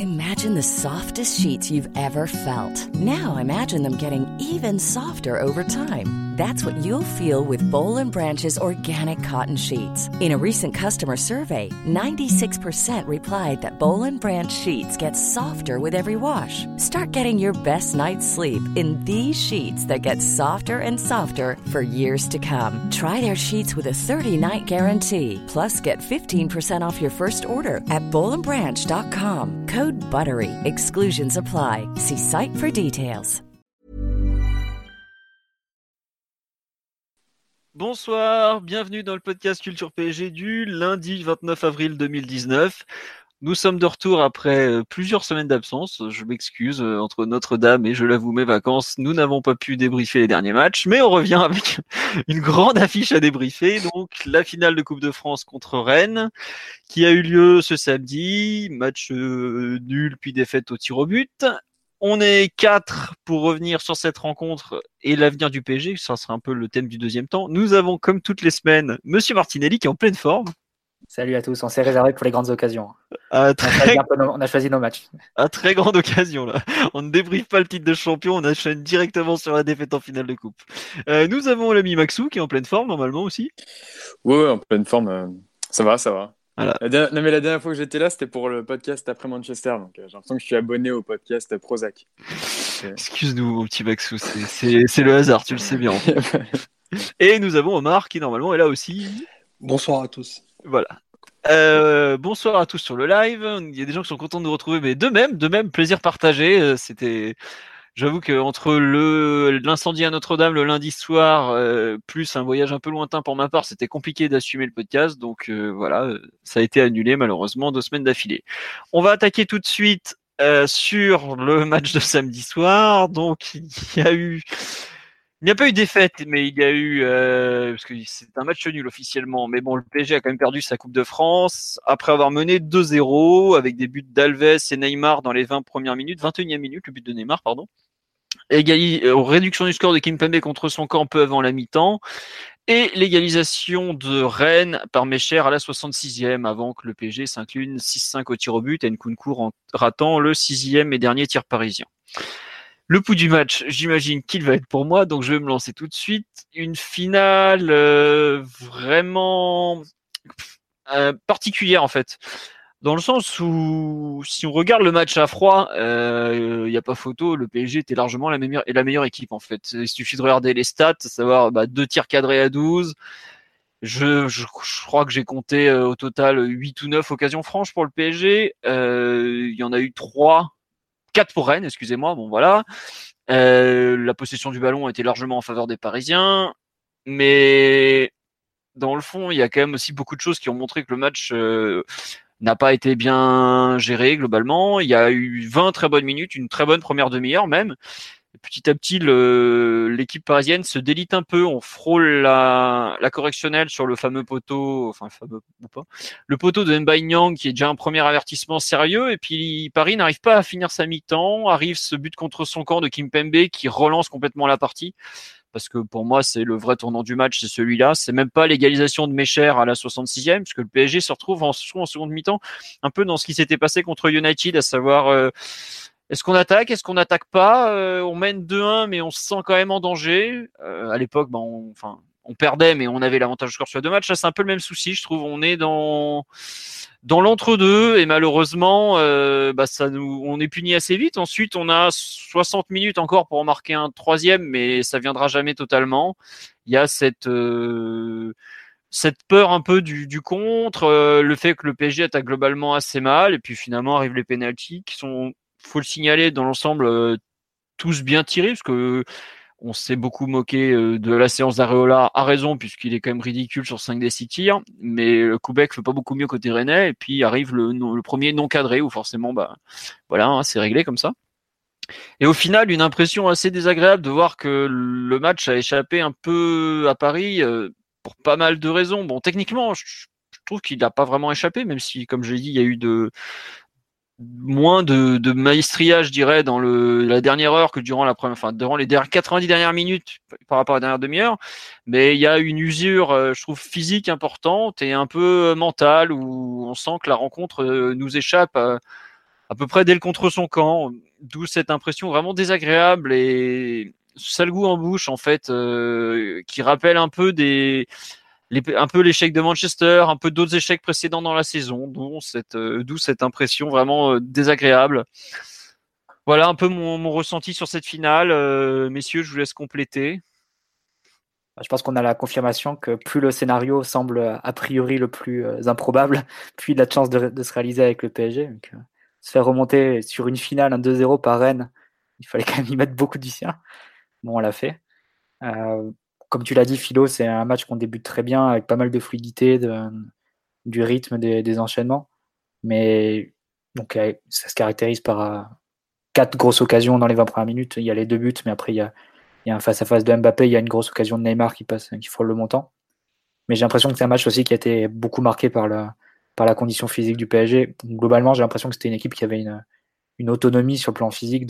Imagine the softest sheets you've ever felt. Now imagine them getting even softer over time. That's what you'll feel with Boll & Branch's organic cotton sheets. In a recent customer survey, 96% replied that Boll & Branch sheets get softer with every wash. Start getting your best night's sleep in these sheets that get softer and softer for years to come. Try their sheets with a 30-night guarantee. Plus, get 15% off your first order at bollandbranch.com. Code BUTTERY. Exclusions apply. See site for details. Bonsoir, bienvenue dans le podcast Culture PSG du lundi 29 avril 2019. Nous sommes de retour après plusieurs semaines d'absence. Je m'excuse, entre Notre-Dame et je l'avoue mes vacances, nous n'avons pas pu débriefer les derniers matchs, mais on revient avec une grande affiche à débriefer. Donc la finale de Coupe de France contre Rennes qui a eu lieu ce samedi, match nul puis défaite au tir au but. On est 4 pour revenir sur cette rencontre et l'avenir du PSG, ça sera un peu le thème du deuxième temps. Nous avons, comme toutes les semaines, Monsieur Martinelli qui est en pleine forme. Salut à tous, on s'est réservé pour les grandes occasions. On a choisi nos matchs. À très grande occasion, là. On ne débriefe pas le titre de champion, on enchaîne directement sur la défaite en finale de coupe. Nous avons l'ami Maxou qui est en pleine forme, normalement aussi. Ouais, en pleine forme. Ça va. Voilà. La dernière fois que j'étais là, c'était pour le podcast après Manchester. Donc j'ai l'impression que je suis abonné au podcast Prozac. Excuse-nous, mon petit Maxou, c'est le hasard, tu le sais bien. Et nous avons Omar qui, normalement, est là aussi. Bonsoir à tous. Voilà. Bonsoir à tous sur le live. Il y a des gens qui sont contents de nous retrouver, mais de même, plaisir partagé. J'avoue que entre l'incendie à Notre-Dame le lundi soir, plus un voyage un peu lointain pour ma part, c'était compliqué d'assumer le podcast. Donc voilà, ça a été annulé malheureusement 2 semaines d'affilée. On va attaquer tout de suite sur le match de samedi soir. Donc il n'y a pas eu défaite, mais il y a eu parce que c'est un match nul officiellement. Mais bon, le PSG a quand même perdu sa Coupe de France après avoir mené 2-0 avec des buts d'Alves et Neymar dans les 20 premières minutes, 21e minute, le but de Neymar, pardon. Réduction du score de Kimpembe contre son camp peu avant la mi-temps. Et l'égalisation de Rennes par Mecher à la 66e avant que le PSG s'incline 6-5 au tir au but et Nkunku ratant le 6e et dernier tir parisien. Le pouls du match, j'imagine qu'il va être pour moi, donc je vais me lancer tout de suite. Une finale vraiment particulière en fait, dans le sens où si on regarde le match à froid, y a pas photo, le PSG était largement la meilleure équipe en fait. Il suffit de regarder les stats, savoir 2 tirs cadrés à 12. Je crois que j'ai compté au total 8 ou 9 occasions franches pour le PSG. Il y en a eu 4 pour Rennes, excusez-moi, bon voilà. La possession du ballon était largement en faveur des Parisiens, mais dans le fond, il y a quand même aussi beaucoup de choses qui ont montré que le match n'a pas été bien géré globalement. Il y a eu 20 très bonnes minutes, une très bonne première demi-heure même. Et petit à petit, l'équipe parisienne se délite un peu. On frôle la correctionnelle sur le fameux poteau, enfin fameux ou pas, le poteau de Mbaye Niang qui est déjà un premier avertissement sérieux. Et puis Paris n'arrive pas à finir sa mi-temps. Arrive ce but contre son camp de Kimpembe qui relance complètement la partie. Parce que pour moi, c'est le vrai tournant du match, c'est celui-là. C'est même pas l'égalisation de Mecher à la 66e, puisque le PSG se retrouve en seconde mi-temps, un peu dans ce qui s'était passé contre United, à savoir est-ce qu'on attaque, est-ce qu'on n'attaque pas, on mène 2-1, mais on se sent quand même en danger. À l'époque, on perdait, mais on avait l'avantage de score sur les 2 matchs. Là, c'est un peu le même souci, je trouve. On est dans l'entre-deux et malheureusement, on est puni assez vite. Ensuite, on a 60 minutes encore pour en marquer un 3e, mais ça viendra jamais totalement. Il y a cette peur un peu du contre, le fait que le PSG attaque globalement assez mal, et puis finalement arrivent les pénaltys qui sont, faut le signaler, dans l'ensemble tous bien tirés, parce que on s'est beaucoup moqué de la séance d'Areola, à raison, puisqu'il est quand même ridicule sur 5 des 6 tirs, mais le Koubek fait pas beaucoup mieux côté rennais, et puis arrive le premier non cadré, où forcément, voilà, c'est réglé comme ça. Et au final, une impression assez désagréable de voir que le match a échappé un peu à Paris, pour pas mal de raisons. Bon, techniquement, je trouve qu'il n'a pas vraiment échappé, même si, comme je l'ai dit, il y a eu moins de maestria, je dirais, dans la dernière heure que durant durant les 90 dernières minutes par rapport à la dernière demi-heure. Mais il y a une usure, je trouve, physique importante et un peu mentale, où on sent que la rencontre nous échappe à peu près dès le contre son camp, d'où cette impression vraiment désagréable et sale goût en bouche en fait, qui rappelle un peu un peu l'échec de Manchester, un peu d'autres échecs précédents dans la saison, d'où cette impression vraiment désagréable. Voilà un peu mon ressenti sur cette finale. Messieurs, je vous laisse compléter. Je pense qu'on a la confirmation que plus le scénario semble a priori le plus improbable, plus il a de chances de se réaliser avec le PSG. Donc, se faire remonter sur une finale, un 2-0 par Rennes, il fallait quand même y mettre beaucoup du sien. Bon, on l'a fait. Comme tu l'as dit, Philo, c'est un match qu'on débute très bien, avec pas mal de fluidité, du rythme des enchaînements. Mais donc, ça se caractérise par 4 grosses occasions dans les 20 premières minutes. Il y a les 2 buts, mais après, il y a un face-à-face de Mbappé, il y a une grosse occasion de Neymar qui frôle le montant. Mais j'ai l'impression que c'est un match aussi qui a été beaucoup marqué par la condition physique du PSG. Globalement, j'ai l'impression que c'était une équipe qui avait une autonomie sur le plan physique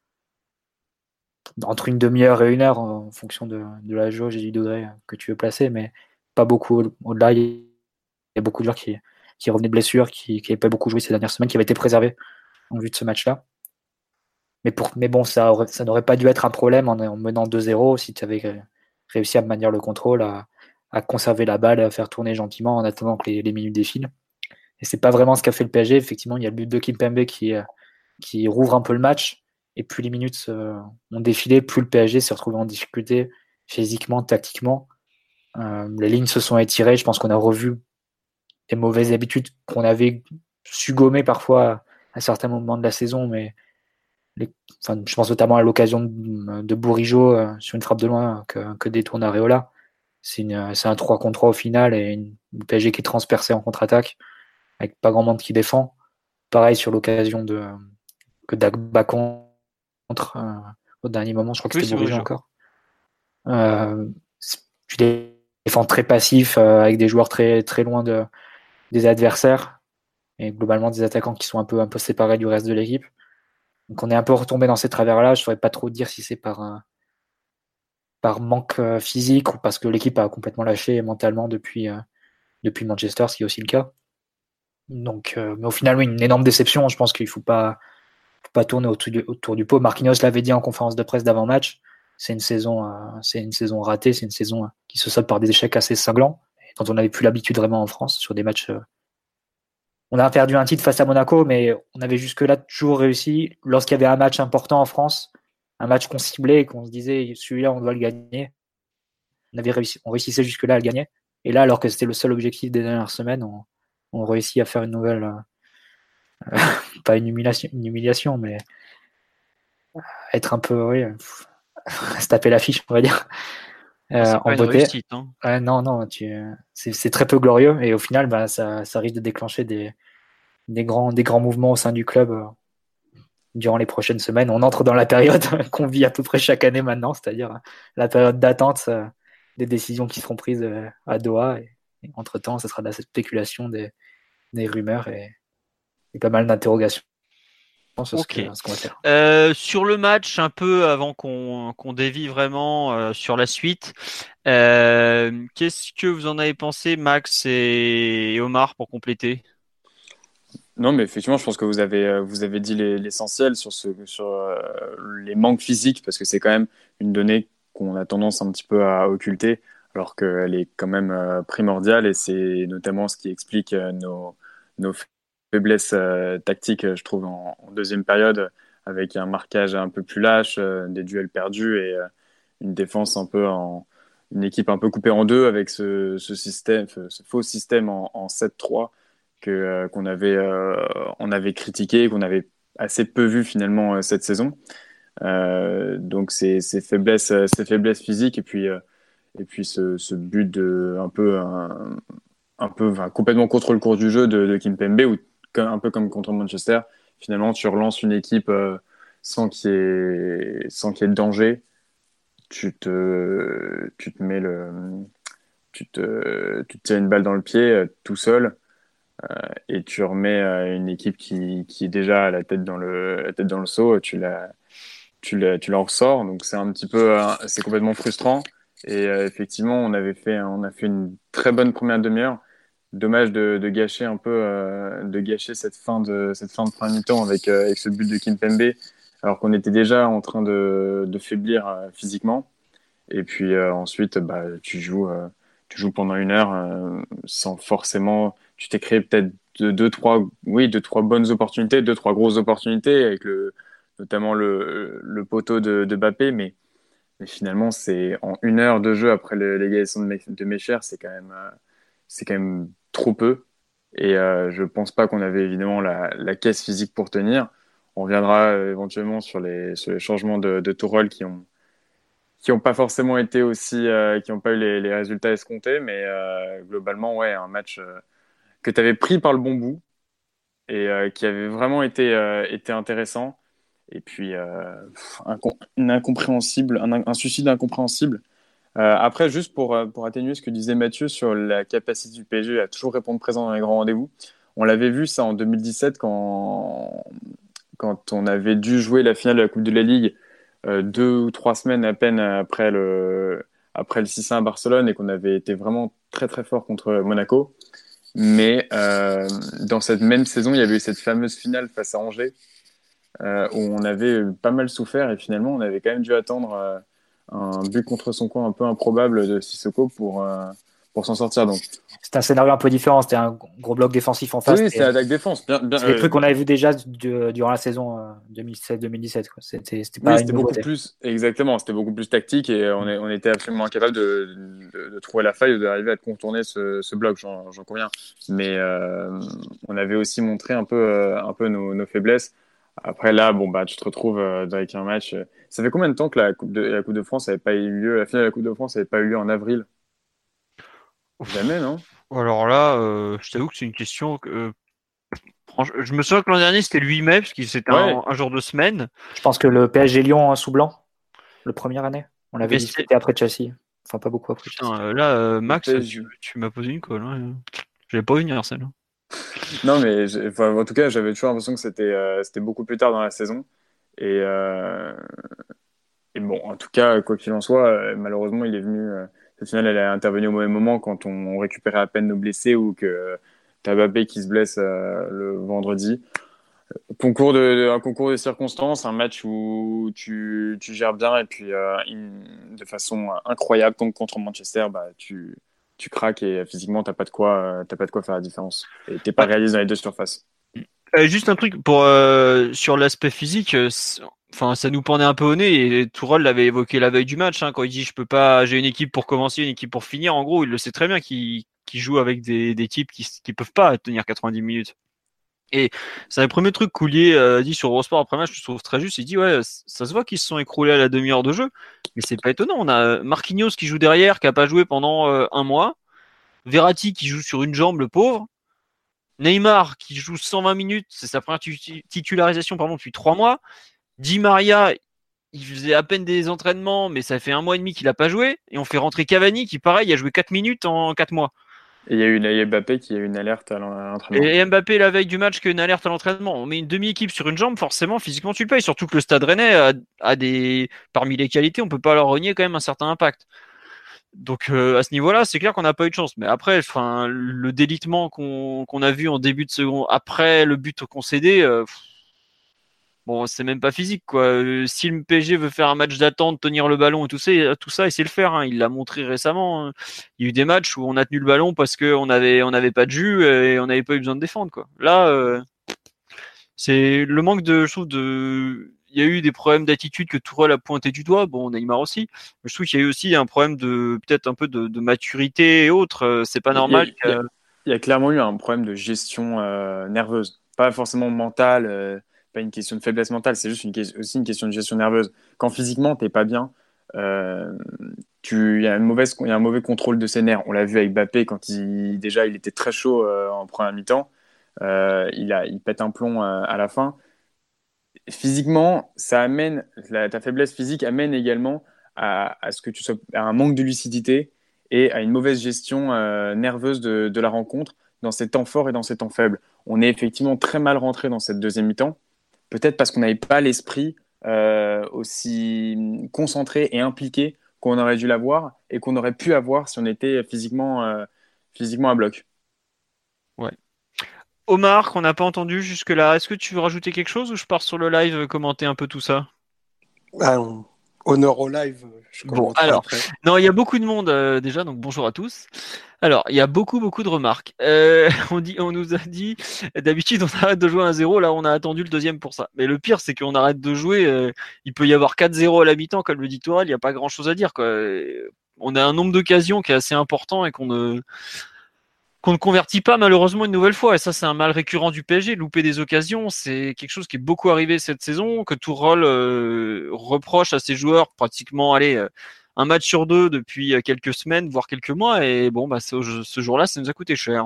entre une demi-heure et une heure en fonction de la jauge et du degré que tu veux placer, mais pas beaucoup au-delà. Il y a beaucoup de joueurs qui revenaient de blessures, qui n'avaient pas beaucoup joué ces dernières semaines, qui avaient été préservés en vue de ce match-là. Mais bon, ça n'aurait pas dû être un problème en menant 2-0 si tu avais réussi à maintenir le contrôle, à conserver la balle, à faire tourner gentiment en attendant que les minutes défilent. Et c'est pas vraiment ce qu'a fait le PSG. Effectivement, il y a le but de Kimpembe qui rouvre un peu le match. Et plus les minutes ont défilé, plus le PSG s'est retrouvé en difficulté physiquement, tactiquement. Les lignes se sont étirées. Je pense qu'on a revu des mauvaises habitudes qu'on avait su gommer parfois à certains moments de la saison, mais je pense notamment à l'occasion de Bourigeaud sur une frappe de loin que détourne Areola. C'est un 3 contre 3 au final et une PSG qui est transpercée en contre-attaque avec pas grand monde qui défend. Pareil sur l'occasion que Dagba contre au dernier moment, je crois que c'était Bourigeaud encore. Tu défends très passif avec des joueurs très, très loin des adversaires et globalement des attaquants qui sont un peu séparés du reste de l'équipe. Donc on est un peu retombé dans ces travers-là. Je ne saurais pas trop dire si c'est par manque physique ou parce que l'équipe a complètement lâché mentalement depuis Manchester, ce qui est aussi le cas. Donc, mais au final, oui, une énorme déception. Je pense qu'il ne faut pas tourner autour du pot. Marquinhos l'avait dit en conférence de presse d'avant-match. C'est une saison ratée. C'est une saison qui se solde par des échecs assez cinglants, dont on n'avait plus l'habitude vraiment en France sur des matchs. On a perdu un titre face à Monaco, mais on avait jusque-là toujours réussi. Lorsqu'il y avait un match important en France, un match qu'on ciblait et qu'on se disait celui-là, on doit le gagner, on réussissait jusque-là à le gagner. Et là, alors que c'était le seul objectif des dernières semaines, on réussit à faire une nouvelle, pas une humiliation, mais être un peu, se taper l'affiche, on va dire. En beauté. Réussite, hein. Non, c'est très peu glorieux et au final, ça risque de déclencher des grands mouvements au sein du club durant les prochaines semaines. On entre dans la période qu'on vit à peu près chaque année maintenant, c'est-à-dire la période d'attente des décisions qui seront prises à Doha. Et entre-temps, ce sera de la spéculation, des rumeurs et pas mal d'interrogations. Ok. Sur le match, un peu avant qu'on dévie vraiment sur la suite, qu'est-ce que vous en avez pensé, Max et Omar, pour compléter? Non, mais effectivement, je pense que vous avez dit l'essentiel sur les manques physiques, parce que c'est quand même une donnée qu'on a tendance un petit peu à occulter, alors qu'elle est quand même primordiale, et c'est notamment ce qui explique nos faiblesses tactiques, je trouve, en deuxième période, avec un marquage un peu plus lâche, des duels perdus et une défense une équipe un peu coupée en deux avec ce faux système en 7-3 qu'on avait critiqué, qu'on avait assez peu vu finalement cette saison. Donc ces faiblesses physiques et puis ce but complètement contre le cours du jeu de Kimpembe, où un peu comme contre Manchester, finalement tu relances une équipe sans qu'il y ait de danger. Tu te tires une balle dans le pied tout seul. Et tu remets une équipe qui est déjà à la tête dans le seau, tu la ressors. Donc c'est un petit peu, c'est complètement frustrant. Et effectivement, on a fait une très bonne première demi-heure. dommage de gâcher un peu, de gâcher cette fin de première mi-temps avec ce but de Kimpembe, alors qu'on était déjà en train de faiblir physiquement. Et puis ensuite, bah, tu joues pendant une heure sans forcément. Tu t'es créé peut-être deux, trois bonnes opportunités, deux, trois grosses opportunités avec notamment le poteau de Mbappé, mais finalement, c'est en une heure de jeu après l'égalisation de Mecher, c'est quand même trop peu. Et je pense pas qu'on avait évidemment la caisse physique pour tenir. On reviendra éventuellement sur les changements de Tourelle qui ont pas forcément été aussi, qui ont pas eu les résultats escomptés, mais globalement, ouais, un match que tu avais pris par le bon bout et qui avait vraiment été intéressant. Et puis, un suicide incompréhensible. Après, juste pour atténuer ce que disait Mathieu sur la capacité du PSG à toujours répondre présent dans les grands rendez-vous, on l'avait vu ça en 2017 quand on avait dû jouer la finale de la Coupe de la Ligue 2 ou 3 semaines à peine après le 6-1 à Barcelone et qu'on avait été vraiment très très fort contre Monaco. Mais dans cette même saison, il y avait eu cette fameuse finale face à Angers où on avait pas mal souffert et finalement on avait quand même dû attendre un but contre son camp un peu improbable de Sissoko pour s'en sortir. Donc, C'était un scénario un peu différent. C'était un gros bloc défensif en face. oui, c'est attaque-défense. C'est des trucs qu'on avait vu déjà durant la saison 2016-2017. C'était pas Oui, une c'était beaucoup nouveauté. plus, exactement, c'était beaucoup plus tactique et on était absolument incapable de trouver la faille ou d'arriver à contourner ce bloc, j'en conviens. Mais on avait aussi montré un peu nos faiblesses. Après là, bon bah tu te retrouves avec un match. Ça fait combien de temps que la Coupe de France n'avait pas eu lieu, la finale de la Coupe de France n'avait pas eu lieu en avril? Jamais, non? Alors là, je t'avoue que c'est une question que je me souviens que l'an dernier c'était le 8 mai parce que c'était Ouais, un jour de semaine. Je pense que le PSG Lyon sous blanc, le première année, on l'avait Mais discuté après Chelsea. Enfin, pas beaucoup après Chelsea. putain, là, le Max, PSG. tu m'as posé une colle. Hein. Je vais pas venir celle-là. Non, mais enfin, en tout cas, j'avais toujours l'impression que c'était beaucoup plus tard dans la saison. Et, et bon, en tout cas, quoi qu'il en soit, malheureusement, il est venu. Cette finale, elle est intervenue au mauvais moment quand on récupérait à peine nos blessés ou que t'as Mbappé qui se blesse le vendredi. Un concours de circonstances, un match où tu gères bien et puis de façon incroyable, comme contre Manchester, bah, tu craques et physiquement, t'as pas de quoi faire la différence. Et t'es pas Ouais. réaliste dans les deux surfaces. Juste un truc pour sur l'aspect physique. Enfin, ça nous pendait un peu au nez et Tourelle l'avait évoqué la veille du match quand il dit je peux pas, j'ai une équipe pour commencer, une équipe pour finir. En gros, il le sait très bien qu'il joue avec des types qui peuvent pas tenir 90 minutes. Et c'est le premier truc qu'Oulier dit sur Eurosport après match, je trouve très juste. Il dit ouais, ça se voit qu'ils se sont écroulés à la demi-heure de jeu, mais c'est pas étonnant. On a Marquinhos qui joue derrière, qui a pas joué pendant un mois, Verratti qui joue sur une jambe, le pauvre, Neymar qui joue 120 minutes, c'est sa première titularisation depuis 3 mois. Di Maria, il faisait à peine des entraînements, mais ça fait un mois et demi qu'il a pas joué. Et on fait rentrer Cavani qui, pareil, a joué 4 minutes en 4 mois. Et il y a Mbappé qui a eu une alerte à l'entraînement. Et Mbappé, la veille du match, qu'une alerte à l'entraînement. On met une demi-équipe sur une jambe, forcément, physiquement, tu le payes. Surtout que le Stade Rennais a des, parmi les qualités, on peut pas leur renier quand même un certain impact. Donc à ce niveau-là, c'est clair qu'on n'a pas eu de chance. Mais après, enfin, le délitement qu'on a vu en début de seconde, après le but concédé, bon, c'est même pas physique, quoi. Si le PSG veut faire un match d'attente, tenir le ballon et tout ça, il sait le faire. Hein. Il l'a montré récemment. Hein. Il y a eu des matchs où on a tenu le ballon parce on avait pas de jus et on n'avait pas eu besoin de défendre, quoi. Là, c'est le manque de, je trouve, de. Il y a eu des problèmes d'attitude que Tourelle a pointé du doigt. Bon, Neymar aussi. Mais je trouve qu'il y a eu aussi un problème de peut-être un peu de maturité et autres. C'est pas Il y a, normal. il y a clairement eu un problème de gestion nerveuse. Pas forcément mentale, pas une question de faiblesse mentale, c'est juste aussi une question de gestion nerveuse. Quand physiquement, t'es pas bien, euh, il y a il y a un mauvais contrôle de ses nerfs. On l'a vu avec Mbappé quand déjà il était très chaud en première mi-temps. Il pète un plomb à la fin. Physiquement, ta faiblesse physique amène également à ce que tu sois à un manque de lucidité et à une mauvaise gestion nerveuse de la rencontre dans ces temps forts et dans ces temps faibles. On est effectivement très mal rentré dans cette deuxième mi-temps, peut-être parce qu'on n'avait pas l'esprit aussi concentré et impliqué qu'on aurait dû l'avoir et qu'on aurait pu avoir si on était physiquement à bloc. Omar, qu'on n'a pas entendu jusque-là, est-ce que tu veux rajouter quelque chose ou je pars sur le live commenter un peu tout ça? Honneur au live, je Bon, commenterai alors, après. non, il y a beaucoup de monde déjà, donc bonjour à tous. Alors, il y a beaucoup de remarques. On nous a dit, d'habitude, on arrête de jouer 1-0, là, on a attendu le deuxième pour ça. Mais le pire, c'est qu'on arrête de jouer, il peut y avoir 4-0 à la mi-temps, comme le dit Tourelle, il n'y a pas grand-chose à dire, quoi. On a un nombre d'occasions qui est assez important et qu'on ne convertit pas malheureusement une nouvelle fois. Et ça, c'est un mal récurrent du PSG. Louper des occasions, c'est quelque chose qui est beaucoup arrivé cette saison, que Tourelle reproche à ses joueurs pratiquement, un match sur deux depuis quelques semaines, voire quelques mois. Et bon, bah, ce jour-là, ça nous a coûté cher.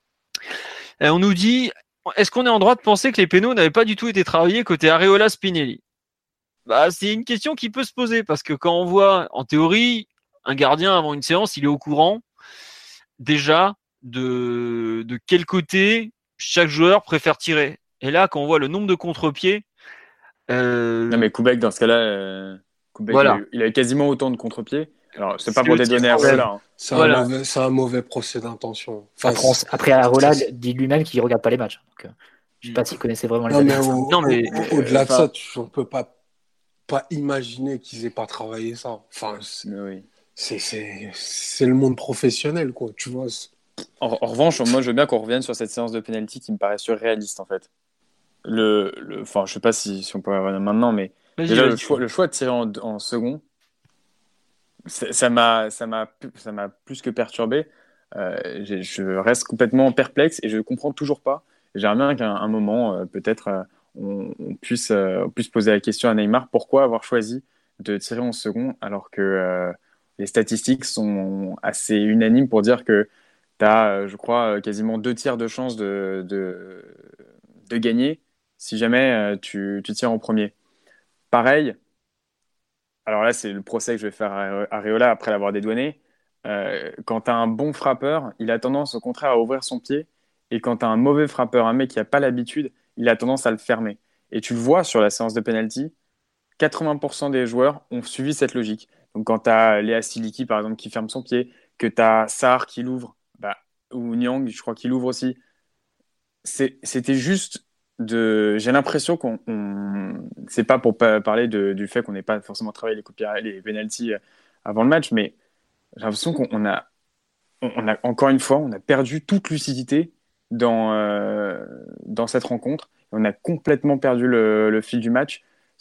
Et on nous dit, est-ce qu'on est en droit de penser que les pénaux n'avaient pas du tout été travaillés côté Areola Spinelli? Bah, c'est une question qui peut se poser parce que quand on voit, en théorie, un gardien avant une séance, il est au courant déjà de quel côté chaque joueur préfère tirer. Et là, quand on voit le nombre de contre-pieds, Non, mais Koubek, dans ce cas-là, Koubek, voilà. il a quasiment autant de contre-pieds. Alors, c'est pas C'est pour le dédonner à titre, Areola. Hein. Voilà. C'est un mauvais procès d'intention. Enfin, Après Areola dit lui-même qu'il regarde pas les matchs. Donc, je sais pas s'il connaissait vraiment les non, mais adversaires. au-delà de enfin- ça, on peut pas imaginer qu'ils aient pas travaillé ça. Enfin, Oui. c'est le monde professionnel, quoi. Tu vois. En revanche, moi, je veux bien qu'on revienne sur cette séance de penalty qui me paraît surréaliste, en fait. Enfin, je sais pas si on peut revenir maintenant, mais Vas-y, déjà, vas-y. le choix de tirer en second, ça m'a plus que perturbé. Je reste complètement perplexe et je comprends toujours pas. J'aimerais bien qu'à un moment, peut-être, on puisse poser la question à Neymar, pourquoi avoir choisi de tirer en second alors que les statistiques sont assez unanimes pour dire que tu as, je crois, quasiment 2 tiers de chances de gagner si jamais tu tires en premier. Pareil, alors là, c'est le procès que je vais faire à Areola après l'avoir dédouané. Quand tu as un bon frappeur, il a tendance au contraire à ouvrir son pied. Et quand tu as un mauvais frappeur, un mec qui n'a pas l'habitude, il a tendance à le fermer. Et tu le vois sur la séance de penalty, 80% des joueurs ont suivi cette logique. Donc quand tu as Léa Siliki, par exemple, qui ferme son pied, que tu as Sarr qui l'ouvre, bah, ou Nyang, je crois qu'il l'ouvre aussi, c'était juste de. J'ai l'impression c'est pas pour parler du fait qu'on n'ait pas forcément travaillé les penalties avant le match, mais j'ai l'impression on a encore une fois, on a perdu toute lucidité dans cette rencontre. On a complètement perdu le fil du match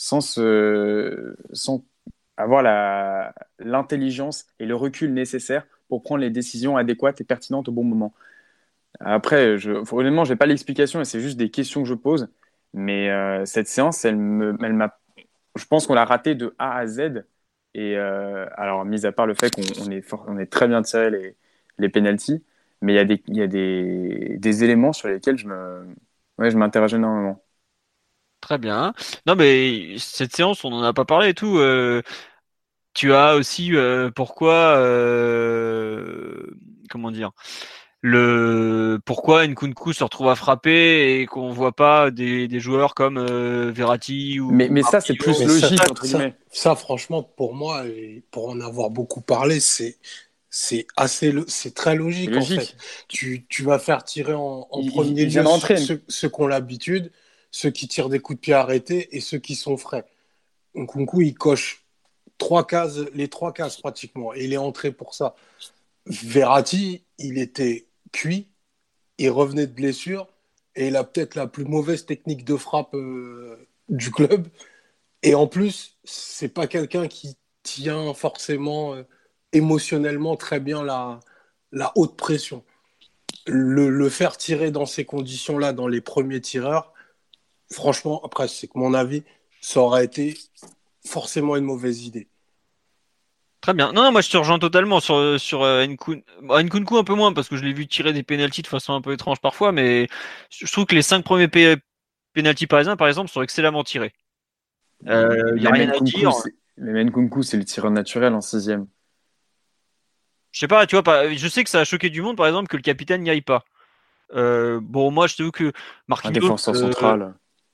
sans avoir l'intelligence et le recul nécessaire pour prendre les décisions adéquates et pertinentes au bon moment. Après, honnêtement, je n'ai pas l'explication et c'est juste des questions que je pose. Mais cette séance, je pense qu'on l'a ratée de A à Z. Et alors, mis à part le fait on est très bien tiré les pénaltys, mais il y a des éléments sur lesquels je m'interroge énormément. Très bien. Non, mais cette séance, on n'en a pas parlé et tout. Tu as aussi pourquoi, comment dire, pourquoi Nkunku se retrouve à frapper et qu'on voit pas des joueurs comme Verratti ou Mais ça, c'est plus Mais logique, entre guillemets. ça, franchement, pour moi, et pour en avoir beaucoup parlé, c'est très C'est logique, en fait. logique. Tu vas faire tirer en premier Il vient lieu d'entrer. ceux qui ont l'habitude, ceux qui tirent des coups de pied arrêtés et ceux qui sont frais. Nkunku, il coche les 3 cases pratiquement, et il est entré pour ça. Verratti, il était cuit, il revenait de blessure, et il a peut-être la plus mauvaise technique de frappe du club. Et en plus, c'est pas quelqu'un qui tient forcément émotionnellement très bien la haute pression. Le faire tirer dans ces conditions-là, dans les premiers tireurs, franchement, après, c'est que mon avis, ça aurait été forcément une mauvaise idée. Très bien. Non, non, moi je te rejoins totalement sur Nkunku. Bon, Nkunku un peu moins parce que je l'ai vu tirer des pénaltys de façon un peu étrange parfois, mais je trouve que les 5 premiers pénaltys parisiens, par exemple, sont excellemment tirés. Y a rien à dire. Mais Nkunku, c'est le tireur naturel en sixième. Je sais pas, tu vois, je sais que ça a choqué du monde, par exemple, que le capitaine n'y aille pas. Bon, moi je t'avoue que Un Marquinhos, défenseur central.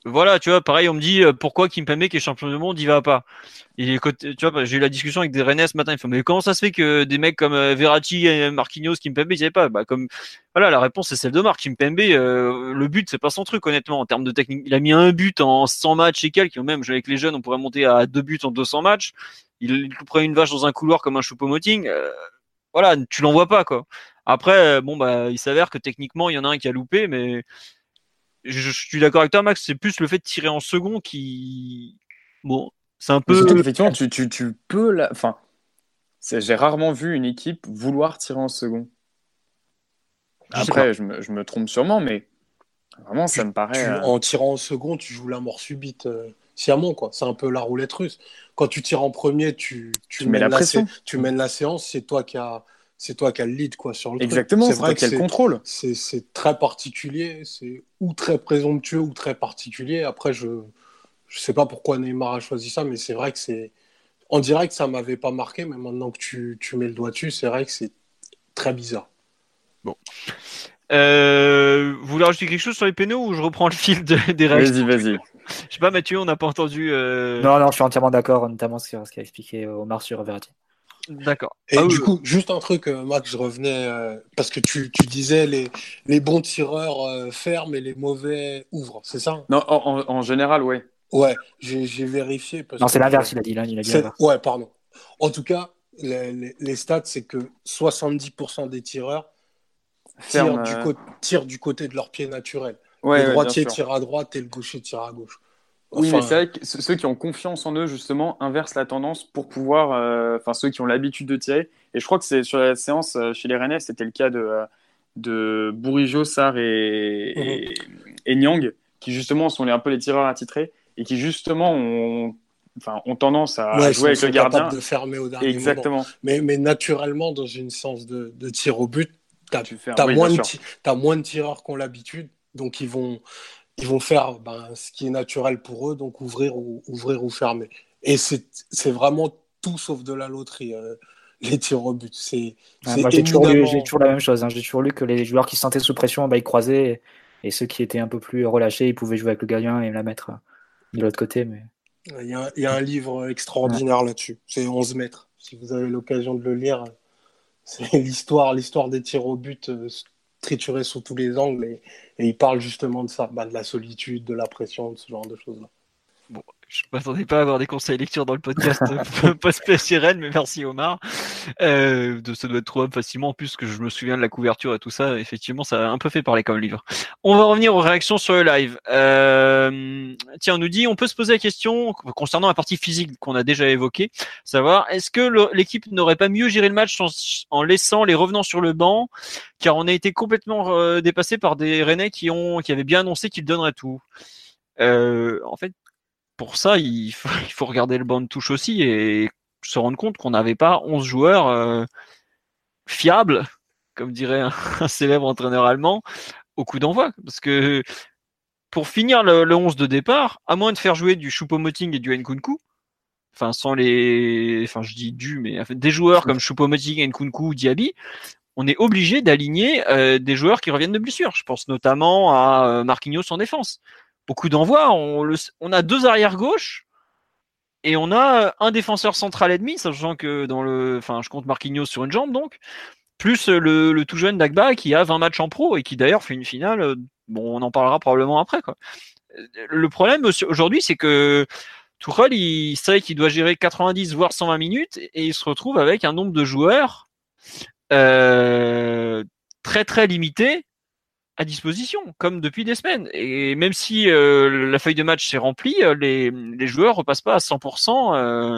Voilà, tu vois, pareil, on me dit pourquoi Kimpembe qui est champion du monde, il va pas. Tu vois, j'ai eu la discussion avec des Rennais ce matin. Ils font mais comment ça se fait que des mecs comme Verratti, Marquinhos, Kimpembe, ils y avaient pas? Bah comme voilà, la réponse c'est celle de Marc. Kimpembe, le but c'est pas son truc honnêtement en termes de technique. Il a mis un but en 100 matchs et quelques. Même avec les jeunes, on pourrait monter à 2 buts en 200 matchs. Il couperait une vache dans un couloir comme un Choupo-Moting. Voilà, tu l'envoies pas quoi. Après, bon bah, il s'avère que techniquement, il y en a un qui a loupé, mais je suis d'accord avec toi, Max. C'est plus le fait de tirer en second qui, bon, c'est un Mais surtout peu. qu'effectivement, tu peux enfin, j'ai rarement vu une équipe vouloir tirer en second. Je sais pas. Après, je me trompe sûrement, mais vraiment, ça me paraît. En tirant en second, tu joues la mort subite sciemment, quoi. C'est un peu la roulette russe. Quand tu tires en premier, Tu mets la pression. tu mènes la séance, c'est toi qui as le lead, quoi, sur le truc. Exactement, C'est c'est vrai toi que qui as le contrôle. c'est très particulier, c'est ou très présomptueux ou très particulier. Après, je sais pas pourquoi Neymar a choisi ça, mais c'est vrai que en direct, ça m'avait pas marqué, mais maintenant que tu mets le doigt dessus, c'est vrai que c'est très bizarre. Bon. Vous voulez rajouter quelque chose sur les pénaux ou je reprends le fil des réactions? Vas-y. Je sais pas, Mathieu, on n'a pas entendu. Non, je suis entièrement d'accord, notamment sur ce qu'a expliqué Omar sur Verratti. D'accord. Et du coup, juste un truc, Max, je revenais, parce que tu disais les bons tireurs ferment et les mauvais ouvrent, c'est ça? Non, en général, ouais. Ouais, j'ai vérifié. Parce Non, que c'est l'inverse, il a dit l'inverse. Ouais, pardon. En tout cas, les stats, c'est que 70% des tireurs Ferme. tirent du côté de leur pied naturel. Ouais, Le bien droitier sûr. tire à droite et le gaucher tire à gauche. Oui, mais Enfin, c'est vrai que ceux qui ont confiance en eux, justement, inversent la tendance pour pouvoir. Enfin, ceux qui ont l'habitude de tirer. Et je crois que c'est sur la séance chez les Rennais, c'était le cas de Bourigeaud, Sarr mhm. et Nyang, qui justement sont un peu les tireurs attitrés et qui justement ont tendance à Ouais, jouer avec le sont capables gardien. de fermer au dernier moment. Exactement. Mais naturellement, dans une séance de tir au but, Tu fermes. Oui, bien sûr. t'as moins de tireurs qui ont l'habitude, donc ils vont faire ce qui est naturel pour eux, donc ouvrir ou fermer. Et c'est vraiment tout sauf de la loterie, les tirs au but. Moi, C'est j'ai éminemment. toujours la même chose. J'ai toujours lu que les joueurs qui se sentaient sous pression, ils croisaient, et ceux qui étaient un peu plus relâchés, ils pouvaient jouer avec le gardien et la mettre de l'autre côté. Mais Il y a un livre extraordinaire là-dessus. C'est 11 mètres. Si vous avez l'occasion de le lire, c'est l'histoire des tirs au but triturés sous tous les angles. Et il parle justement de ça, de la solitude, de la pression, de ce genre de choses-là. Bon, je m'attendais pas à avoir des conseils lecture dans le podcast post-PSRN, mais merci Omar. Ça doit être trouvable facilement, en plus que je me souviens de la couverture et tout ça. Effectivement, ça a un peu fait parler comme livre. On va revenir aux réactions sur le live. Tiens, on nous dit, on peut se poser la question concernant la partie physique qu'on a déjà évoquée, savoir est-ce que l'équipe n'aurait pas mieux géré le match en laissant les revenants sur le banc, car on a été complètement dépassé par des Rennais qui avaient bien annoncé qu'ils donneraient tout. En fait, pour ça, il faut regarder le banc de touche aussi et se rendre compte qu'on n'avait pas 11 joueurs fiables, comme dirait un célèbre entraîneur allemand, au coup d'envoi. Parce que pour finir le 11 de départ, à moins de faire jouer du Choupo-Moting et du Nkunku, je dis mais des joueurs comme Choupo-Moting, Nkunku, Diaby, on est obligé d'aligner des joueurs qui reviennent de blessure. Je pense notamment à Marquinhos en défense. Au coup d'envoi, on a 2 arrières gauche et on a un défenseur central et demi, sachant que je compte Marquinhos sur une jambe donc, plus le tout jeune Dagba qui a 20 matchs en pro et qui d'ailleurs fait une finale. Bon, on en parlera probablement après quoi. Le problème aujourd'hui, c'est que Tuchel, il sait qu'il doit gérer 90 voire 120 minutes et il se retrouve avec un nombre de joueurs très très limité à disposition, comme depuis des semaines. Et même si la feuille de match s'est remplie, les joueurs repassent pas à 100%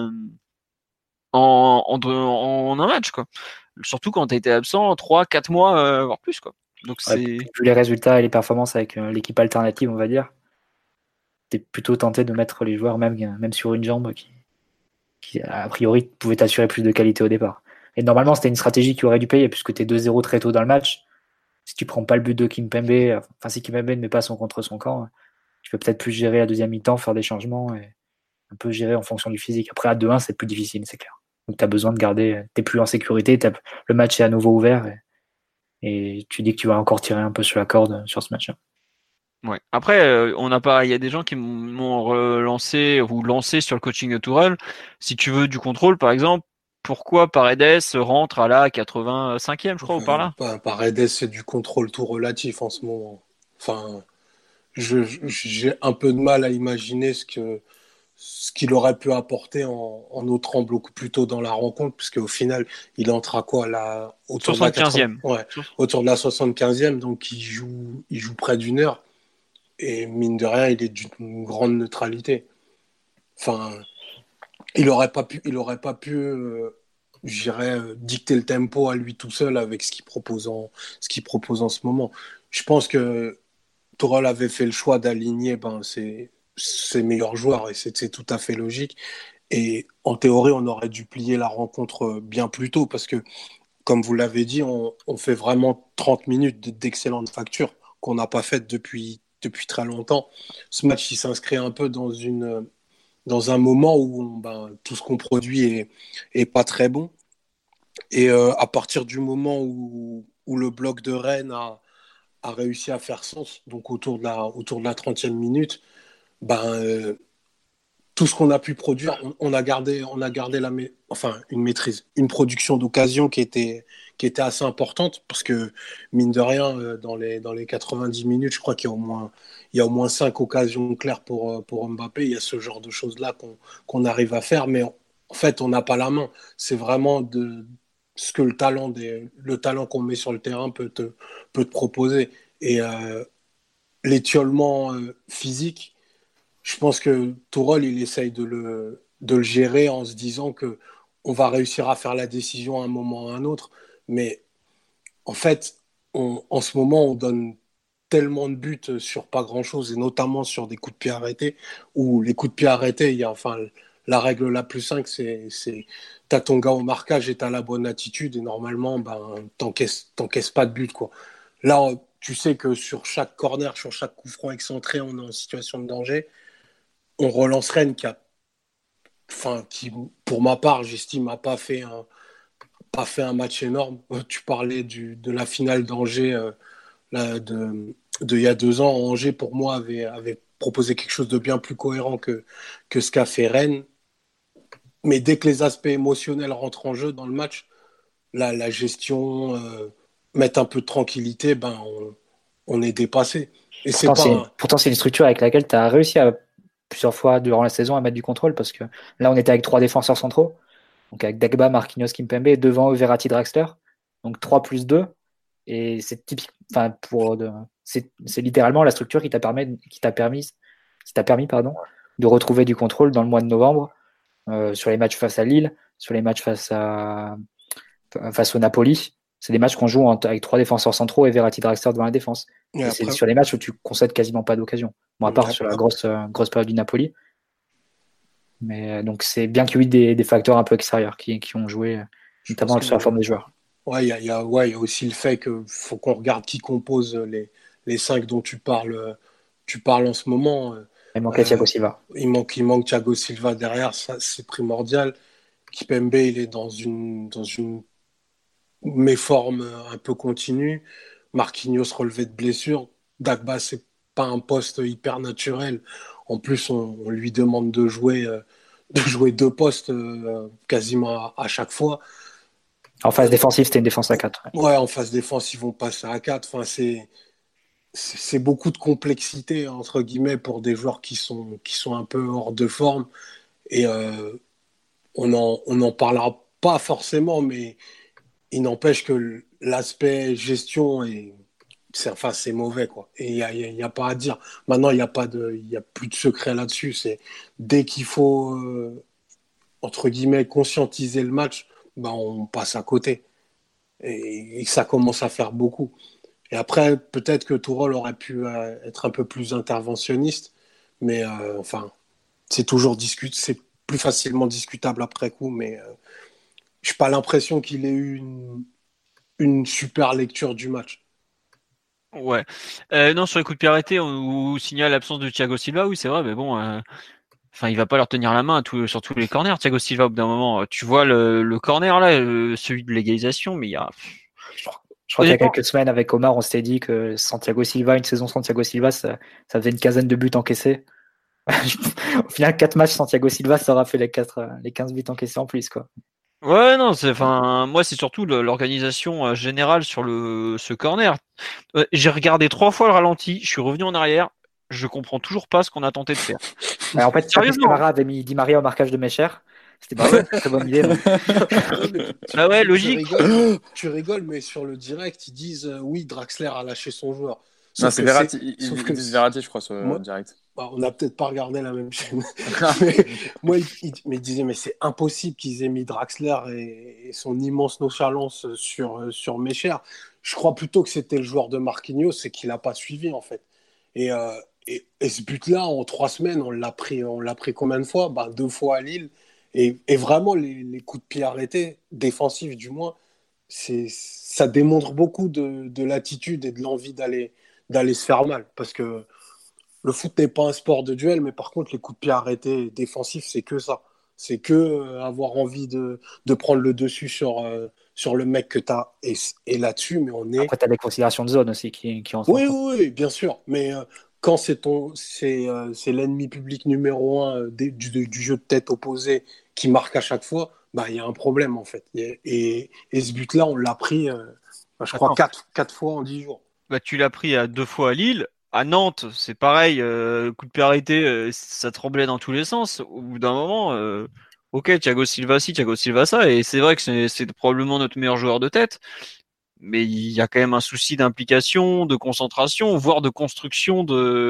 en un match, quoi. Surtout quand tu as été absent 3-4 mois, voire plus, quoi. Donc vu les résultats et les performances avec l'équipe alternative, on va dire, t'es plutôt tenté de mettre les joueurs même sur une jambe qui a priori pouvaient t'assurer plus de qualité au départ. Et normalement, c'était une stratégie qui aurait dû payer puisque t'es 2-0 très tôt dans le match. Si tu prends pas le but de Kimpembe, si Kimpembe ne met pas son contre son camp, tu peux peut-être plus gérer la deuxième mi-temps, faire des changements et un peu gérer en fonction du physique. Après, à 2-1, c'est plus difficile, c'est clair. Donc, tu as besoin de garder, t'es plus en sécurité, le match est à nouveau ouvert et tu dis que tu vas encore tirer un peu sur la corde sur ce match-là. Ouais. Après, on n'a pas. Il y a des gens qui m'ont relancé ou lancé sur le coaching de Tourelle. Si tu veux du contrôle, par exemple, pourquoi Paredes rentre à la 85e, je crois, ou par là? Paredes, c'est du contrôle tout relatif en ce moment. Enfin, j'ai un peu de mal à imaginer ce qu'il aurait pu apporter en autrant beaucoup plus tôt dans la rencontre, puisque au final, il entre à quoi là, autour de la 80, 75e. ouais, autour de la 75e, donc il joue près d'une heure. Et mine de rien, il est d'une grande neutralité. Enfin, il aurait pas pu je dirais, dicter le tempo à lui tout seul avec ce qu'il propose en ce moment. Je pense que Tourelle avait fait le choix d'aligner ses meilleurs joueurs et c'est tout à fait logique. Et en théorie, on aurait dû plier la rencontre bien plus tôt parce que, comme vous l'avez dit, on fait vraiment 30 minutes d'excellente facture qu'on n'a pas faite depuis très longtemps. Ce match, il s'inscrit un peu dans un moment où tout ce qu'on produit est pas très bon. Et à partir du moment où le bloc de Rennes a réussi à faire sens, donc autour de la 30e minute, ben, tout ce qu'on a pu produire, on a gardé enfin, une maîtrise, une production d'occasion qui était assez importante, parce que, mine de rien, dans les 90 minutes, je crois il y a au moins 5 occasions claires pour Mbappé. Il y a ce genre de choses-là qu'on arrive à faire, mais en fait, on n'a pas la main. C'est vraiment ce que le talent qu'on met sur le terrain peut te proposer. Et l'étiolement physique, je pense que Tourelle, il essaye de le gérer en se disant que on va réussir à faire la décision à un moment ou à un autre. Mais en fait, en ce moment, on donne tellement de buts sur pas grand-chose, et notamment sur des coups de pied arrêtés, où les coups de pied arrêtés, enfin, la règle la plus simple, c'est t'as ton gars au marquage et t'as la bonne attitude, et normalement, t'encaisses pas de but, quoi. Là, tu sais que sur chaque corner, sur chaque coup franc excentré, on est en situation de danger. On relance Rennes qui, pour ma part, j'estime, n'a pas fait un match énorme. Tu parlais de la finale d'Angers de il y a 2 ans. Angers, pour moi, avait proposé quelque chose de bien plus cohérent que ce qu'a fait Rennes. Mais dès que les aspects émotionnels rentrent en jeu dans le match, la gestion, mettre un peu de tranquillité, on est dépassé. Et c'est pas Pourtant, c'est une structure avec laquelle tu as réussi plusieurs fois durant la saison à mettre du contrôle parce que là, on était avec 3 défenseurs centraux. Donc avec Dagba, Marquinhos, Kimpembe, et devant eux, Verratti, Draxler. Donc 3+2. Et c'est typique. Enfin, c'est littéralement la structure qui t'a permis, pardon, de retrouver du contrôle dans le mois de novembre sur les matchs face à Lille, sur les matchs face au Napoli. C'est des matchs qu'on joue avec 3 défenseurs centraux et Verratti, Draxler devant la défense. Et c'est sur les matchs où tu concèdes quasiment pas d'occasion. Bon, à part sur la grosse période du Napoli. Mais donc c'est bien qu'il y ait eu des facteurs un peu extérieurs qui ont joué, notamment sur la forme des joueurs. Ouais, il y a aussi le fait qu'il faut qu'on regarde qui compose les 5 dont tu parles en ce moment. Il manquait Thiago Silva. Il manque Thiago Silva derrière, ça c'est primordial. Kipembe, il est dans une méforme un peu continue. Marquinhos relevé de blessure. Dagba, c'est pas un poste hyper naturel. En plus, on lui demande de jouer 2 postes quasiment à chaque fois. En phase défensive, c'était une défense à 4. Ouais, en phase défensive, on passe à 4. Enfin, c'est beaucoup de complexité, entre guillemets, pour des joueurs qui sont un peu hors de forme. Et on en parlera pas forcément, mais il n'empêche que l'aspect gestion c'est mauvais, quoi. Et il y a pas à dire. Maintenant, il y a plus de secret là-dessus. C'est dès qu'il faut, entre guillemets, conscientiser le match, on passe à côté. Et ça commence à faire beaucoup. Et après, peut-être que Tourelle aurait pu être un peu plus interventionniste, mais enfin, c'est plus facilement discutable après coup, mais je n'ai pas l'impression qu'il ait eu une super lecture du match. Ouais. Non, sur les coups de pied arrêtés, on signale l'absence de Thiago Silva. Oui, c'est vrai, mais bon, enfin, il va pas leur tenir la main sur tous les corners. Thiago Silva, au bout d'un moment, tu vois le corner là, celui de l'égalisation, mais je Je crois qu'il y a quelques semaines, avec Omar, on s'était dit que Santiago Silva, une saison Santiago Silva, ça faisait une quinzaine de buts encaissés. Au final, 4 matchs Santiago Silva, ça aura fait les 15 buts encaissés en plus, quoi. Ouais, non, moi, c'est surtout l'organisation générale sur ce corner. J'ai regardé 3 fois le ralenti, je suis revenu en arrière, je comprends toujours pas ce qu'on a tenté de faire. En fait, Sérieusement. Camara avait mis Di Maria au marquage de Mecher. C'était pas une très bonne idée. Ah ouais, logique. Tu rigoles, mais sur le direct, ils disent oui, Draxler a lâché son joueur. Non, c'est Verratti. Ils disent Verratti, je crois, sur le direct. On n'a peut-être pas regardé la même chaîne. mais ils disaient, mais c'est impossible qu'ils aient mis Draxler et son immense nonchalance sur Mecher. Je crois plutôt que c'était le joueur de Marquinhos, c'est qu'il n'a pas suivi, en fait. Et ce but-là, en 3 semaines, on l'a pris combien de fois? 2 fois à Lille. Et vraiment, les coups de pied arrêtés, défensifs du moins, ça démontre beaucoup de l'attitude et de l'envie d'aller se faire mal. Parce que le foot n'est pas un sport de duel, mais par contre, les coups de pied arrêtés défensifs, c'est que ça. C'est que avoir envie de prendre le dessus sur le mec que tu as. Et là-dessus, mais on est... Après, tu as des considérations de zone aussi qui en sont. Oui, bien sûr. Mais quand c'est l'ennemi public numéro 1 du jeu de tête opposé qui marque à chaque fois, il y a un problème, en fait. Et ce but-là, on l'a pris, je crois, 4 fois en 10 jours. Tu l'as pris à 2 fois à Lille. À Nantes, c'est pareil, coup de pied arrêté, ça tremblait dans tous les sens. Au bout d'un moment, ok, Thiago Silva ci, Thiago Silva ça, et c'est vrai que c'est probablement notre meilleur joueur de tête, mais il y a quand même un souci d'implication, de concentration, voire de construction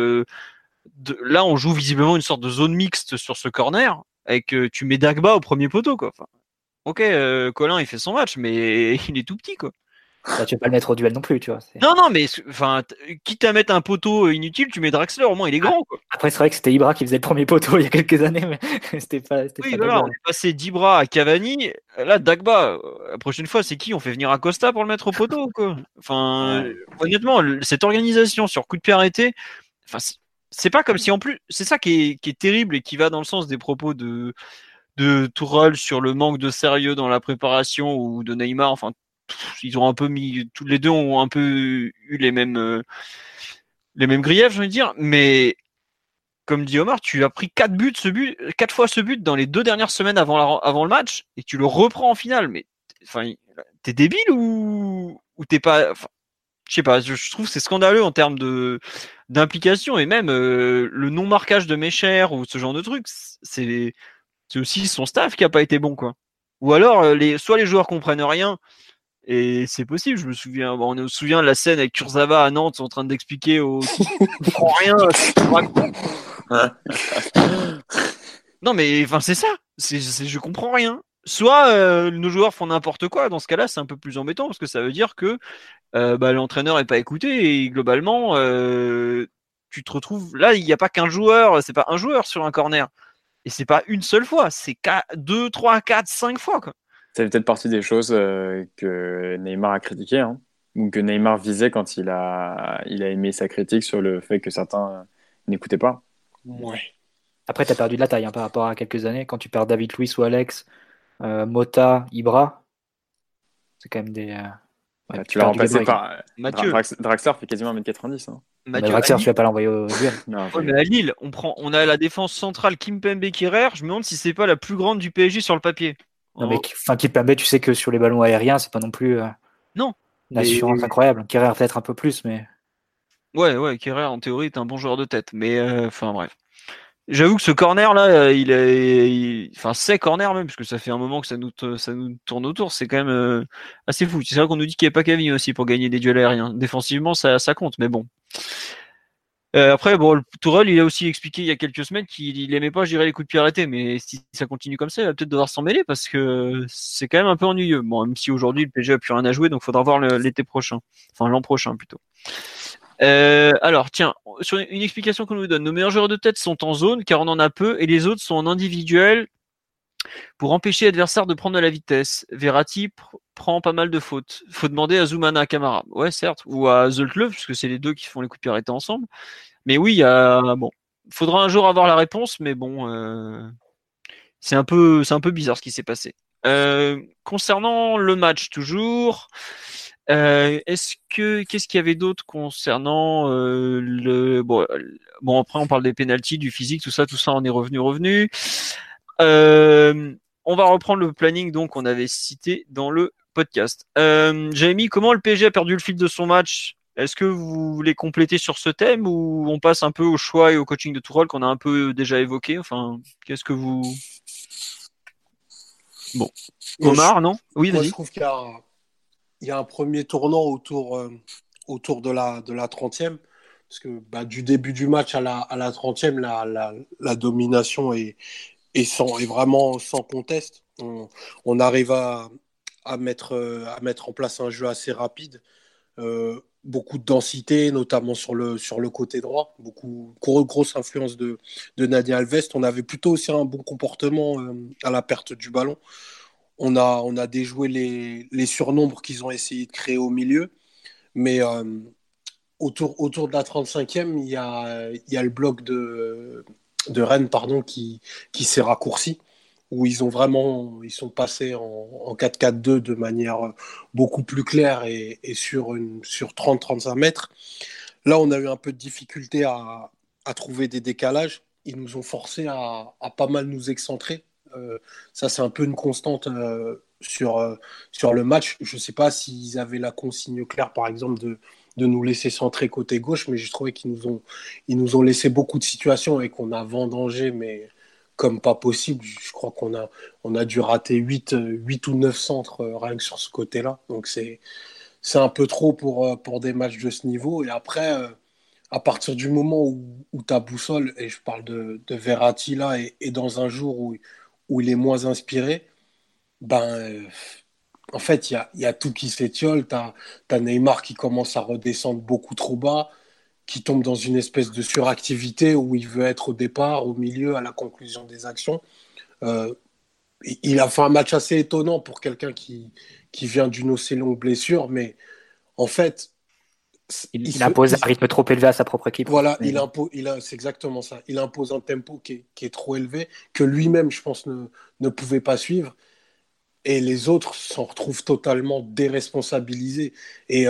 Là, on joue visiblement une sorte de zone mixte sur ce corner, avec tu mets Dagba au premier poteau, quoi. Enfin, ok, Colin, il fait son match, mais il est tout petit, quoi. Là, tu vas pas le mettre au duel non plus, tu vois. Non, mais quitte à mettre un poteau inutile, tu mets Draxler, au moins il est grand, quoi. Après, c'est vrai que c'était Ibra qui faisait le premier poteau il y a quelques années, mais c'était pas. Oui, voilà, on est passé d'Ibra à Cavani. Là, Dagba, la prochaine fois, c'est qui? On fait venir Acosta pour le mettre au poteau, quoi. Enfin, honnêtement, cette organisation sur coup de pied arrêté, c'est pas comme si en plus, c'est ça qui est terrible et qui va dans le sens des propos de Tourelle sur le manque de sérieux dans la préparation ou de Neymar. Enfin, ils ont un peu tous les deux ont un peu eu les mêmes griefs, j'ai envie de dire, mais comme dit Omar, tu as pris 4 fois ce but dans les 2 dernières semaines avant le match et tu le reprends en finale, mais t'es débile ou t'es pas, je sais pas, je trouve que c'est scandaleux en termes d'implication et même le non marquage de Mecher ou ce genre de trucs, c'est aussi son staff qui a pas été bon, quoi. Ou alors soit les joueurs comprennent rien. Et c'est possible, je me souviens. On se souvient de la scène avec Kurzawa à Nantes en train d'expliquer je comprends rien. Non, mais c'est ça. Je comprends rien. Soit nos joueurs font n'importe quoi. Dans ce cas-là, c'est un peu plus embêtant parce que ça veut dire que l'entraîneur n'est pas écouté et globalement, tu te retrouves là. Il n'y a pas qu'un joueur. C'est pas un joueur sur un corner. Et c'est pas une seule fois. C'est 2, 3, 4, 5 fois, quoi. Ça fait peut-être partie des choses que Neymar a critiquées, hein, ou que Neymar visait quand il a émis sa critique sur le fait que certains n'écoutaient pas. Ouais. Après, tu as perdu de la taille par rapport à quelques années. Quand tu perds David Luiz ou Alex, Mota, Ibra, c'est quand même des... tu l'as remplacé par Mathieu. Draxler fait quasiment 1m90. Hein. Draxler, tu vas pas l'envoyer au duel. Mais à Lille, on a la défense centrale Kimpembe Kerrer. Je me demande si c'est pas la plus grande du PSG sur le papier. Non, mais Kimpembe, tu sais que sur les ballons aériens, c'est pas non plus non, une assurance incroyable. Kerrer peut-être un peu plus, mais... Ouais, Kerrer, en théorie, est un bon joueur de tête. Mais, bref. J'avoue que ce corner-là, c'est corner même, parce que ça fait un moment que ça nous tourne autour. C'est quand même assez fou. C'est vrai qu'on nous dit qu'il n'y a pas Cavani aussi pour gagner des duels aériens. Défensivement, ça compte, mais bon. Après, Tourelle, il a aussi expliqué il y a quelques semaines qu'il aimait pas gérer les coups de pied arrêtés, mais si ça continue comme ça, il va peut-être devoir s'en mêler parce que c'est quand même un peu ennuyeux. Bon, même si aujourd'hui le PSG a plus rien à jouer, donc il faudra voir l'été prochain, enfin l'an prochain plutôt. Alors, tiens, sur une explication qu'on nous donne, nos meilleurs joueurs de tête sont en zone car on en a peu et les autres sont en individuel pour empêcher l'adversaire de prendre de la vitesse. Verratti prend pas mal de fautes. Faut demander à Zoumana Camara. Ouais, certes. Ou à Zoltlev, parce que c'est les deux qui font les coups de pied arrêtés ensemble. Mais oui, faudra un jour avoir la réponse, mais bon, c'est un peu bizarre ce qui s'est passé. Concernant le match toujours, Qu'est-ce qu'il y avait d'autre concernant bon après on parle des pénaltys, du physique, tout ça on est revenu. On va reprendre le planning donc qu'on avait cité dans le podcast. Jérémy, comment le PSG a perdu le fil de son match? Est-ce que vous voulez compléter sur ce thème ou on passe un peu au choix et au coaching de Tourelle qu'on a un peu déjà évoqué? Enfin, qu'est-ce que vous... Bon. Omar, non? Oui, Moi, vas-y. je trouve qu'il y a un premier tournant autour de la 30e. Parce que du début du match à la 30e, la domination est vraiment sans conteste. On arrive à mettre en place un jeu assez rapide. Beaucoup de densité, notamment sur le côté droit. Grosse influence de Nadia Alves. On avait plutôt aussi un bon comportement à la perte du ballon. On a déjoué les surnombres qu'ils ont essayé de créer au milieu. Mais autour de la 35e, il y a le bloc de Rennes qui s'est raccourci, où ils sont passés en 4-4-2 de manière beaucoup plus claire et sur 30-35 mètres. Là, on a eu un peu de difficulté à trouver des décalages. Ils nous ont forcé à pas mal nous excentrer. Ça, c'est un peu une constante sur le match. Je ne sais pas s'ils avaient la consigne claire, par exemple, de nous laisser centrer côté gauche, mais j'ai trouvé ils nous ont laissé beaucoup de situations et qu'on a vendangé, mais comme pas possible. Je crois on a dû rater 8 ou 9 centres rien que sur ce côté-là. Donc c'est un peu trop pour des matchs de ce niveau. Et après, à partir du moment où ta boussole, et je parle de Verratti là, et dans un jour où il est moins inspiré, ben, en fait, il y a tout qui s'étiole. T'as Neymar qui commence à redescendre beaucoup trop bas, qui tombe dans une espèce de suractivité où il veut être au départ, au milieu, à la conclusion des actions. Euh, il a fait un match assez étonnant pour quelqu'un qui vient d'une aussi longue blessure, mais en fait, Il impose un rythme trop élevé à sa propre équipe. voilà, c'est exactement ça. Il impose un tempo qui est trop élevé, que lui-même, je pense, ne pouvait pas suivre. Et les autres s'en retrouvent totalement déresponsabilisés. Et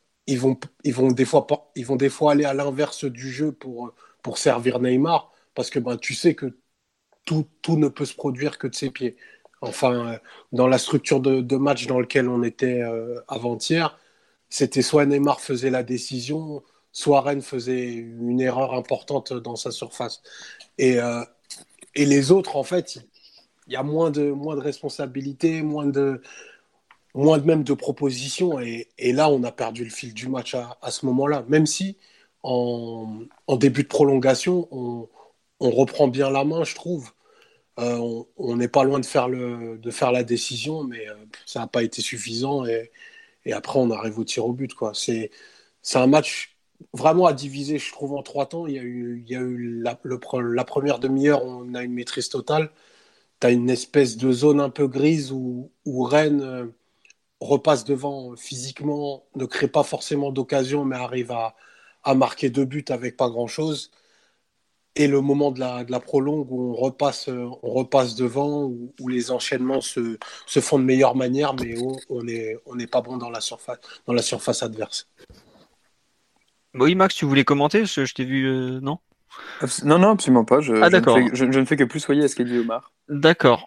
ils vont des fois aller à l'inverse du jeu pour servir Neymar, parce que tu sais que tout ne peut se produire que de ses pieds. Enfin, dans la structure de match dans lequel on était avant-hier, c'était soit Neymar faisait la décision, soit Rennes faisait une erreur importante dans sa surface. Et, euh, et les autres, en fait, il y a moins de responsabilités, moins de même de propositions. Et là, on a perdu le fil du match à ce moment-là. Même si, en début de prolongation, on reprend bien la main, je trouve. On n'est pas loin de faire la décision, mais ça n'a pas été suffisant. Et après, on arrive au tir au but, quoi. C'est un match vraiment à diviser, je trouve, en trois temps. Il y a eu la première demi-heure, on a une maîtrise totale. Tu as une espèce de zone un peu grise où Rennes repasse devant physiquement, ne crée pas forcément d'occasion, mais arrive à marquer deux buts avec pas grand-chose. Et le moment de la prolongue où on repasse devant, où les enchaînements se font de meilleure manière, mais où on n'est pas bon dans la surface adverse. Oui, Max, tu voulais commenter? Je t'ai vu, non? Non, non, absolument pas. Ah, d'accord. Je ne fais que plus soyer à ce qu'a dit Omar. D'accord.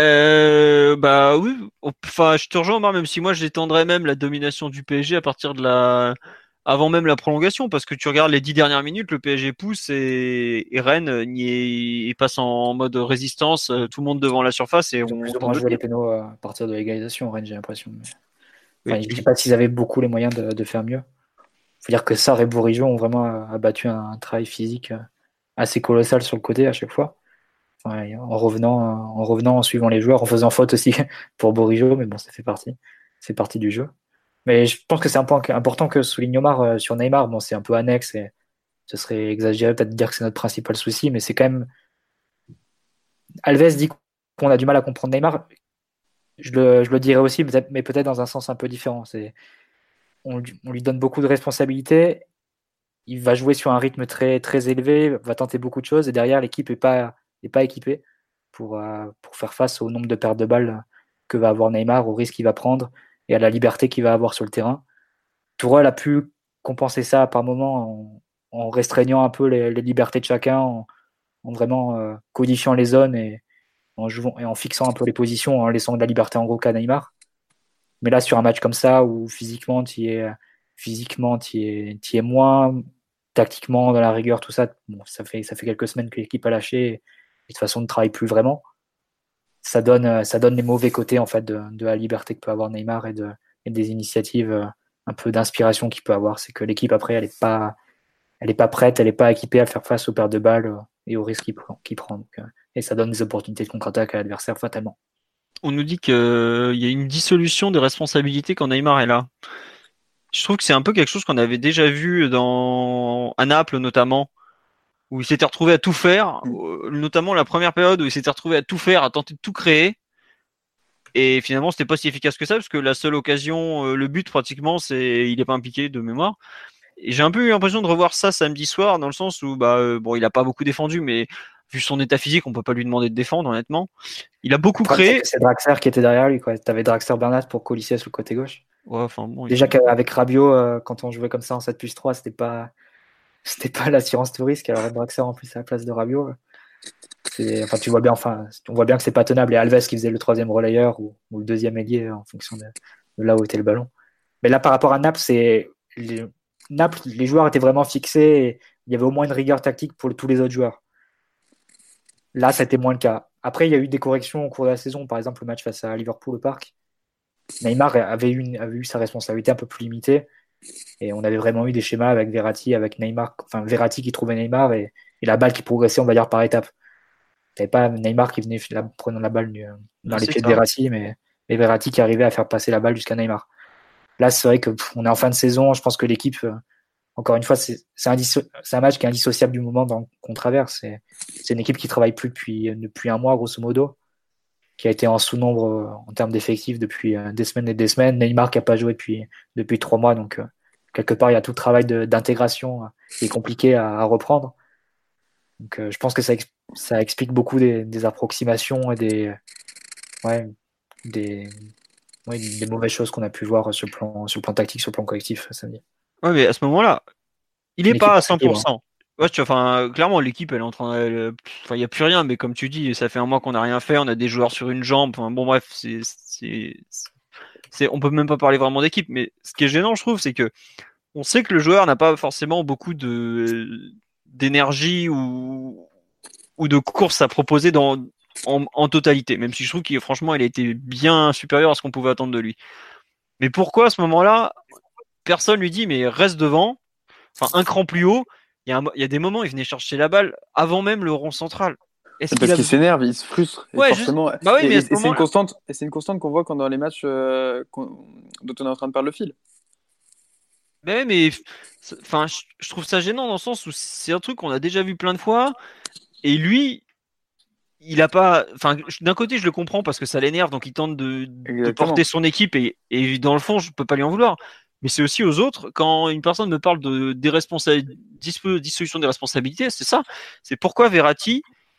Bah oui, enfin, je te rejoins, Omar, même si moi j'étendrais même la domination du PSG à partir avant même la prolongation, parce que tu regardes les 10 dernières minutes, le PSG pousse et Rennes il passe en mode résistance, tout le monde devant la surface et Ils ont on plus ou tente moins de joué les tout. pénaux à partir de l'égalisation, Rennes, j'ai l'impression. Enfin, Oui. je ne dis pas s'ils avaient beaucoup les moyens de faire mieux. Il faut dire que Sarr et Bourigeaud ont vraiment abattu un travail physique assez colossal sur le côté à chaque fois. Ouais, en revenant, en suivant les joueurs, en faisant faute aussi pour Bourigeaud, mais bon, ça fait partie. C'est partie du jeu. Mais je pense que c'est un point important que souligne Omar sur Neymar. Bon, c'est un peu annexe et ce serait exagéré peut-être de dire que c'est notre principal souci, mais c'est quand même. Alves dit qu'on a du mal à comprendre Neymar. Je le dirais aussi, mais peut-être dans un sens un peu différent. On lui donne beaucoup de responsabilités. Il va jouer sur un rythme très, très élevé, va tenter beaucoup de choses, et derrière, l'équipe est pas équipée pour faire face au nombre de pertes de balles que va avoir Neymar, au risque qu'il va prendre et à la liberté qu'il va avoir sur le terrain. Tourelle a pu compenser ça par moment en restreignant un peu les libertés de chacun, en vraiment codifiant les zones et en fixant un peu les positions, en laissant de la liberté en gros qu'à Neymar. Mais là, sur un match comme ça, où physiquement, tu es moins, tactiquement, dans la rigueur, tout ça, bon, ça fait quelques semaines que l'équipe a lâché, et de toute façon, ne travaille plus vraiment. Ça donne les mauvais côtés en fait de la liberté que peut avoir Neymar et des initiatives un peu d'inspiration qu'il peut avoir. C'est que l'équipe après, elle est pas prête, elle est pas équipée à faire face aux pertes de balles et aux risques qu'il prend. Donc, et ça donne des opportunités de contre-attaque à l'adversaire fatalement. On nous dit qu'il y a une dissolution des responsabilités quand Neymar est là. Je trouve que c'est un peu quelque chose qu'on avait déjà vu à Naples notamment, où il s'était retrouvé à tout faire, notamment la première période où il s'était retrouvé à tout faire, à tenter de tout créer. Et finalement, c'était pas si efficace que ça, parce que la seule occasion, le but pratiquement, il est pas impliqué de mémoire. Et j'ai un peu eu l'impression de revoir ça samedi soir, dans le sens où, bon, il a pas beaucoup défendu, mais vu son état physique, on peut pas lui demander de défendre, honnêtement. Il a beaucoup créé. C'est Draxler qui était derrière lui, quoi. T'avais Draxler Bernat pour colisser sur le côté gauche. Ouais, enfin bon. Déjà qu'avec Rabiot, quand on jouait comme ça en 7+3, c'était pas l'assurance tout risque. Alors Draxler en plus à la place de Rabiot. Tu vois bien, on voit bien que c'est pas tenable. Et Alves qui faisait le troisième relayeur ou le deuxième ailier en fonction de là où était le ballon. Mais là, par rapport à Naples, Naples, les joueurs étaient vraiment fixés. Et il y avait au moins une rigueur tactique pour tous les autres joueurs. Là, c'était moins le cas. Après, il y a eu des corrections au cours de la saison. Par exemple, le match face à Liverpool au Parc. Neymar avait eu sa responsabilité un peu plus limitée. Et on avait vraiment eu des schémas avec Verratti, avec Neymar. Enfin, Verratti qui trouvait Neymar et la balle qui progressait, on va dire, par étapes. T'avais pas Neymar qui venait prenant la balle dans les pieds de Verratti, mais Verratti qui arrivait à faire passer la balle jusqu'à Neymar. Là, c'est vrai qu'on est en fin de saison. Je pense que l'équipe, encore une fois, c'est un match qui est indissociable du moment qu'on traverse. C'est une équipe qui travaille plus depuis un mois, grosso modo, qui a été en sous-nombre en termes d'effectifs depuis des semaines et des semaines. Neymar qui n'a pas joué depuis 3 mois. Donc, quelque part, il y a tout le travail d'intégration qui est compliqué à reprendre. Donc, je pense que ça explique beaucoup des approximations et des mauvaises choses qu'on a pu voir sur le plan tactique, sur le plan collectif samedi. Ouais, mais à ce moment-là, il n'est pas à 100%. Ouais, clairement, l'équipe, elle est en train il n'y a plus rien, mais comme tu dis, ça fait un mois qu'on n'a rien fait, on a des joueurs sur une jambe. Enfin, bon, bref, on peut même pas parler vraiment d'équipe, mais ce qui est gênant, je trouve, c'est que on sait que le joueur n'a pas forcément beaucoup d'énergie ou de course à proposer en totalité, même si je trouve qu'il franchement il a été bien supérieur à ce qu'on pouvait attendre de lui. Mais pourquoi à ce moment-là, personne lui dit mais reste devant, enfin un cran plus haut. Il y a des moments il venait chercher la balle avant même le rond central. Parce qu'il s'énerve, il se frustre. Ouais, forcément. Bah oui, mais c'est une constante. Et c'est une constante qu'on voit quand dans les matchs dont on est en train de perdre le fil. Mais enfin, je trouve ça gênant dans le sens où c'est un truc qu'on a déjà vu plein de fois. Et lui, il a pas. Enfin, d'un côté, je le comprends parce que ça l'énerve, donc il tente de porter son équipe et dans le fond, je peux pas lui en vouloir. Mais c'est aussi aux autres. Quand une personne me parle de dissolution des responsabilités, c'est ça. C'est pourquoi Verratti,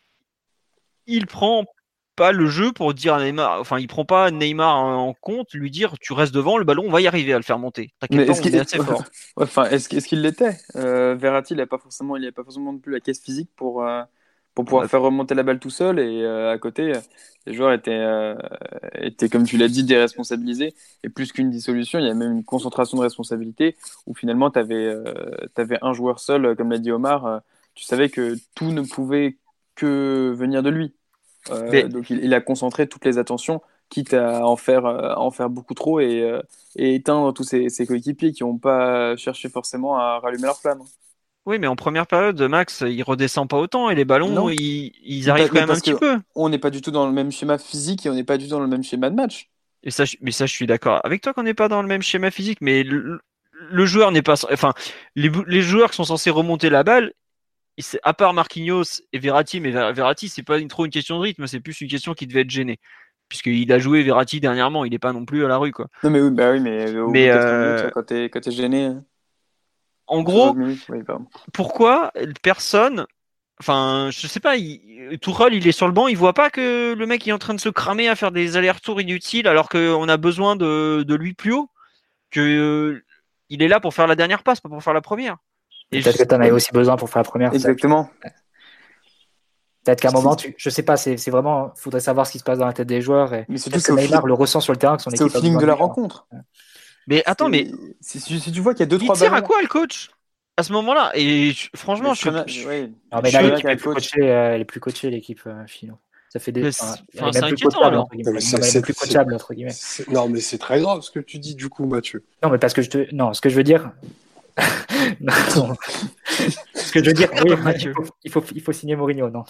il prend pas le jeu pour dire à Neymar, enfin, il prend pas Neymar en compte, lui dire tu restes devant, le ballon, on va y arriver à le faire monter. T'inquiète pas, on est assez fort. Enfin, est-ce qu'il l'était Verratti, il n'avait pas forcément non plus la caisse physique pour pouvoir faire remonter la balle tout seul. Et à côté, les joueurs étaient, comme tu l'as dit, déresponsabilisés. Et plus qu'une dissolution, il y a même une concentration de responsabilité où finalement, tu avais un joueur seul, comme l'a dit Omar. Tu savais que tout ne pouvait que venir de lui. Donc il a concentré toutes les attentions, quitte à en faire beaucoup trop et éteindre tous ses coéquipiers qui n'ont pas cherché forcément à rallumer leur flamme. Oui, mais en première période, Max, il redescend pas autant et les ballons, ils arrivent quand même un petit peu. On n'est pas du tout dans le même schéma physique et on n'est pas du tout dans le même schéma de match. Mais ça, je suis d'accord avec toi qu'on n'est pas dans le même schéma physique, mais le joueur n'est pas. Enfin, les joueurs qui sont censés remonter la balle, à part Marquinhos et Verratti, mais Verratti, c'est pas trop une question de rythme, c'est plus une question qui devait être gêné. Puisqu'il a joué Verratti dernièrement, il n'est pas non plus à la rue, quoi. Non, mais oui, mais au bout de 4 minutes, quand t'es gêné. En gros, pourquoi personne. Enfin, je sais pas, Tourelle, il est sur le banc, il voit pas que le mec est en train de se cramer à faire des allers-retours inutiles alors qu'on a besoin de lui plus haut. Que il est là pour faire la dernière passe, pas pour faire la première. Et Peut-être que tu en avais aussi besoin pour faire la première. Exactement. Peut-être qu'à un moment, je sais pas, c'est vraiment, faudrait savoir ce qui se passe dans la tête des joueurs. Et Mais surtout, peut-être que Neymar le ressent sur le terrain que son c'est au équipe a feeling besoin de la lui, hein. rencontre. Mais attends, mais si tu vois qu'il y a il 2-3 tire à ballons. quoi le coach à ce moment-là? Et franchement, Ouais. Non, mais là, l'équipe est plus coachée, l'équipe Philo. Ça fait des. Mais elle est c'est même plus inquiétant, coachable, alors. entre guillemets. Non, mais elle est même plus coachable, entre guillemets. Non, mais c'est très grave ce que tu dis, du coup, Mathieu. Non, mais parce que non, ce que je veux dire. Non. Ce que je veux dire, oui, Mathieu. il faut signer Mourinho, non.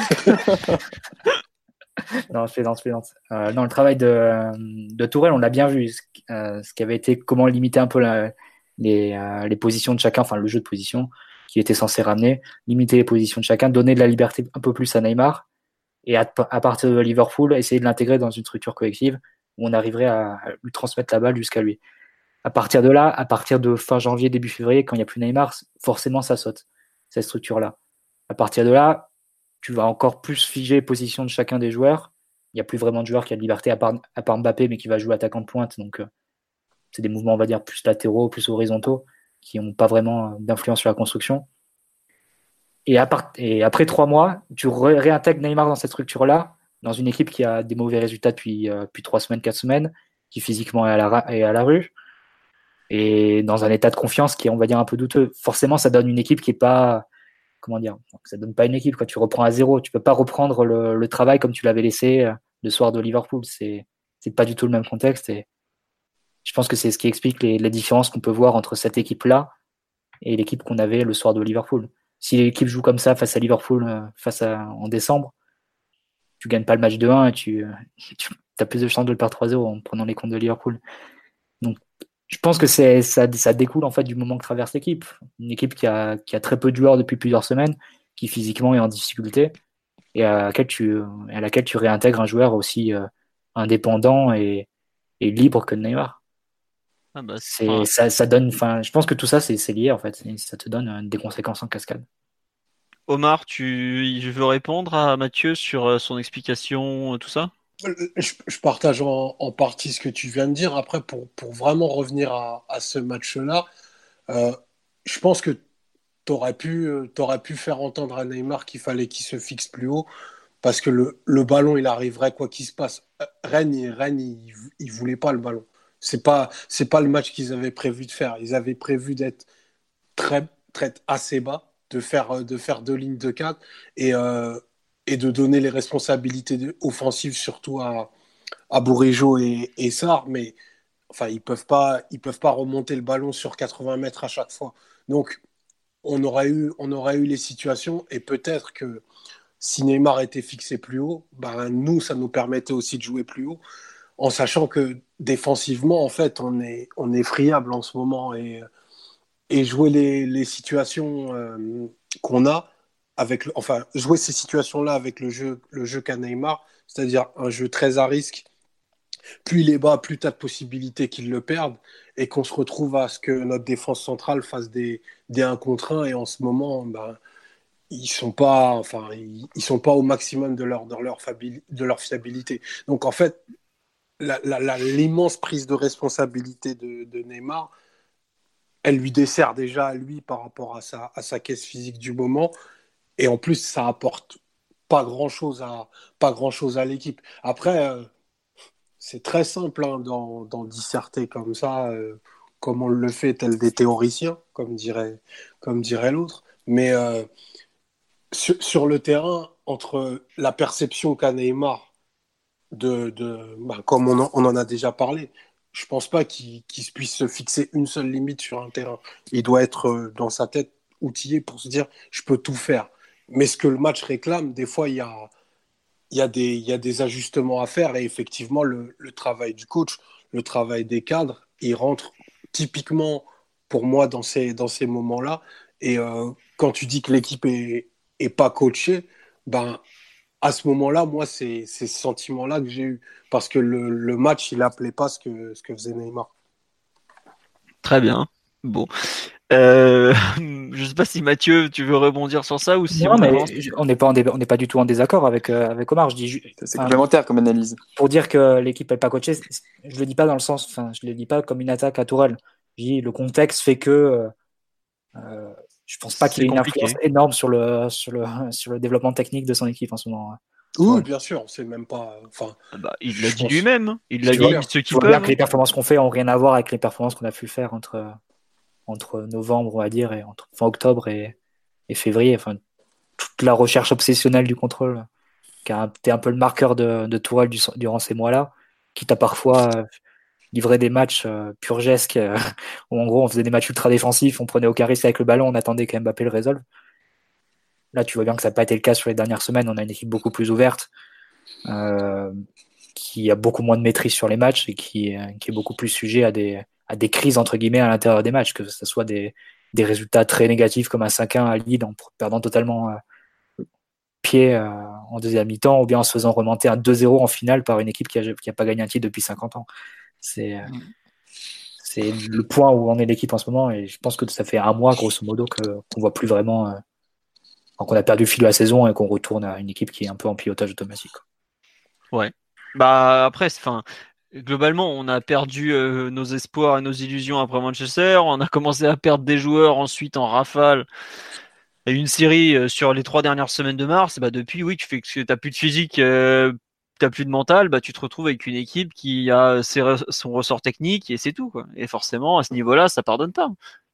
Non, je plaisante. Non, le travail de Tourelle, on l'a bien vu. Ce qui avait été comment limiter un peu les positions de chacun, enfin le jeu de position qui était censé ramener, limiter les positions de chacun, donner de la liberté un peu plus à Neymar et à partir de Liverpool, essayer de l'intégrer dans une structure collective où on arriverait à lui transmettre la balle jusqu'à lui. À partir de là, à partir de fin janvier, début février, quand il n'y a plus Neymar, forcément ça saute, cette structure-là. À partir de là, tu vas encore plus figer les positions de chacun des joueurs. Il n'y a plus vraiment de joueur qui a de liberté à part Mbappé, mais qui va jouer attaquant de pointe. Donc, c'est des mouvements, on va dire, plus latéraux, plus horizontaux, qui n'ont pas vraiment d'influence sur la construction. Et après 3 mois, tu réintègres Neymar dans cette structure-là, dans une équipe qui a des mauvais résultats depuis 3 semaines, 4 semaines, qui physiquement est à la rue, et dans un état de confiance qui est, on va dire, un peu douteux. Forcément, ça donne une équipe qui est pas, comment dire, ça donne pas une équipe, quoi. Tu reprends à zéro. Tu peux pas reprendre le travail comme tu l'avais laissé le soir de Liverpool. C'est pas du tout le même contexte, et je pense que c'est ce qui explique les différences qu'on peut voir entre cette équipe-là et l'équipe qu'on avait le soir de Liverpool. Si l'équipe joue comme ça face à Liverpool en décembre, tu gagnes pas le match de 1 et tu as plus de chances de le perdre 3-0 en prenant les comptes de Liverpool. Donc, je pense que ça découle en fait du moment que traverse l'équipe. Une équipe qui a très peu de joueurs depuis plusieurs semaines, qui physiquement est en difficulté et à laquelle tu réintègres un joueur aussi indépendant et libre que Neymar. Ça donne, je pense que tout ça c'est lié en fait. Ça te donne des conséquences en cascade. Omar, je veux répondre à Mathieu sur son explication, tout ça? Je partage en partie ce que tu viens de dire. Après, pour vraiment revenir à ce match-là, je pense que t'aurais pu faire entendre à Neymar qu'il fallait qu'il se fixe plus haut parce que le ballon, il arriverait quoi qu'il se passe. Rennes, il voulait pas le ballon. C'est pas le match qu'ils avaient prévu de faire. Ils avaient prévu d'être très assez bas, de faire 2 lignes de 4 et de donner les responsabilités offensives surtout à Bourigeaud et Sarr, mais enfin ils peuvent pas remonter le ballon sur 80 mètres à chaque fois. Donc on aurait eu les situations et peut-être que si Neymar était fixé plus haut, nous ça nous permettait aussi de jouer plus haut, en sachant que défensivement en fait on est friable en ce moment et jouer les situations qu'on a jouer ces situations-là avec le jeu qu'a Neymar, c'est-à-dire un jeu très à risque. Plus il est bas, plus tu as de possibilités qu'il le perde et qu'on se retrouve à ce que notre défense centrale fasse des 1 contre 1 et en ce moment, ils sont pas au maximum de leur fiabilité. Donc en fait, l'immense prise de responsabilité de Neymar, elle lui dessert déjà à lui par rapport à sa caisse physique du moment. Et en plus, ça apporte pas grand-chose à l'équipe. Après, c'est très simple d'en disserter comme ça, comme on le fait tel des théoriciens, comme dirait l'autre. Mais sur le terrain, entre la perception qu'a Neymar comme on en a déjà parlé, je pense pas qu'il puisse se fixer une seule limite sur un terrain. Il doit être dans sa tête outillé pour se dire je peux tout faire. Mais ce que le match réclame, des fois, il y a des ajustements à faire et effectivement, le travail du coach, le travail des cadres, il rentre typiquement pour moi dans ces moments-là. Et quand tu dis que l'équipe est pas coachée, à ce moment-là, moi, c'est ce sentiment-là que j'ai eu. Parce que le match, il appelait pas ce que faisait Neymar. Très bien. Bon. Je sais pas si Mathieu, tu veux rebondir sur ça ou si non, on mais avance. on n'est pas du tout en désaccord avec Omar. C'est complémentaire comme analyse. Pour dire que l'équipe n'est pas coachée, je le dis pas dans le sens, je le dis pas comme une attaque à Tourelle. le contexte fait que je pense pas qu'il ait une influence énorme sur le développement technique de son équipe en ce moment. Oui, bien sûr, c'est même pas. Enfin, il l'a dit lui-même. Il l'a dit, ceux qui peuvent. peuvent. Bien que les performances qu'on fait n'ont rien à voir avec les performances qu'on a pu faire entre novembre, on va dire, et entre fin octobre et février. Enfin, toute la recherche obsessionnelle du contrôle, qui a été un peu le marqueur de Tourelle durant ces mois-là, qui t'a parfois livré des matchs purgesques, où en gros on faisait des matchs ultra défensifs, on prenait aucun risque avec le ballon, on attendait que Mbappé le résolve. Là, tu vois bien que ça n'a pas été le cas sur les dernières semaines. On a une équipe beaucoup plus ouverte, qui a beaucoup moins de maîtrise sur les matchs et qui est beaucoup plus sujet à des crises entre guillemets à l'intérieur des matchs, que ce soit des résultats très négatifs comme un 5-1 à Lille en perdant totalement pied en deuxième mi-temps, ou bien en se faisant remonter un 2-0 en finale par une équipe qui a pas gagné un titre depuis 50 ans. C'est le point où en est l'équipe en ce moment, et je pense que ça fait un mois grosso modo qu'on voit plus vraiment, qu'on a perdu le fil de la saison et qu'on retourne à une équipe qui est un peu en pilotage automatique. Ouais. Bah après, globalement, on a perdu nos espoirs et nos illusions après Manchester. On a commencé à perdre des joueurs ensuite en rafale. Il y a eu une série sur les 3 dernières semaines de mars. Et bah depuis, oui, tu t'as plus de physique, t'as plus de mental. Bah tu te retrouves avec une équipe qui a son ressort technique et c'est tout, quoi. Et forcément, à ce niveau-là, ça pardonne pas.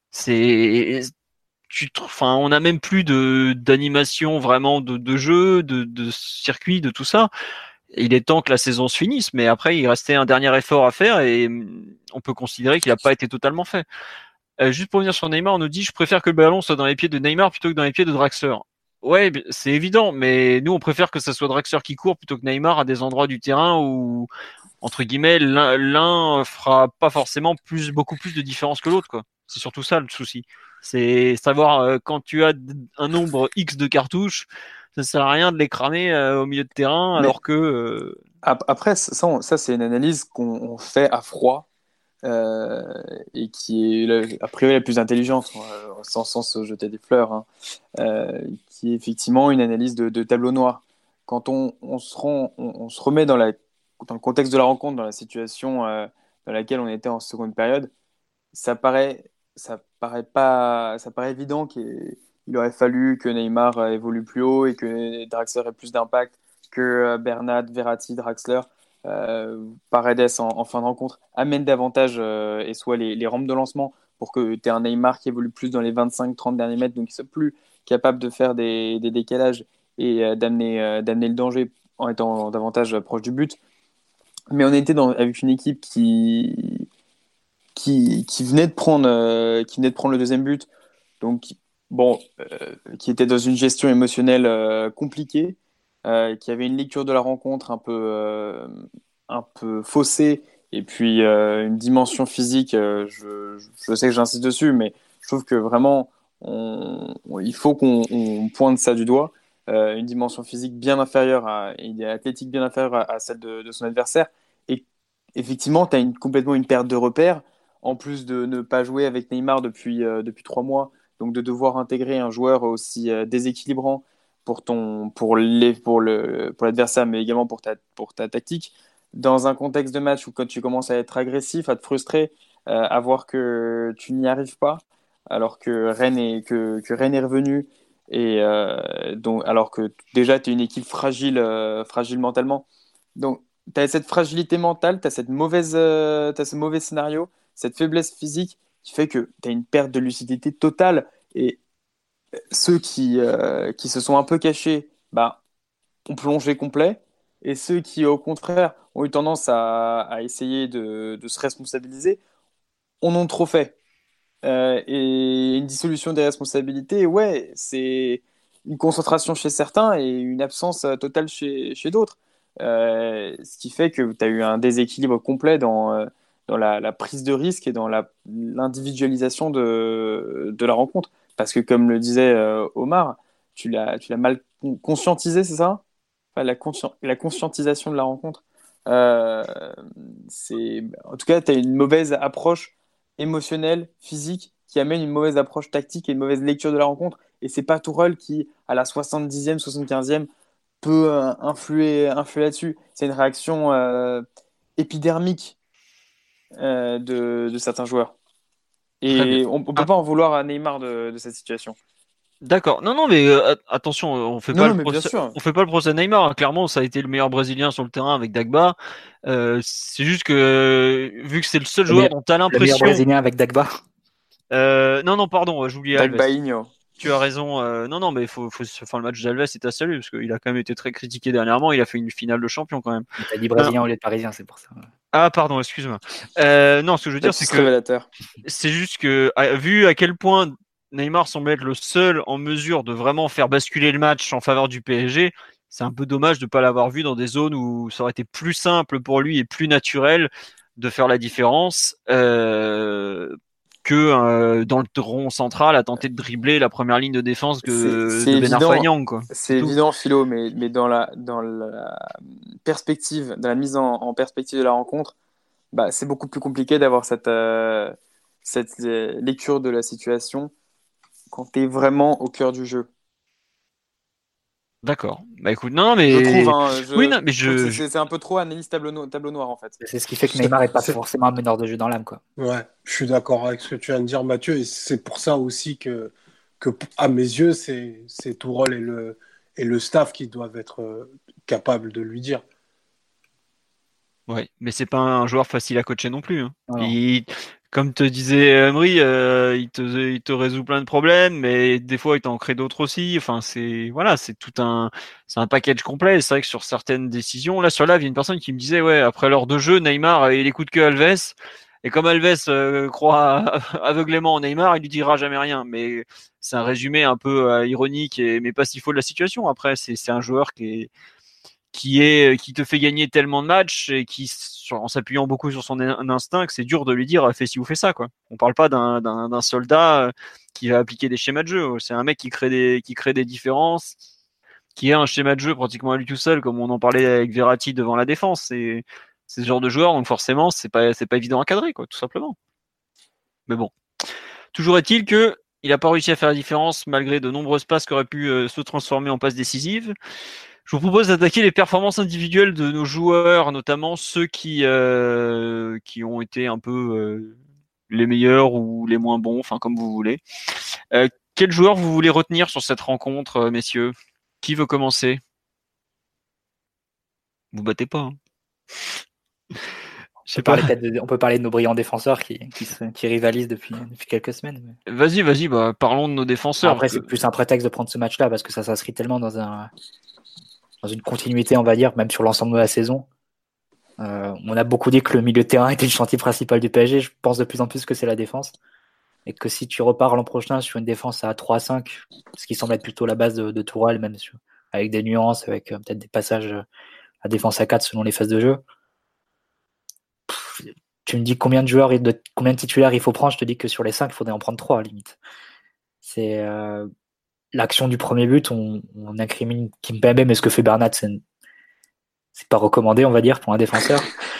Enfin, on a même plus d'animation vraiment de jeu, de circuit, de tout ça. Il est temps que la saison se finisse, mais après, il restait un dernier effort à faire et on peut considérer qu'il n'a pas été totalement fait. Juste pour revenir sur Neymar, on nous dit je préfère que le ballon soit dans les pieds de Neymar plutôt que dans les pieds de Draxler. Ouais, c'est évident, mais nous on préfère que ce soit Draxler qui court plutôt que Neymar à des endroits du terrain où, entre guillemets, l'un fera pas forcément beaucoup plus de différence que l'autre, quoi. C'est surtout ça le souci. C'est savoir quand tu as un nombre X de cartouches, ça sert à rien de les cramer au milieu de terrain, alors que. Après, ça c'est une analyse qu'on fait à froid. Et qui est a priori la plus intelligente, sans se jeter des fleurs, hein, qui est effectivement une analyse de tableau noir. Quand on se remet dans le contexte de la rencontre, dans la situation dans laquelle on était en seconde période, ça paraît évident qu'il aurait fallu que Neymar évolue plus haut et que Draxler ait plus d'impact, que Bernat, Verratti, Draxler, Paredes en fin de rencontre amènent davantage et soit les rampes de lancement pour que tu aies un Neymar qui évolue plus dans les 25-30 derniers mètres, donc qui soit plus capable de faire des décalages et d'amener le danger en étant davantage proche du but. Mais on était avec une équipe qui venait de prendre le deuxième but, donc bon, qui était dans une gestion émotionnelle compliquée, qui avait une lecture de la rencontre un peu faussée, et puis une dimension physique. Je sais que j'insiste dessus, mais je trouve que vraiment il faut qu'on pointe ça du doigt. Une dimension physique bien inférieure et une athlétique bien inférieure à celle de son adversaire. Et effectivement, tu as complètement une perte de repères en plus de ne pas jouer avec Neymar depuis 3 mois, donc de devoir intégrer un joueur aussi déséquilibrant pour l'adversaire, mais également pour ta tactique, dans un contexte de match où quand tu commences à être agressif, à te frustrer, à voir que tu n'y arrives pas, alors que Rennes est revenu, et donc, alors que déjà tu es une équipe fragile, fragile mentalement. Donc, tu as cette fragilité mentale, tu as ce mauvais scénario, cette faiblesse physique qui fait que tu as une perte de lucidité totale. Et ceux qui se sont un peu cachés, bah, ont plongé complet. Et ceux qui, au contraire, ont eu tendance à essayer de se responsabiliser, en ont trop fait. Et une dissolution des responsabilités, ouais, c'est une concentration chez certains et une absence totale chez d'autres. Ce qui fait que tu as eu un déséquilibre complet dans la prise de risque et dans l'individualisation de la rencontre. Parce que, comme le disait Omar, tu l'as mal conscientisé, c'est ça? Enfin, la conscientisation de la rencontre. Euh, En tout cas, tu as une mauvaise approche émotionnelle, physique, qui amène une mauvaise approche tactique et une mauvaise lecture de la rencontre. Et c'est pas Tourelle qui, à la 70e, 75e, peut influer là-dessus. C'est une réaction épidermique de certains joueurs. Et on peut pas en vouloir à Neymar de cette situation. D'accord. Non, mais attention, on fait Non, pas non, le mais bien procès, sûr. on fait pas le procès à Neymar, hein. Clairement, ça a été le meilleur Brésilien sur le terrain avec Dagba. C'est juste que vu que c'est le seul joueur dont tu as Le meilleur l'impression. Brésilien avec Dagba. Non, pardon, j'oubliais Alves. Dagbainho. Tu as raison. Non, mais enfin, le match d'Alves est à saluer parce qu'il a quand même été très critiqué dernièrement. Il a fait une finale de champion quand même. Mais t'as dit Non. Brésilien au lieu de Parisien, c'est pour ça. Ah, pardon, excuse-moi. Non, ce que je veux dire, c'est que Révélateur. c'est juste que, vu à quel point Neymar semble être le seul en mesure de vraiment faire basculer le match en faveur du PSG, c'est un peu dommage de ne pas l'avoir vu dans des zones où ça aurait été plus simple pour lui et plus naturel de faire la différence que dans le rond central à tenter de dribbler la première ligne de défense C'est de Ben évident. Arfa, quoi. C'est évident, Philo, mais dans la perspective, dans la mise en perspective de la rencontre, bah, c'est beaucoup plus compliqué d'avoir cette lecture de la situation quand tu es vraiment au cœur du jeu. D'accord. Bah écoute, non, mais Je trouve, hein, oui, non, mais je trouve que c'est un peu trop analyse tableau noir, en fait. C'est ce qui fait que Neymar n'est pas forcément un meneur de jeu dans l'âme, quoi. Ouais, je suis d'accord avec ce que tu viens de dire, Mathieu, et c'est pour ça aussi que à mes yeux, c'est Tourelle et le staff qui doivent être capables de lui dire. ouais, mais c'est pas un joueur facile à coacher non plus, hein. Non. Comme te disait Emery, il te résout plein de problèmes, mais des fois il t'en crée d'autres aussi. Enfin, c'est un package complet. C'est vrai que sur certaines décisions, là sur live, il y a une personne qui me disait, ouais, après l'heure de jeu, Neymar, il écoute que Alves. Et comme Alves croit aveuglément en Neymar, il lui dira jamais rien. Mais c'est un résumé un peu ironique, mais pas si faux de la situation. Après, c'est un joueur qui te fait gagner tellement de matchs et en s'appuyant beaucoup sur son instinct, que c'est dur de lui dire fais ci ou fais ça, quoi. On parle pas d'un soldat qui va appliquer des schémas de jeu. C'est un mec qui crée des différences, qui a un schéma de jeu pratiquement à lui tout seul, comme on en parlait avec Verratti devant la défense. C'est ce genre de joueur, donc forcément c'est pas évident à cadrer, quoi, tout simplement. Mais bon, toujours est-il que il n'a pas réussi à faire la différence malgré de nombreuses passes qui auraient pu se transformer en passes décisives. Je vous propose d'attaquer les performances individuelles de nos joueurs, notamment ceux qui ont été un peu les meilleurs ou les moins bons, enfin comme vous voulez. Quel joueur vous voulez retenir sur cette rencontre, messieurs? Qui veut commencer? Vous battez pas, hein. Je sais pas. On peut parler de nos brillants défenseurs qui rivalisent depuis quelques semaines. Mais... Vas-y, bah, parlons de nos défenseurs. Après, c'est plus un prétexte de prendre ce match-là parce que ça s'inscrit tellement dans une continuité, on va dire, même sur l'ensemble de la saison. On a beaucoup dit que le milieu de terrain était le chantier principal du PSG. Je pense de plus en plus que c'est la défense. Et que si tu repars l'an prochain sur une défense à 3-5, ce qui semble être plutôt la base de Tourelle, même avec des nuances, avec peut-être des passages à défense à 4 selon les phases de jeu. Tu me dis combien de titulaires il faut prendre, je te dis que sur les 5, il faudrait en prendre 3 à la limite. C'est l'action du premier but, on incrimine Kimpembe, mais ce que fait Bernat, c'est pas recommandé, on va dire, pour un défenseur.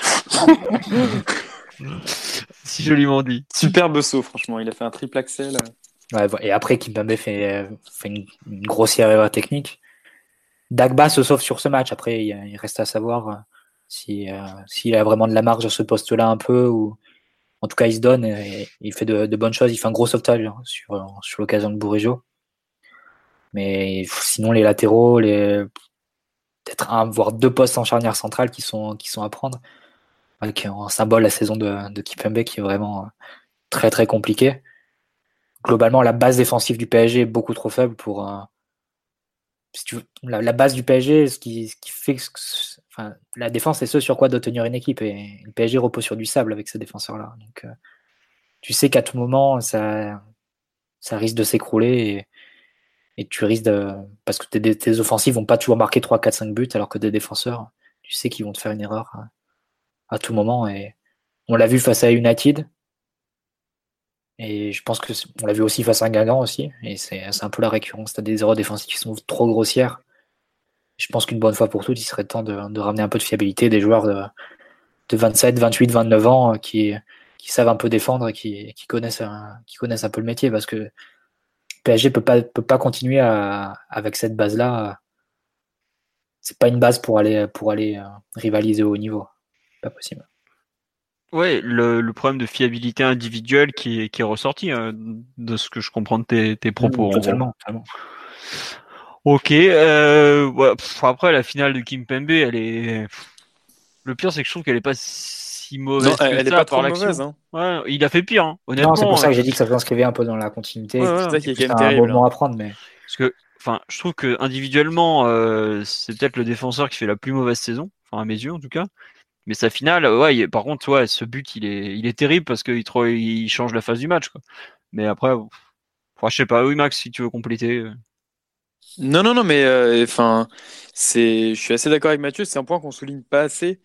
Si joliment dit. Superbe saut, franchement. Il a fait un triple axel. Ouais, et après, Kimpembe fait une grossière erreur technique. Dagba se sauve sur ce match. Après, il reste à savoir s'il a vraiment de la marge sur ce poste-là un peu, ou en tout cas, il se donne et il fait de bonnes choses. Il fait un gros sauvetage sur l'occasion de Bourigeaud. Mais sinon, les latéraux, peut-être un, voire 2 postes en charnière centrale qui sont à prendre. Avec un symbole la saison de Kimpembe qui est vraiment très très compliqué. Globalement, la base défensive du PSG est beaucoup trop faible pour si tu veux, la base du PSG, ce qui fait enfin, la défense, c'est ce sur quoi doit tenir une équipe, et le PSG repose sur du sable avec ces défenseurs-là. Donc, tu sais qu'à tout moment, ça risque de s'écrouler et tu risques parce que tes offensives vont pas toujours marquer 3, 4, 5 buts, alors que des défenseurs, tu sais qu'ils vont te faire une erreur à tout moment, et on l'a vu face à United, et je pense que on l'a vu aussi face à Guingamp aussi, et c'est un peu la récurrence. T'as des erreurs défensives qui sont trop grossières. Je pense qu'une bonne fois pour toutes, il serait temps de ramener un peu de fiabilité, des joueurs de 27, 28, 29 ans qui savent un peu défendre et qui connaissent un peu le métier, parce que PSG peut pas continuer avec cette base-là. C'est pas une base pour aller rivaliser au haut niveau. Pas possible. Ouais, le problème de fiabilité individuelle qui est ressorti de ce que je comprends de tes propos. En gros. Totalement. Ok. Ouais, après la finale de Kimpembe, elle est. Le pire, c'est que je trouve qu'elle est pas si mauvaise Non, elle que est ça pas par trop l'action. mauvaise. Hein. Ouais, il a fait pire, Non, c'est honnêtement. pour ça que j'ai dit que ça s'inscrivait un peu dans la continuité. Ouais, Que voilà. C'est ça qui est quand c'était même un terrible. moment Hein. à prendre, mais Parce que, enfin, je trouve que individuellement, c'est peut-être le défenseur qui fait la plus mauvaise saison, enfin à mes yeux en tout cas. Mais sa finale, ouais, par contre, ouais, ce but, il est terrible parce qu'il change la phase du match, quoi. Mais après, je sais pas. Oui, Max, si tu veux compléter. Non, mais enfin, je suis assez d'accord avec Mathieu. C'est un point qu'on souligne pas assez.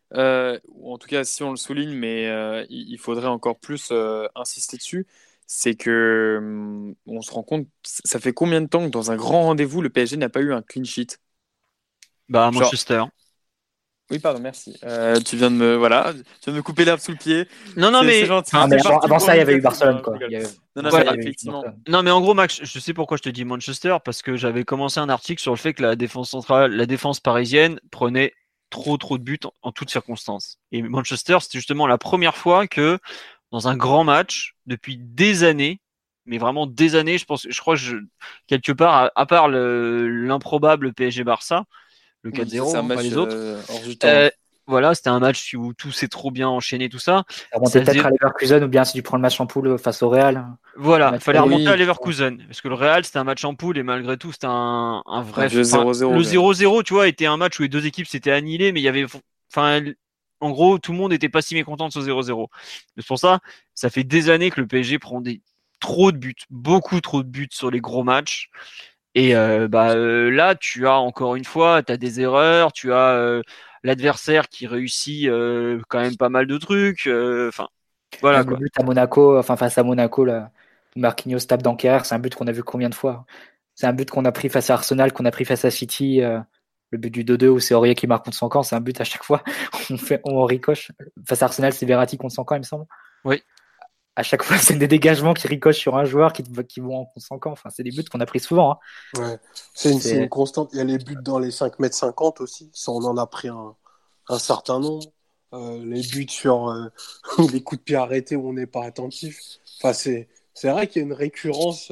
Ou en tout cas, si on le souligne, mais il faudrait encore plus insister dessus. C'est que on se rend compte, ça fait combien de temps que dans un grand rendez-vous, le PSG n'a pas eu un clean sheet? Bah, à Genre, Manchester. oui, pardon, merci. Tu viens de me, voilà, tu viens de me couper l'herbe sous le pied. Non, C'est mais, gentil. enfin, non, mais C'est parti avant pour ça, il y avait eu 24 secondes. Barcelone, Non, je quoi. rigole. Non, Avant non, ça, mais il y avait eu effectivement. Barcelone. non, mais en gros, Max, je sais pourquoi je te dis Manchester, parce que j'avais commencé un article sur le fait que la défense centrale, la défense parisienne prenait trop de buts en toutes circonstances. Et Manchester, c'était justement la première fois que, dans un grand match, depuis des années, mais vraiment des années, je crois que quelque part, à part l'improbable PSG Barça, le Oui, ça, c'est 4-0, un pas match les autres. hors du temps. Euh, voilà, c'était un match où tout s'est trop bien enchaîné, tout ça. Ça remontait Ça peut-être faisait à Leverkusen ou bien si tu prends le match en poule face au Real. Le Voilà, il match fallait aller. remonter à Oui, Leverkusen. Parce que le Real, c'était un match en poule et malgré tout, c'était un un vrai. vieux Enfin, 0-0. le 0-0, tu vois, était un match où les deux équipes s'étaient annihilées, mais il y avait. Enfin, en gros, tout le monde n'était pas si mécontent de ce 0-0. C'est pour ça, ça fait des années que le PSG prend trop de buts, beaucoup trop de buts sur les gros matchs. Et là, tu as encore une fois, tu as des erreurs, tu as l'adversaire qui réussit quand même pas mal de trucs. Enfin, voilà Même le quoi. but à Monaco, enfin face à Monaco, là, Marquinhos tape dans Kerr, c'est un but qu'on a vu combien de fois? C'est un but qu'on a pris face à Arsenal, qu'on a pris face à City, le but du 2-2 où c'est Aurier qui marque contre son camp, c'est un but à chaque fois. On ricoche. Face à Arsenal, c'est Verratti contre son camp, il me semble. Oui. À chaque fois, c'est des dégagements qui ricochent sur un joueur qui vont en contre son camp. Enfin, c'est des buts qu'on a pris souvent. Hein. Ouais. C'est une constante. Il y a les buts dans les 5,50 m aussi. Ça, on en a pris un certain nombre. Les buts sur les coups de pied arrêtés où on n'est pas attentif. Enfin, c'est vrai qu'il y a une récurrence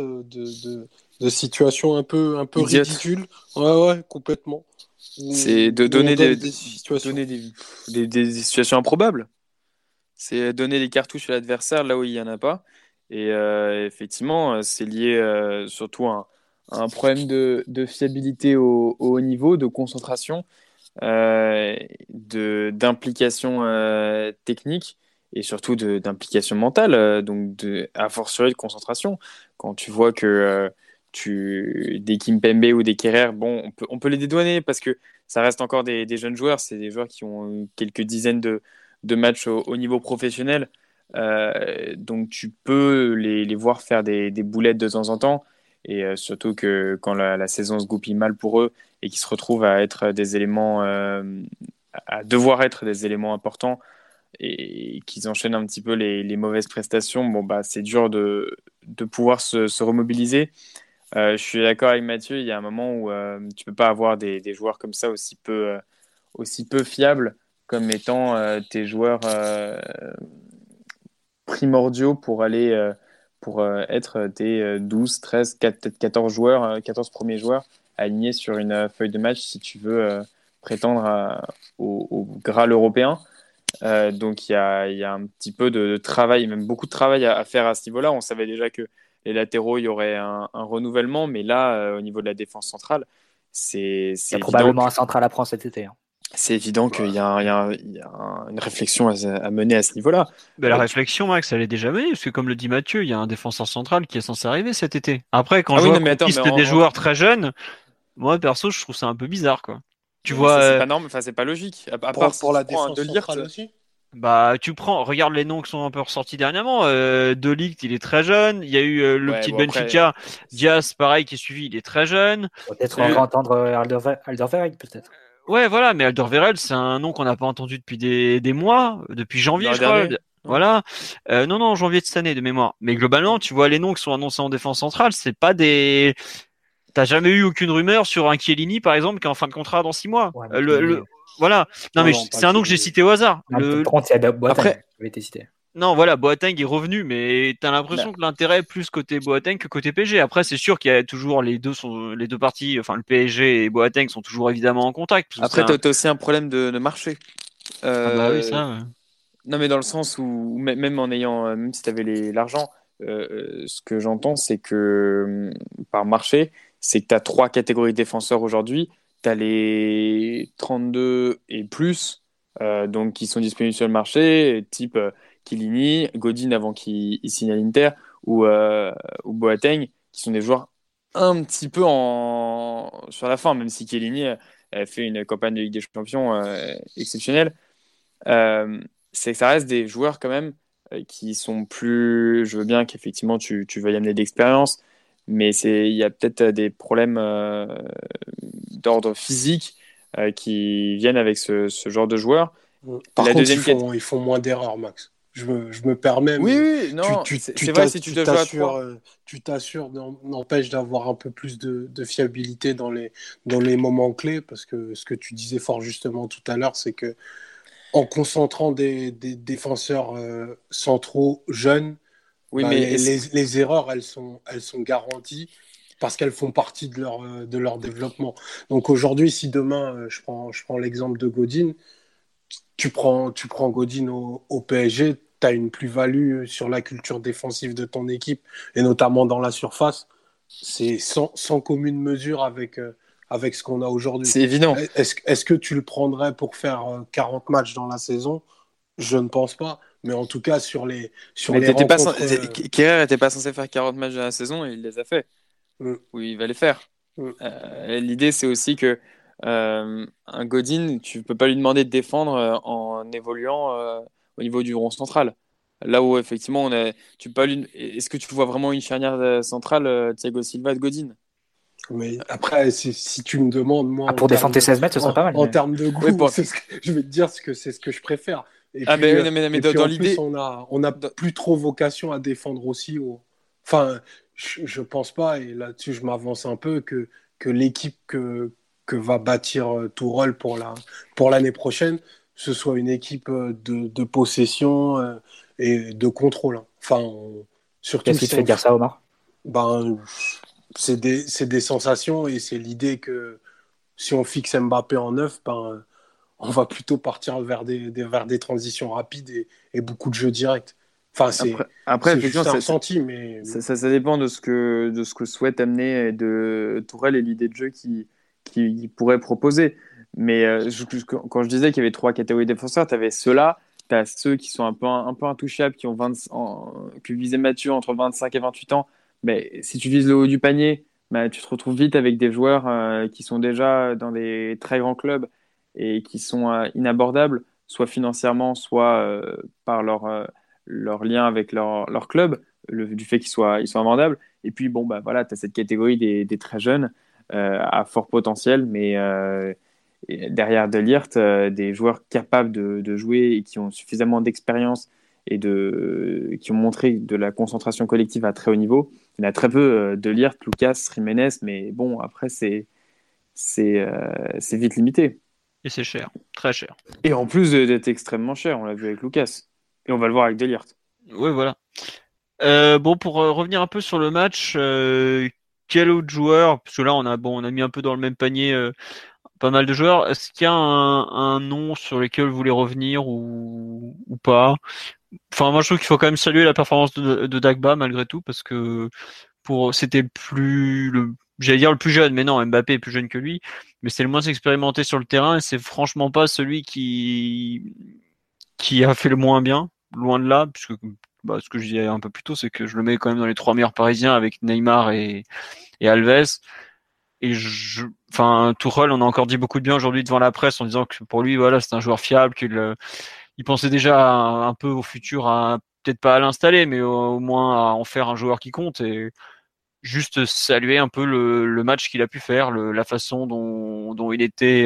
de situations un peu Idiote. ridicules. Ouais, complètement. C'est de Où donner on donne des situations. donner des situations improbables. C'est donner des cartouches à l'adversaire là où il n'y en a pas. Et effectivement, c'est lié surtout à un problème de fiabilité au haut niveau, de concentration, d'implication technique et surtout d'implication mentale, donc a fortiori de concentration. Quand tu vois que des Kimpembe ou des Kerrer, bon, on peut les dédouaner parce que ça reste encore des jeunes joueurs, c'est des joueurs qui ont eu quelques dizaines de matchs au niveau professionnel. Donc tu peux les voir faire des boulettes de temps en temps. Et surtout que quand la saison se goupille mal pour eux et qu'ils se retrouvent à être des éléments, à devoir être des éléments importants et qu'ils enchaînent un petit peu les mauvaises prestations, bon, bah, c'est dur de pouvoir se remobiliser. Je suis d'accord avec Mathieu, il y a un moment où tu peux pas avoir des joueurs comme ça aussi peu fiables comme étant tes joueurs primordiaux pour aller pour être tes 12, 13, peut-être 14 joueurs, 14 premiers joueurs alignés sur une feuille de match si tu veux prétendre au Graal européen. Donc il y a un petit peu de travail, même beaucoup de travail à faire à ce niveau-là. On savait déjà que les latéraux, il y aurait un renouvellement, mais là, au niveau de la défense centrale, c'est Il y a évident probablement un central à prendre cet été. Hein. c'est évident qu'il y a, une réflexion à mener à ce niveau-là. La réflexion, Max, elle est déjà menée, parce que comme le dit Mathieu, il y a un défenseur central qui est censé arriver cet été. Après, quand Ah je oui, vois non, mais qu'on attends, piste mais des joueurs très jeunes, moi, perso, je trouve ça un peu bizarre, quoi. Tu mais vois, ça, c'est pas normal, enfin, c'est pas logique. À part si Pour la tu prends un défense De Ligt, centrale aussi. regarde les noms qui sont un peu ressortis dernièrement. De Ligt, il est très jeune. Il y a eu le ouais, petit bon, après, Benfica, Diaz, pareil, qui est suivi, il est très jeune. Peut-être on Le- va entendre Alderweireld, peut-être. Ouais, voilà, mais Alderweireld, c'est un nom qu'on n'a pas entendu depuis des mois, depuis janvier, l'an je crois. dernier, non? Voilà. Non, janvier de cette année, de mémoire. Mais globalement, tu vois les noms qui sont annoncés en défense centrale, c'est pas des. T'as jamais eu aucune rumeur sur un Chiellini, par exemple, qui est en fin de contrat dans 6 mois. Ouais, mais Voilà. Non, mais Non, pas c'est un nom que j'ai Chiellini. cité au hasard. Par contre, il y a Boateng. Après, avait été cité. Non, voilà, Boateng est revenu, mais t'as l'impression que l'intérêt est plus côté Boateng que côté PSG. Après, c'est sûr qu'il y a toujours les deux parties, enfin le PSG et Boateng sont toujours évidemment en contact. Après, t'as aussi un problème de marché. Ah bah oui, ça. Ouais. Non, mais dans le sens où même en ayant, même si t'avais l'argent, ce que j'entends, c'est que par marché, c'est que t'as trois catégories de défenseurs aujourd'hui. T'as les 32 et plus, donc qui sont disponibles sur le marché, type Chiellini, Godin avant qu'il signe à l'Inter, ou Boateng, qui sont des joueurs un petit peu sur la fin, même si Chiellini a fait une campagne de Ligue des Champions exceptionnelle. C'est que ça reste des joueurs quand même qui sont plus. Je veux bien qu'effectivement tu veuilles amener d'expérience, mais il y a peut-être des problèmes d'ordre physique qui viennent avec ce genre de joueurs. Par contre, ils font moins d'erreurs, Max. Je me permets, oui, mais oui, non, c'est vrai si tu dois jouer à 3. Tu t'assures, n'empêche d'avoir un peu plus de fiabilité dans les moments clés, parce que ce que tu disais fort justement tout à l'heure, c'est que en concentrant des défenseurs centraux jeunes, oui, mais les erreurs, elles sont garanties parce qu'elles font partie de leur développement. Donc aujourd'hui, si demain, je prends l'exemple de Godin, tu prends Godin au PSG, tu as une plus-value sur la culture défensive de ton équipe, et notamment dans la surface. C'est sans commune mesure avec ce qu'on a aujourd'hui. C'est évident. Est-ce que tu le prendrais pour faire 40 matchs dans la saison? Je ne pense pas. Mais en tout cas, sur les rencontres... Kerrer n'était pas censé faire 40 matchs dans la saison et il les a fait. Ou il va les faire. L'idée, c'est aussi que un Godin, tu peux pas lui demander de défendre en évoluant au niveau du rond central. Là où effectivement, tu peux pas est-ce que tu vois vraiment une charnière centrale Thiago Silva de Godin? Mais après, si tu me demandes, moi, pour défendre tes 16 mètres, ce serait pas mal. En termes de goût, je vais te dire c'est ce que je préfère. Et puis, mais dans l'idée, on a plus trop vocation à défendre aussi. Enfin, je pense pas, et là-dessus je m'avance un peu, que l'équipe que va bâtir Tourelle pour l'année prochaine, ce soit une équipe de possession et de contrôle. Enfin, surtout. Qu'est-ce qui te fait dire ça, Omar? C'est des sensations, et c'est l'idée que si on fixe Mbappé en 9, on va plutôt partir vers des transitions rapides et beaucoup de jeux directs. Enfin, après, c'est juste un ressenti, mais ça dépend de ce que souhaite amener de Tourelle et l'idée de jeu qu'il pourrait proposer. Mais quand je disais qu'il y avait trois catégories de défenseurs, tu avais ceux-là, tu as ceux qui sont un peu intouchables, qui visaient Mathieu entre 25 et 28 ans. Mais si tu vises le haut du panier, bah, tu te retrouves vite avec des joueurs qui sont déjà dans des très grands clubs et qui sont inabordables, soit financièrement, soit par leur lien avec leur club, du fait qu'ils soient abordables. Et puis, bon, bah, voilà, tu as cette catégorie des très jeunes à fort potentiel, mais derrière De Ligt, des joueurs capables de jouer et qui ont suffisamment d'expérience et qui ont montré de la concentration collective à très haut niveau. Il y en a très peu, De Ligt, Lucas, Jiménez, mais bon, après, c'est vite limité. Et c'est cher, très cher. Et en plus d'être extrêmement cher, on l'a vu avec Lucas. Et on va le voir avec De Ligt. Oui, voilà. Bon, pour revenir un peu sur le match, quel autre joueur, parce que là on a mis un peu dans le même panier pas mal de joueurs. Est-ce qu'il y a un nom sur lequel vous voulez revenir ou pas? Enfin, moi je trouve qu'il faut quand même saluer la performance de Dagba malgré tout, parce que c'était j'allais dire le plus jeune, mais non, Mbappé est plus jeune que lui, mais c'est le moins expérimenté sur le terrain et c'est franchement pas celui qui a fait le moins bien, loin de là, puisque ce que je disais un peu plus tôt, c'est que je le mets quand même dans les trois meilleurs Parisiens avec Neymar et Alves. Et Tourelle, on a encore dit beaucoup de bien aujourd'hui devant la presse en disant que pour lui, voilà, c'est un joueur fiable, il pensait déjà un peu au futur, peut-être pas à l'installer, mais au moins à en faire un joueur qui compte. Et juste saluer un peu le match qu'il a pu faire, la façon dont il était.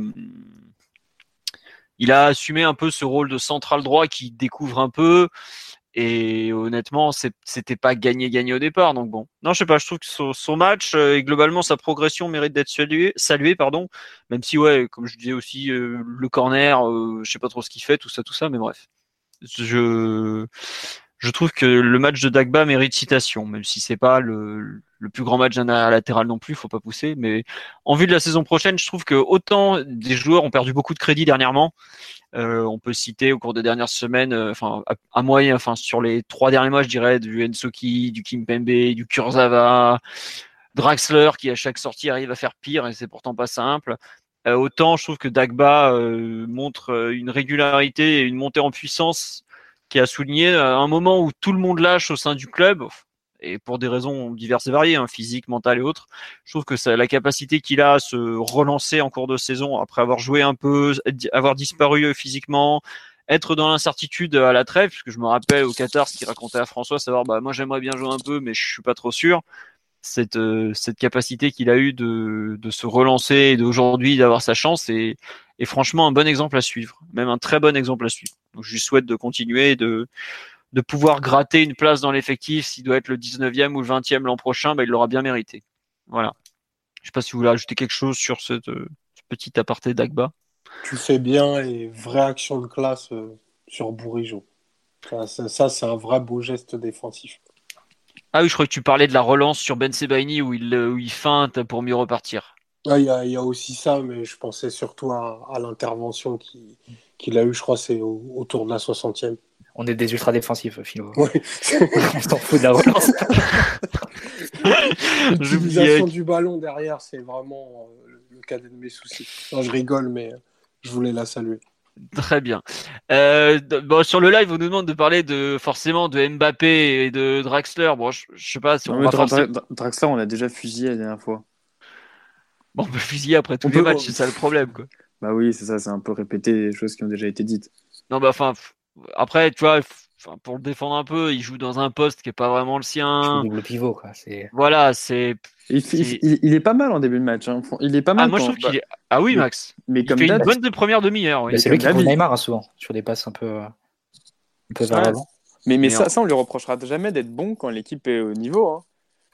Il a assumé un peu ce rôle de central droit qui découvre un peu. Et honnêtement, c'était pas gagné au départ. Donc bon, non, je sais pas. Je trouve que son match et globalement sa progression mérite d'être salué, pardon. Même si ouais, comme je disais aussi, le corner, je sais pas trop ce qu'il fait, tout ça, mais bref. Je trouve que le match de Dagba mérite citation, même si c'est pas le plus grand match d'un latéral non plus, faut pas pousser. Mais en vue de la saison prochaine, je trouve que autant des joueurs ont perdu beaucoup de crédit dernièrement. On peut citer au cours des dernières semaines, à moyen, sur les 3 derniers mois, je dirais, du Ensoki, du Kimpembe, du Kurzawa, Draxler qui à chaque sortie arrive à faire pire et c'est pourtant pas simple. Autant je trouve que Dagba montre une régularité et une montée en puissance qui a souligné un moment où tout le monde lâche au sein du club et pour des raisons diverses et variées, physiques, mentales et autres. Je trouve que ça, la capacité qu'il a à se relancer en cours de saison après avoir joué un peu, avoir disparu physiquement, être dans l'incertitude à la trêve, puisque je me rappelle au Qatar ce qu'il racontait à François, savoir moi j'aimerais bien jouer un peu mais je suis pas trop sûr. Cette capacité qu'il a eu de se relancer et d'aujourd'hui d'avoir sa chance est franchement un bon exemple à suivre, même un très bon exemple à suivre. Donc je lui souhaite de continuer et de pouvoir gratter une place dans l'effectif. S'il doit être le 19e ou le 20e l'an prochain, il l'aura bien mérité. Voilà. Je sais pas si vous voulez ajouter quelque chose sur ce petit aparté d'Agba. Tu fais bien et vraie action de classe sur Bourigeaud. Ça, c'est un vrai beau geste défensif. Ah oui, je crois que tu parlais de la relance sur Ben Sebaini où il feinte pour mieux repartir. Ah, il y a aussi ça, mais je pensais surtout à l'intervention qu'il a eue, je crois, c'est autour de la 60e. On est des ultra défensifs, Philo. Ouais. On s'en fout de la relance. L'utilisation du ballon derrière, c'est vraiment le cadet de mes soucis. Non, je rigole, mais je voulais la saluer. Très bien. Sur le live, on nous demande de parler forcément de Mbappé et de Draxler. Bon, je sais pas si on va Draxler, on l'a déjà fusillé la dernière fois. Bon, on peut fusiller après tous les matchs, c'est ça le problème, quoi. Bah oui, c'est ça, c'est un peu répéter des choses qui ont déjà été dites. Non, après, tu vois, pour le défendre un peu, il joue dans un poste qui est pas vraiment le sien. Il joue double pivot, quoi. Voilà, c'est. Il est pas mal en début de match. Il est pas mal. Ah, moi je trouve qu'il est. Ah oui, Max. Mais il fait une bonne première demi-heure. Oui. C'est lui qui trouve Neymar souvent sur des passes un peu vers l'avant. Mais ça, on lui reprochera jamais d'être bon quand l'équipe est au niveau.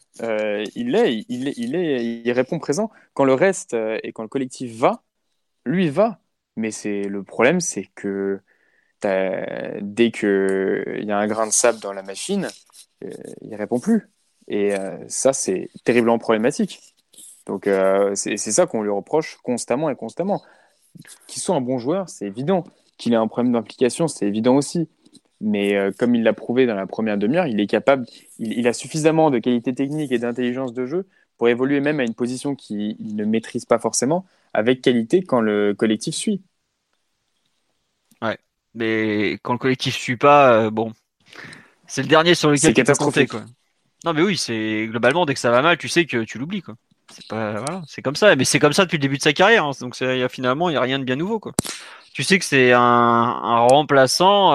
Il répond présent quand le reste et quand le collectif va, lui va. Mais le problème, c'est que dès qu'il y a un grain de sable dans la machine, il répond plus. Et ça, c'est terriblement problématique. Donc, c'est ça qu'on lui reproche constamment et constamment. Qu'il soit un bon joueur, c'est évident. Qu'il ait un problème d'implication, c'est évident aussi. Mais comme il l'a prouvé dans la première demi-heure, il est capable, il a suffisamment de qualité technique et d'intelligence de jeu pour évoluer même à une position qu'il ne maîtrise pas forcément, avec qualité quand le collectif suit. Ouais, mais quand le collectif suit pas, c'est le dernier sur lequel tu peux compter, quoi. Non, mais oui, c'est globalement dès que ça va mal, tu sais que tu l'oublies, quoi. C'est comme ça, mais c'est comme ça depuis le début de sa carrière. Donc finalement, il y a rien de bien nouveau, quoi. Tu sais que c'est un remplaçant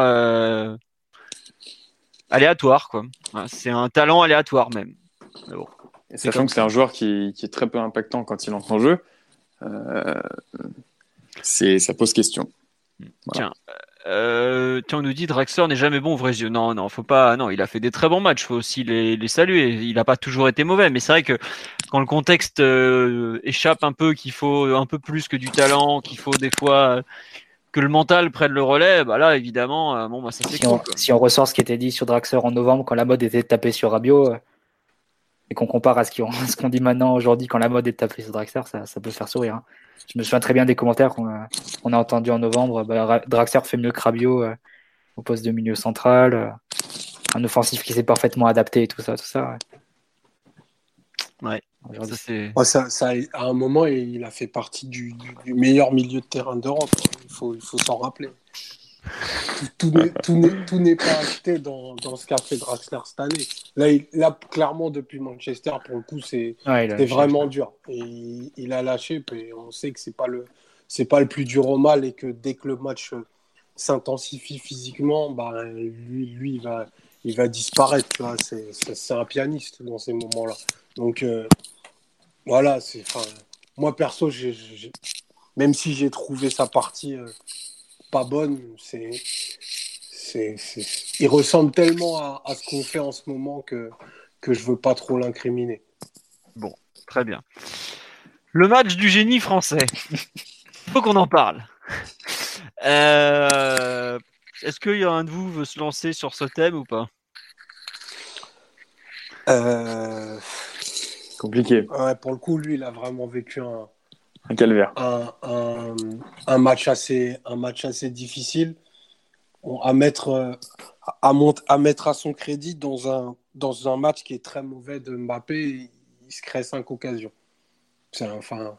aléatoire, quoi. C'est un talent aléatoire même. Bon, sachant que c'est un joueur qui est très peu impactant quand il entre en jeu, ça pose question. Voilà. Tiens, on nous dit Draxler n'est jamais bon aux vrais yeux. Non, faut pas. Non, il a fait des très bons matchs. Faut aussi les saluer. Il n'a pas toujours été mauvais, mais c'est vrai que quand le contexte échappe un peu, qu'il faut un peu plus que du talent, qu'il faut des fois que le mental prenne le relais, là évidemment, ça c'est cool. Si on ressort ce qui était dit sur Draxler en novembre quand la mode était de taper sur Rabiot et qu'on compare à ce qu'on dit maintenant aujourd'hui quand la mode est de taper sur Draxler, ça peut faire sourire. Je me souviens très bien des commentaires qu'on a entendus en novembre. Draxler fait mieux que Rabiot au poste de milieu central, un offensif qui s'est parfaitement adapté et tout ça. Ouais. Ça, à un moment, il a fait partie du meilleur milieu de terrain d'Europe. Il faut s'en rappeler. Tout n'est pas acheté dans ce qu'a fait Draxler cette année. Là, clairement, depuis Manchester, pour le coup, c'est vraiment dur. Et il a lâché. Et on sait que c'est pas le plus dur au mal et que dès que le match s'intensifie physiquement, lui il va disparaître. Tu vois. C'est un pianiste dans ces moments-là. Donc voilà, moi perso, même si j'ai trouvé sa partie pas bonne, il ressemble tellement à ce qu'on fait en ce moment que je veux pas trop l'incriminer. Bon, très bien. Le match du génie français. Faut qu'on en parle. Est-ce qu'il y a un de vous veut se lancer sur ce thème ou pas? Compliqué. Ouais, pour le coup, lui, il a vraiment vécu Un calvaire. un match assez difficile à mettre à son crédit dans un match qui est très mauvais de Mbappé. Il se crée 5 occasions. Enfin,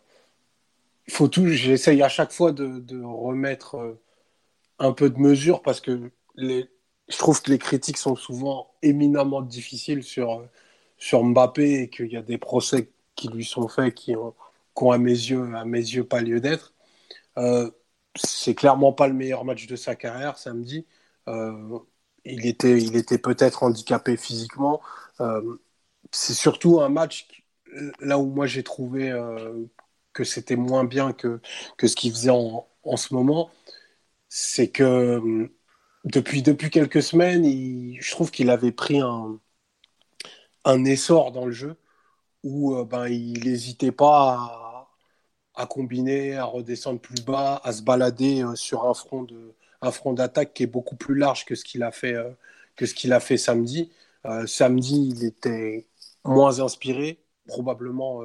j'essaye à chaque fois de remettre un peu de mesure parce que je trouve que les critiques sont souvent éminemment difficiles sur Mbappé et qu'il y a des procès qui lui sont faits qui ont à mes yeux pas lieu d'être. C'est clairement pas le meilleur match de sa carrière samedi. Euh, il était peut-être handicapé physiquement. C'est surtout un match là où moi j'ai trouvé que c'était moins bien que ce qu'il faisait en ce moment. C'est que depuis quelques semaines, je trouve qu'il avait pris un essor dans le jeu où il n'hésitait pas à combiner, à redescendre plus bas, à se balader sur un front d'attaque qui est beaucoup plus large que ce qu'il a fait samedi. Samedi, il était moins inspiré, probablement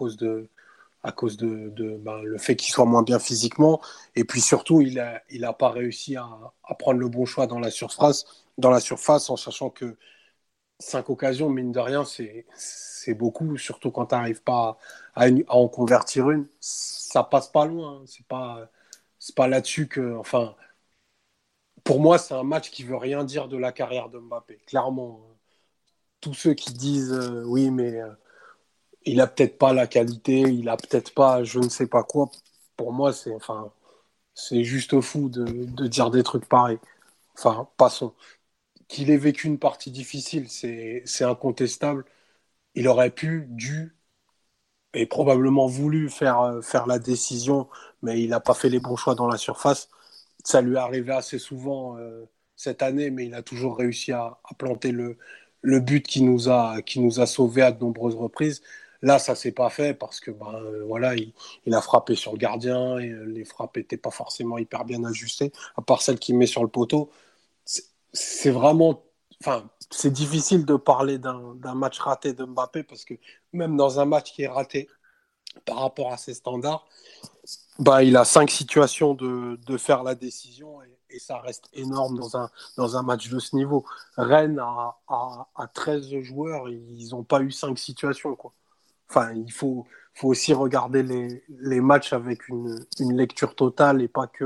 à cause de le fait qu'il soit moins bien physiquement. Et puis surtout, il a pas réussi à prendre le bon choix dans la surface en sachant que 5 occasions, mine de rien, c'est beaucoup, surtout quand tu n'arrives pas à en convertir une. Ça passe pas loin. Hein. C'est pas là-dessus que. Enfin, pour moi, c'est un match qui veut rien dire de la carrière de Mbappé. Clairement, tous ceux qui disent oui, mais il a peut-être pas la qualité, il a peut-être pas je ne sais pas quoi. Pour moi, c'est juste fou de dire des trucs pareils. Enfin, passons. Qu'il ait vécu une partie difficile, c'est incontestable. Il aurait dû et probablement voulu faire la décision, mais il n'a pas fait les bons choix dans la surface. Ça lui est arrivé assez souvent cette année, mais il a toujours réussi à planter le but qui nous a sauvés à de nombreuses reprises. Là, ça s'est pas fait parce que voilà, il a frappé sur le gardien et les frappes n'étaient pas forcément hyper bien ajustées, à part celle qu'il met sur le poteau. C'est vraiment, enfin, c'est difficile de parler d'un match raté de Mbappé parce que même dans un match qui est raté par rapport à ses standards, il a 5 situations de faire la décision et ça reste énorme dans un match de ce niveau. Rennes a 13 joueurs, ils n'ont pas eu 5 situations, quoi. Enfin, faut aussi regarder les matchs avec une lecture totale et pas que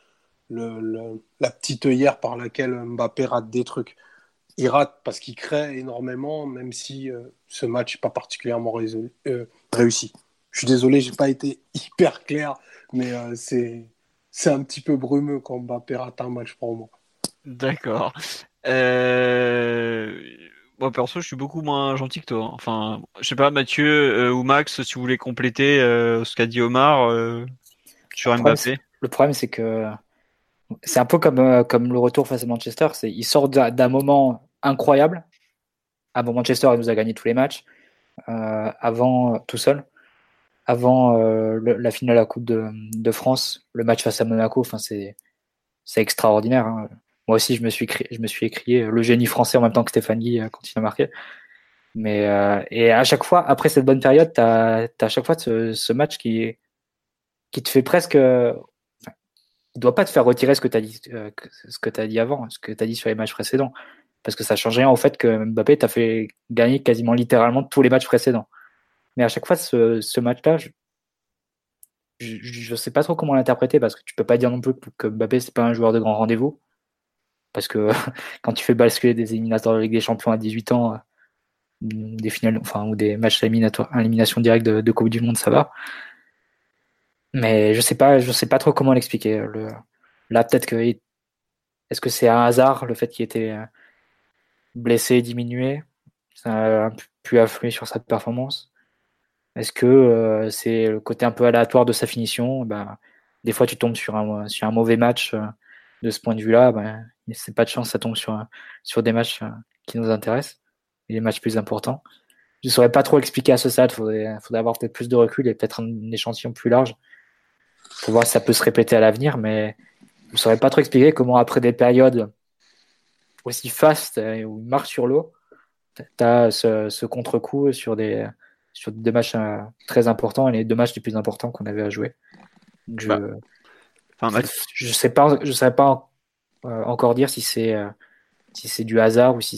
la petite œillère par laquelle Mbappé rate des trucs. Il rate parce qu'il crée énormément, même si ce match n'est pas particulièrement réussi. Je suis désolé, j'ai pas été hyper clair, mais c'est un petit peu brumeux quand Mbappé rate un match pour moi. D'accord. Moi, perso, je suis beaucoup moins gentil que toi. Hein. Enfin, je sais pas, Mathieu ou Max, si vous voulez compléter ce qu'a dit Omar sur Mbappé. Le problème, c'est que c'est un peu comme le retour face à Manchester. Il sort d'un moment incroyable. Manchester, il nous a gagné tous les matchs. Tout seul. Avant la finale à la Coupe de France, le match face à Monaco, c'est extraordinaire. Hein. Moi aussi, je me suis écrié le génie français en même temps que Stéphanie quand il a marqué. Mais et à chaque fois, après cette bonne période, t'as à chaque fois ce match qui te fait presque. Il doit pas te faire retirer ce que t'as dit avant, ce que t'as dit sur les matchs précédents, parce que ça change rien au fait que Mbappé t'a fait gagner quasiment littéralement tous les matchs précédents. Mais à chaque fois, ce match-là, je sais pas trop comment l'interpréter parce que tu peux pas dire non plus que Mbappé c'est pas un joueur de grand rendez-vous parce que quand tu fais basculer des éliminatoires de Ligue des Champions à 18 ans, des finales, ou des matchs élimination directe de Coupe du Monde, ça va. Mais je sais pas trop comment l'expliquer. Là, peut-être que est-ce que c'est un hasard le fait qu'il était blessé, diminué, ça a pu influer sur sa performance? Est-ce que c'est le côté un peu aléatoire de sa finition? Des fois, tu tombes sur un mauvais match de ce point de vue-là. C'est pas de chance, ça tombe sur des matchs qui nous intéressent et les matchs plus importants. Je ne saurais pas trop expliquer à ce stade. Faudrait avoir peut-être plus de recul et peut-être un échantillon plus large pour voir si ça peut se répéter à l'avenir. Mais je ne saurais pas trop expliquer comment, après des périodes aussi fastes où il marche sur l'eau, tu as ce contre-coup sur des matchs très importants, et les 2 matchs les plus importants qu'on avait à jouer. Donc Bah, enfin, je sais pas, je saurais pas encore dire si c'est du hasard ou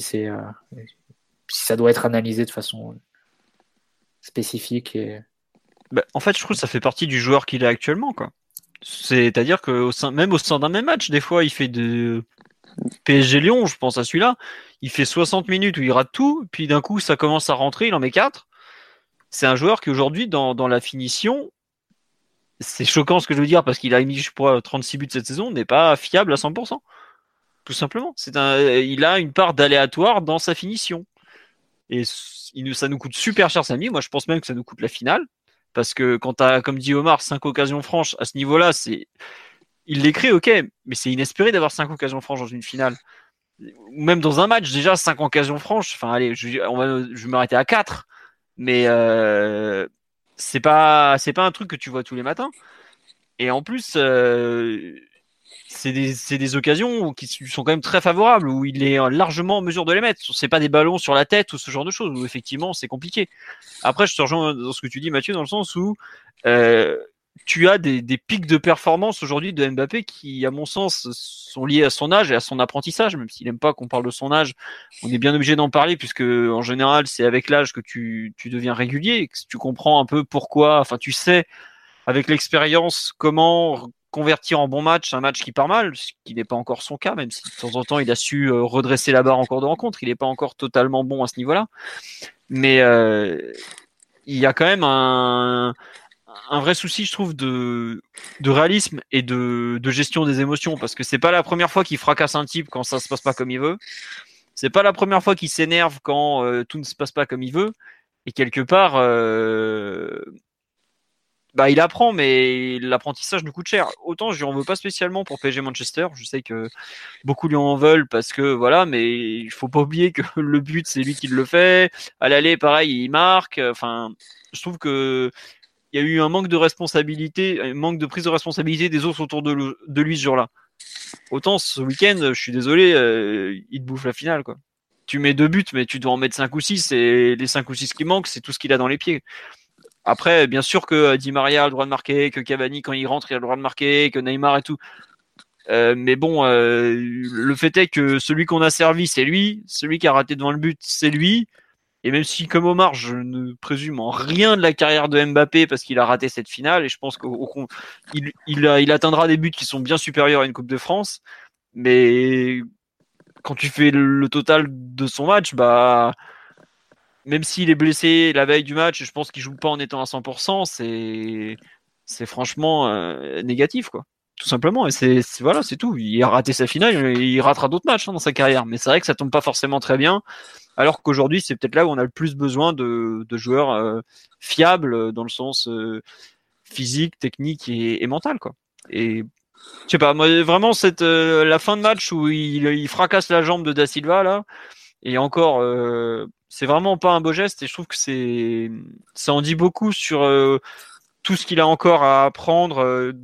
si ça doit être analysé de façon spécifique. en fait, je trouve que ça fait partie du joueur qu'il est actuellement, quoi. C'est-à-dire que même au sein d'un même match, des fois, il fait de PSG Lyon, je pense à celui-là, il fait 60 minutes où il rate tout, puis d'un coup, ça commence à rentrer, il en met 4. C'est un joueur qui aujourd'hui, dans la finition, c'est choquant ce que je veux dire parce qu'il a mis, je crois, 36 buts cette saison, n'est pas fiable à 100%. Tout simplement. Il a une part d'aléatoire dans sa finition. Et ça nous coûte super cher samedi. Moi, je pense même que ça nous coûte la finale. Parce que quand tu as, comme dit Omar, 5 occasions franches à ce niveau-là, il les crée, ok, mais c'est inespéré d'avoir 5 occasions franches dans une finale. Ou même dans un match, déjà, 5 occasions franches. Enfin, allez, je vais m'arrêter à 4. Mais c'est pas un truc que tu vois tous les matins. Et en plus, c'est des occasions qui sont quand même très favorables, où il est largement en mesure de les mettre. C'est pas des ballons sur la tête ou ce genre de choses, où effectivement c'est compliqué. Après, je te rejoins dans ce que tu dis, Mathieu, dans le sens où tu as des pics de performance aujourd'hui de Mbappé qui, à mon sens, sont liés à son âge et à son apprentissage, même s'il n'aime pas qu'on parle de son âge. On est bien obligé d'en parler, puisque en général, c'est avec l'âge que tu deviens régulier, que tu comprends un peu pourquoi, enfin tu sais avec l'expérience, comment convertir en bon match un match qui part mal, ce qui n'est pas encore son cas, même si de temps en temps il a su redresser la barre en cours de rencontre. Il n'est pas encore totalement bon à ce niveau-là. Mais il y a quand même un vrai souci, je trouve, de réalisme et de gestion des émotions, parce que c'est pas la première fois qu'il fracasse un type quand ça se passe pas comme il veut. C'est pas la première fois qu'il s'énerve quand tout ne se passe pas comme il veut. Et quelque part, il apprend, mais l'apprentissage nous coûte cher. Autant je lui en veux pas spécialement pour PSG Manchester. Je sais que beaucoup lui en veulent parce que voilà, mais il faut pas oublier que le but c'est lui qui le fait. À l'aller, pareil, il marque. Enfin, je trouve que il y a eu un manque de responsabilité, un manque de prise de responsabilité des autres autour de lui ce jour-là. Autant ce week-end, je suis désolé, il te bouffe la finale, quoi. Tu mets 2 buts, mais tu dois en mettre 5 ou 6, et les 5 ou 6 qui manquent, c'est tout ce qu'il a dans les pieds. Après, bien sûr que Di Maria a le droit de marquer, que Cavani, quand il rentre, il a le droit de marquer, que Neymar et tout. Mais bon, le fait est que celui qu'on a servi, c'est lui. Celui qui a raté devant le but, c'est lui. Et même si, comme Omar, je ne présume en rien de la carrière de Mbappé parce qu'il a raté cette finale, et je pense qu'il atteindra des buts qui sont bien supérieurs à une Coupe de France. Mais quand tu fais le total de son match, même s'il est blessé la veille du match, je pense qu'il joue pas en étant à 100%, c'est franchement négatif, quoi. Tout simplement. Et voilà, c'est tout. Il a raté sa finale, il ratera d'autres matchs dans sa carrière. Mais c'est vrai que ça tombe pas forcément très bien. Alors qu'aujourd'hui, c'est peut-être là où on a le plus besoin de joueurs fiables dans le sens physique, technique et mental, quoi. Et je sais pas, moi vraiment la fin de match où il fracasse la jambe de Da Silva là, et encore, c'est vraiment pas un beau geste, et je trouve que ça en dit beaucoup sur tout ce qu'il a encore à apprendre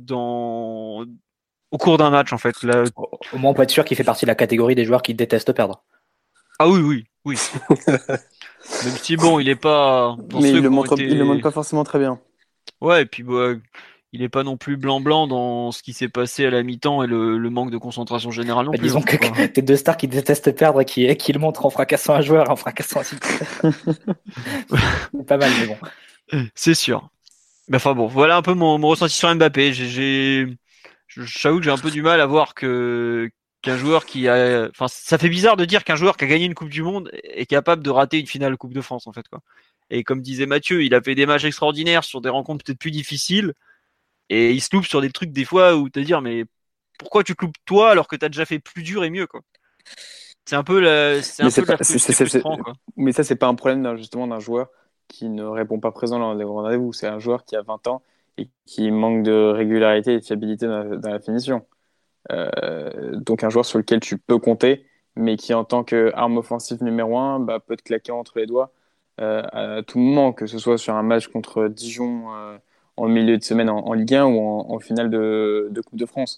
au cours d'un match, en fait. Là... Au moins, on peut être sûr qu'il fait partie de la catégorie des joueurs qui détestent perdre. Ah oui. Même si bon, il est pas. Mais il le montre pas forcément très bien. Ouais, et puis il est pas non plus blanc dans ce qui s'est passé à la mi-temps et le manque de concentration générale non plus. Disons que tes 2 stars qui détestent perdre et qui le montrent en fracassant un joueur, en fracassant un supporter. C'est pas mal, mais bon. C'est sûr. Mais enfin bon, voilà un peu mon ressenti sur Mbappé. J'avoue que j'ai un peu du mal à voir qu'un joueur qui a, enfin, ça fait bizarre de dire qu'un joueur qui a gagné une Coupe du Monde est capable de rater une finale Coupe de France, en fait, quoi. Et comme disait Mathieu, il a fait des matchs extraordinaires sur des rencontres peut-être plus difficiles, et il se loupe sur des trucs des fois où t'as dire, mais pourquoi tu te loupes toi alors que t'as déjà fait plus dur et mieux, quoi. C'est un peu frustrant, quoi. Mais ça, c'est pas un problème justement d'un joueur qui ne répond pas présent lors des grands rendez-vous. C'est un joueur qui a 20 ans et qui manque de régularité et de fiabilité dans la finition. Donc un joueur sur lequel tu peux compter, mais qui en tant qu'arme offensive numéro 1 peut te claquer entre les doigts à tout moment, que ce soit sur un match contre Dijon en milieu de semaine en Ligue 1 ou en finale de Coupe de France.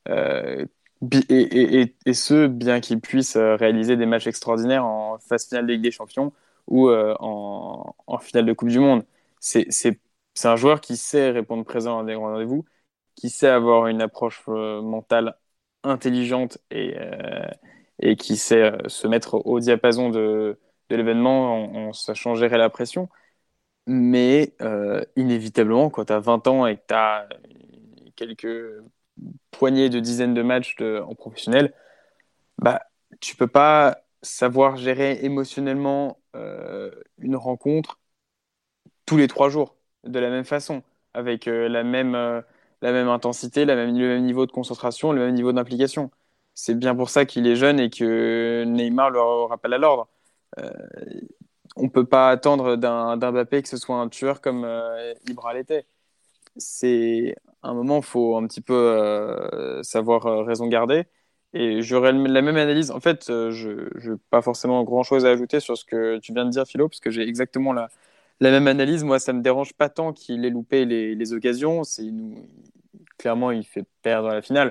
Et ce, bien qu'il puisse réaliser des matchs extraordinaires en phase finale de Ligue des Champions ou en finale de Coupe du Monde. C'est un joueur qui sait répondre présent à des rendez-vous, qui sait avoir une approche mentale intelligente et qui sait se mettre au diapason de l'événement en sachant gérer la pression. Mais inévitablement, quand tu as 20 ans et que tu as quelques poignées de dizaines de matchs en professionnel, bah, tu peux pas savoir gérer émotionnellement une rencontre tous les 3 jours de la même façon, avec la même intensité, le même niveau de concentration, le même niveau d'implication. C'est bien pour ça qu'il est jeune et que Neymar le rappelle à l'ordre. Euh, on peut pas attendre d'un Mbappé que ce soit un tueur comme Ibra l'était. C'est un moment, il faut un petit peu savoir raison garder. Et j'aurais la même analyse. En fait, je n'ai pas forcément grand-chose à ajouter sur ce que tu viens de dire, Philo, parce que j'ai exactement la même analyse. Moi, ça me dérange pas tant qu'il ait loupé les occasions. Clairement, il fait perdre la finale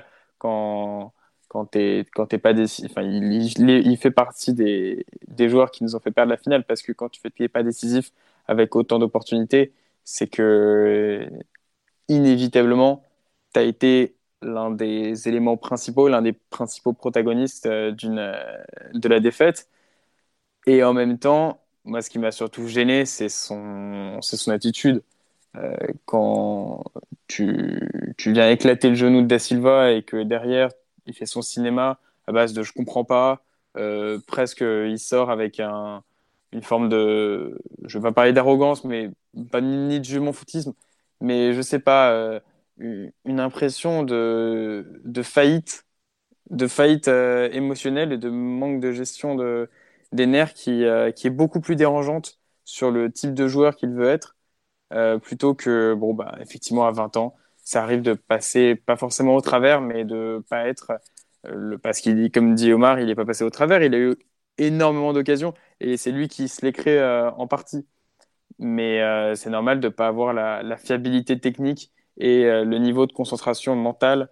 quand t'es pas décisif. Enfin, il fait partie des joueurs qui nous ont fait perdre la finale parce que quand tu n'es pas décisif avec autant d'opportunités, c'est que inévitablement, tu as été l'un des éléments principaux, l'un des principaux protagonistes de la défaite. Et en même temps, moi, ce qui m'a surtout gêné, c'est son attitude. Quand tu viens éclater le genou de Da Silva et que derrière, il fait son cinéma à base de je comprends pas, presque il sort avec une forme de, je vais pas parler d'arrogance, mais pas ni de je m'en foutisme, mais je sais pas, une impression de faillite émotionnelle et de manque de gestion des nerfs qui est beaucoup plus dérangeante sur le type de joueur qu'il veut être, plutôt que, bon, bah, effectivement, à 20 ans, ça arrive de passer, pas forcément au travers, mais de pas être, parce qu'il dit, comme dit Omar, il n'est pas passé au travers, il a eu énormément d'occasions et c'est lui qui se les crée en partie. Mais c'est normal de ne pas avoir la fiabilité technique et le niveau de concentration mentale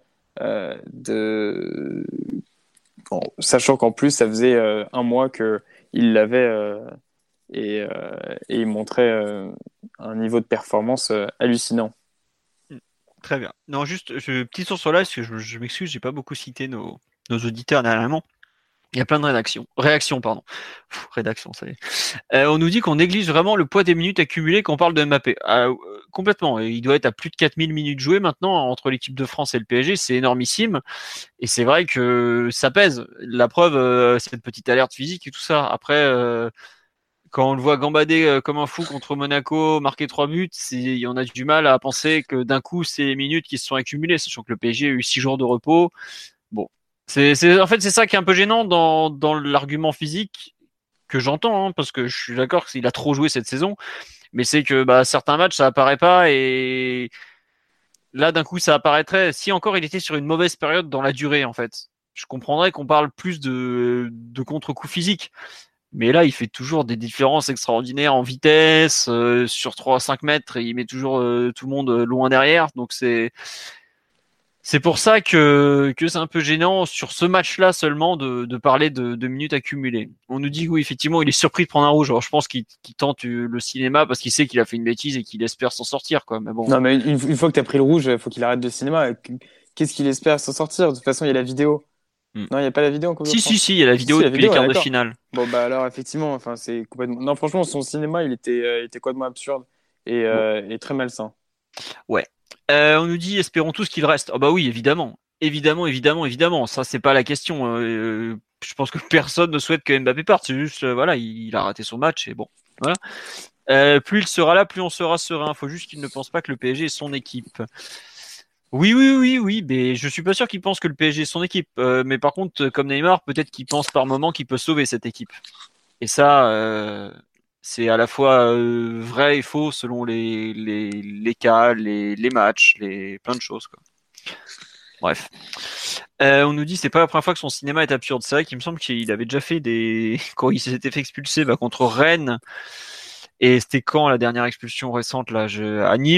de sachant qu'en plus ça faisait un mois que il l'avait et, euh, et il montrait un niveau de performance hallucinant. Très bien. Non, juste, petite source sur là, parce que je m'excuse, j'ai pas beaucoup cité nos auditeurs dernièrement. Il y a plein de réactions, pardon. Rédaction, ça y est. On nous dit qu'on néglige vraiment le poids des minutes accumulées quand on parle de Mbappé. Complètement. Il doit être à plus de 4000 minutes jouées maintenant entre l'équipe de France et le PSG. C'est énormissime. Et c'est vrai que ça pèse. La preuve, cette petite alerte physique et tout ça. Après, quand on le voit gambader comme un fou contre Monaco, marquer 3 buts, on a du mal à penser que d'un coup, c'est les minutes qui se sont accumulées, sachant que le PSG a eu 6 jours de repos. Bon. En fait, c'est ça qui est un peu gênant dans l'argument physique que j'entends, hein, parce que je suis d'accord qu'il a trop joué cette saison, mais c'est que certains matchs, ça apparaît pas, et là, d'un coup, ça apparaîtrait. Si encore il était sur une mauvaise période dans la durée, en fait, je comprendrais qu'on parle plus de contre-coup physique. Mais là, il fait toujours des différences extraordinaires en vitesse, sur 3 à 5 mètres, et il met toujours tout le monde loin derrière. Donc c'est pour ça que c'est un peu gênant sur ce match-là seulement de parler de minutes accumulées. On nous dit oui, effectivement, il est surpris de prendre un rouge. Alors je pense qu'il tente le cinéma parce qu'il sait qu'il a fait une bêtise et qu'il espère s'en sortir, quoi. Mais bon. Non, mais une fois que tu as pris le rouge, il faut qu'il arrête de cinéma. Qu'est-ce qu'il espère s'en sortir? De toute façon, il y a la vidéo. Non, il n'y a pas la vidéo en Coupe de France. Si, il y a la vidéo depuis les quarts de finale. Bon, bah alors, effectivement, enfin, c'est complètement. Non, franchement, son cinéma, il était complètement absurde et très malsain. Ouais. On nous dit, espérons tous qu'il reste. Oh bah oui, évidemment. Évidemment. Ça, c'est pas la question. Je pense que personne ne souhaite que Mbappé parte. C'est juste, voilà, il a raté son match et bon. Voilà. Plus il sera là, plus on sera serein. Faut juste qu'il ne pense pas que le PSG est son équipe. Oui, mais je suis pas sûr qu'il pense que le PSG est son équipe. Mais par contre, comme Neymar, peut-être qu'il pense par moment qu'il peut sauver cette équipe. Et ça, c'est à la fois vrai et faux selon les cas, les matchs, plein de choses, quoi. Bref. On nous dit c'est pas la première fois que son cinéma est absurde. C'est vrai qu'il me semble qu'il avait déjà fait quand il s'était fait expulser contre Rennes. Et c'était quand la dernière expulsion récente là, à Nîmes.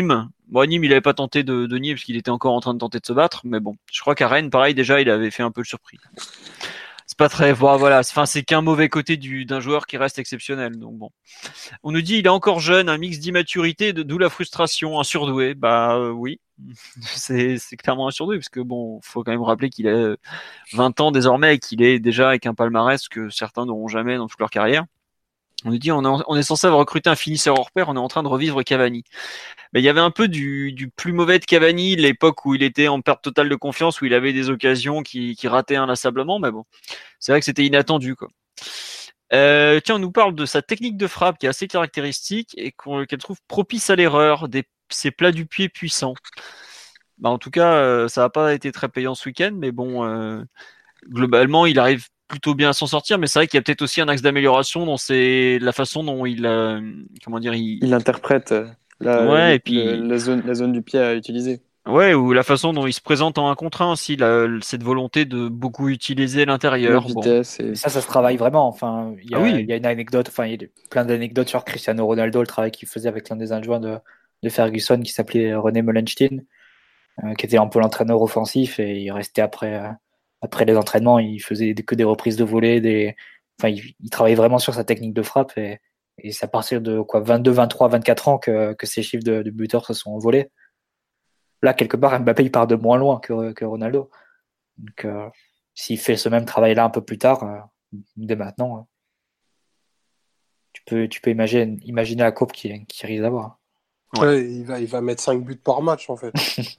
Bon, à Nîmes, il avait pas tenté de nier parce qu'il était encore en train de tenter de se battre, mais bon, je crois qu'à Rennes, pareil, déjà, il avait fait un peu le surpris. C'est pas très, voilà, c'est qu'un mauvais côté d'un joueur qui reste exceptionnel, donc bon. On nous dit il est encore jeune, un mix d'immaturité, d'où la frustration, un surdoué. Oui, c'est clairement un surdoué parce que bon, faut quand même rappeler qu'il a 20 ans désormais et qu'il est déjà avec un palmarès que certains n'auront jamais dans toute leur carrière. On nous dit on est censé avoir recruté un finisseur hors pair, on est en train de revivre Cavani. Mais il y avait un peu du plus mauvais de Cavani, l'époque où il était en perte totale de confiance, où il avait des occasions qui rataient inlassablement, mais bon, c'est vrai que c'était inattendu, quoi. Tiens, on nous parle de sa technique de frappe qui est assez caractéristique et qu'elle trouve propice à l'erreur, ses plats du pied puissants. En tout cas, ça n'a pas été très payant ce week-end, mais bon, globalement, il arrive plutôt bien à s'en sortir, mais c'est vrai qu'il y a peut-être aussi un axe d'amélioration dans la façon dont il interprète ouais, et puis la zone du pied à utiliser. Ouais, ou la façon dont il se présente en 1 contre 1 aussi, cette volonté de beaucoup utiliser l'intérieur. La vitesse. Et ça se travaille vraiment. Enfin, il y a une anecdote, enfin, il y a plein d'anecdotes sur Cristiano Ronaldo, le travail qu'il faisait avec l'un des adjoints de Ferguson qui s'appelait René Melenstein, qui était un peu l'entraîneur offensif et il restait après les entraînements, il faisait que des reprises de volée, il travaillait vraiment sur sa technique de frappe et c'est à partir de 22, 23, 24 ans que ses chiffres de buteurs se sont envolés. Là, quelque part, Mbappé, il part de moins loin que Ronaldo. Donc, s'il fait ce même travail-là un peu plus tard, dès maintenant, tu peux imaginer la courbe qu'il risque d'avoir. Ouais, il va mettre 5 buts par match, en fait.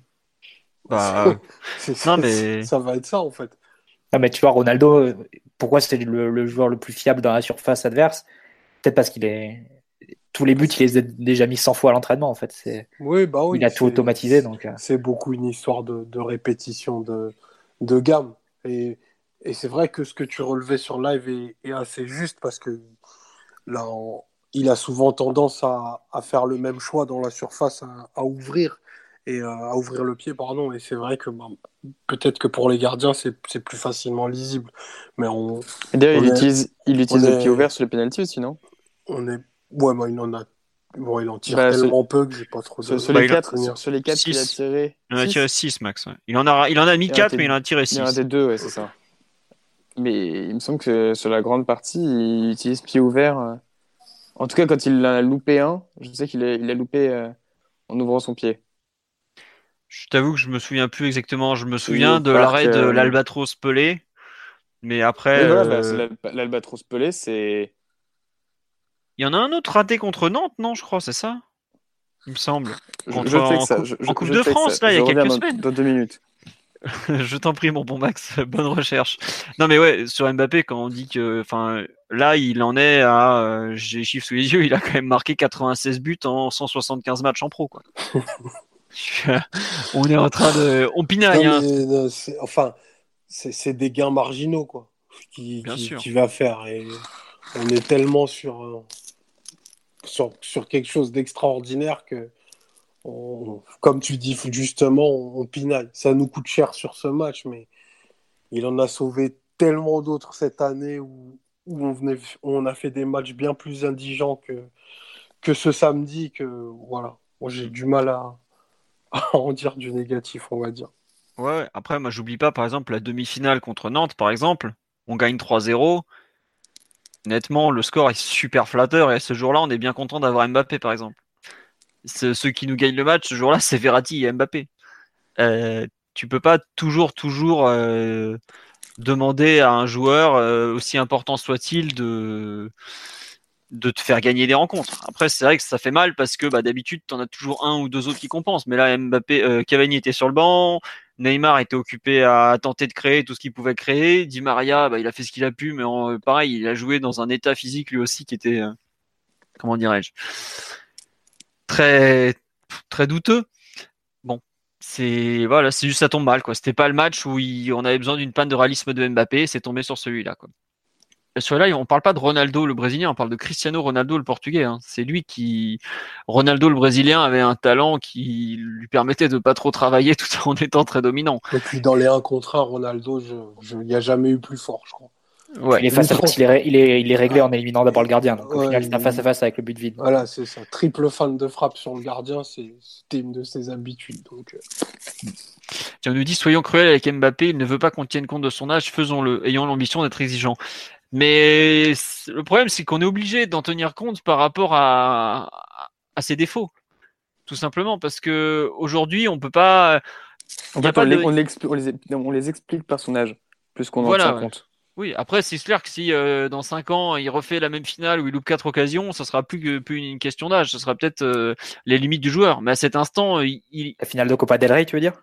Ça va être ça, en fait. Non, mais tu vois, Ronaldo, pourquoi c'était le joueur le plus fiable dans la surface adverse? Peut-être parce tous les buts, il les a déjà mis 100 fois à l'entraînement, en fait. Oui, il a tout automatisé. Donc, c'est beaucoup une histoire de répétition, de gamme. Et c'est vrai que ce que tu relevais sur live est assez juste parce que là, il a souvent tendance à faire le même choix dans la surface, à ouvrir à ouvrir le pied, pardon. Et c'est vrai que peut-être que pour les gardiens, c'est plus facilement lisible. Mais d'ailleurs, il utilise le pied ouvert sur les pénaltys aussi, non? Ouais, il en tire tellement peu que j'ai pas trop de... Sur les 4 qu'il a tiré... Il en a tiré 6, Max. Ouais. Il en a mis 4, mais il en a tiré 6. Il en a des 2, ouais, c'est ça. Mais il me semble que sur la grande partie, il utilise pied ouvert. En tout cas, quand il a loupé un, je sais qu'il a loupé en ouvrant son pied. Je t'avoue que je me souviens plus exactement. Je me souviens de l'arrêt de l'Albatros Pelé. Mais après... Oui, voilà, l'Albatros Pelé, c'est... Il y en a un autre raté contre Nantes, non, je crois, c'est ça? Il me semble. En Coupe de France, là, il y a quelques semaines. Dans 2 minutes. Je t'en prie, mon bon Max, bonne recherche. Non, mais ouais, sur Mbappé, quand on dit que, là, il en est à, j'ai les chiffres sous les yeux, il a quand même marqué 96 buts en 175 matchs en pro, quoi. On est en train on pinaille. C'est des gains marginaux, quoi, qui va faire. Et on est tellement sur quelque chose d'extraordinaire que, comme tu dis justement, on pinaille. Ça nous coûte cher sur ce match, mais il en a sauvé tellement d'autres cette année où on a fait des matchs bien plus indigents que ce samedi, que voilà. Moi, j'ai du mal à en dire du négatif, on va dire. Ouais, après, moi, j'oublie pas, par exemple, la demi-finale contre Nantes, par exemple. On gagne 3-0. Honnêtement, le score est super flatteur et ce jour-là, on est bien content d'avoir Mbappé, par exemple. Ceux qui nous gagnent le match, ce jour-là, c'est Verratti et Mbappé. Tu peux pas toujours demander à un joueur, aussi important soit-il, de te faire gagner des rencontres. Après, c'est vrai que ça fait mal parce que d'habitude, tu en as toujours un ou deux autres qui compensent. Mais là, Cavani était sur le banc, Neymar était occupé à tenter de créer tout ce qu'il pouvait créer. Di Maria, il a fait ce qu'il a pu, mais pareil, il a joué dans un état physique lui aussi qui était, comment dirais-je, très très douteux. Bon, c'est juste ça tombe mal, quoi. C'était pas le match où on avait besoin d'une panne de réalisme de Mbappé, c'est tombé sur celui-là, quoi. Sur là, on parle pas de Ronaldo le Brésilien, on parle de Cristiano Ronaldo le Portugais. Hein. C'est lui Ronaldo le Brésilien avait un talent qui lui permettait de pas trop travailler tout en étant très dominant. Et puis dans les 1 contre 1, Ronaldo, il n'y a jamais eu plus fort, je crois. Ouais. Il est face à face, il est réglé en éliminant d'abord le gardien. Donc au final, c'est un face à face avec le but vide. Voilà, c'est ça. Triple fan de frappe sur le gardien, c'était une de ses habitudes. Donc, On nous dit soyons cruels avec Mbappé, il ne veut pas qu'on tienne compte de son âge, faisons-le, ayant l'ambition d'être exigeant. Mais le problème, c'est qu'on est obligé d'en tenir compte par rapport à ses défauts, tout simplement, parce que aujourd'hui, on peut pas. En Y a fait, pas de... on les explique par son âge, plus qu'on en Voilà. tient Ouais. compte. Oui, après, c'est clair que si dans 5 ans, il refait la même finale où il loupe 4 occasions, ça sera plus une question d'âge, ça sera peut-être les limites du joueur. Mais à cet instant, La finale de Copa del Rey, tu veux dire?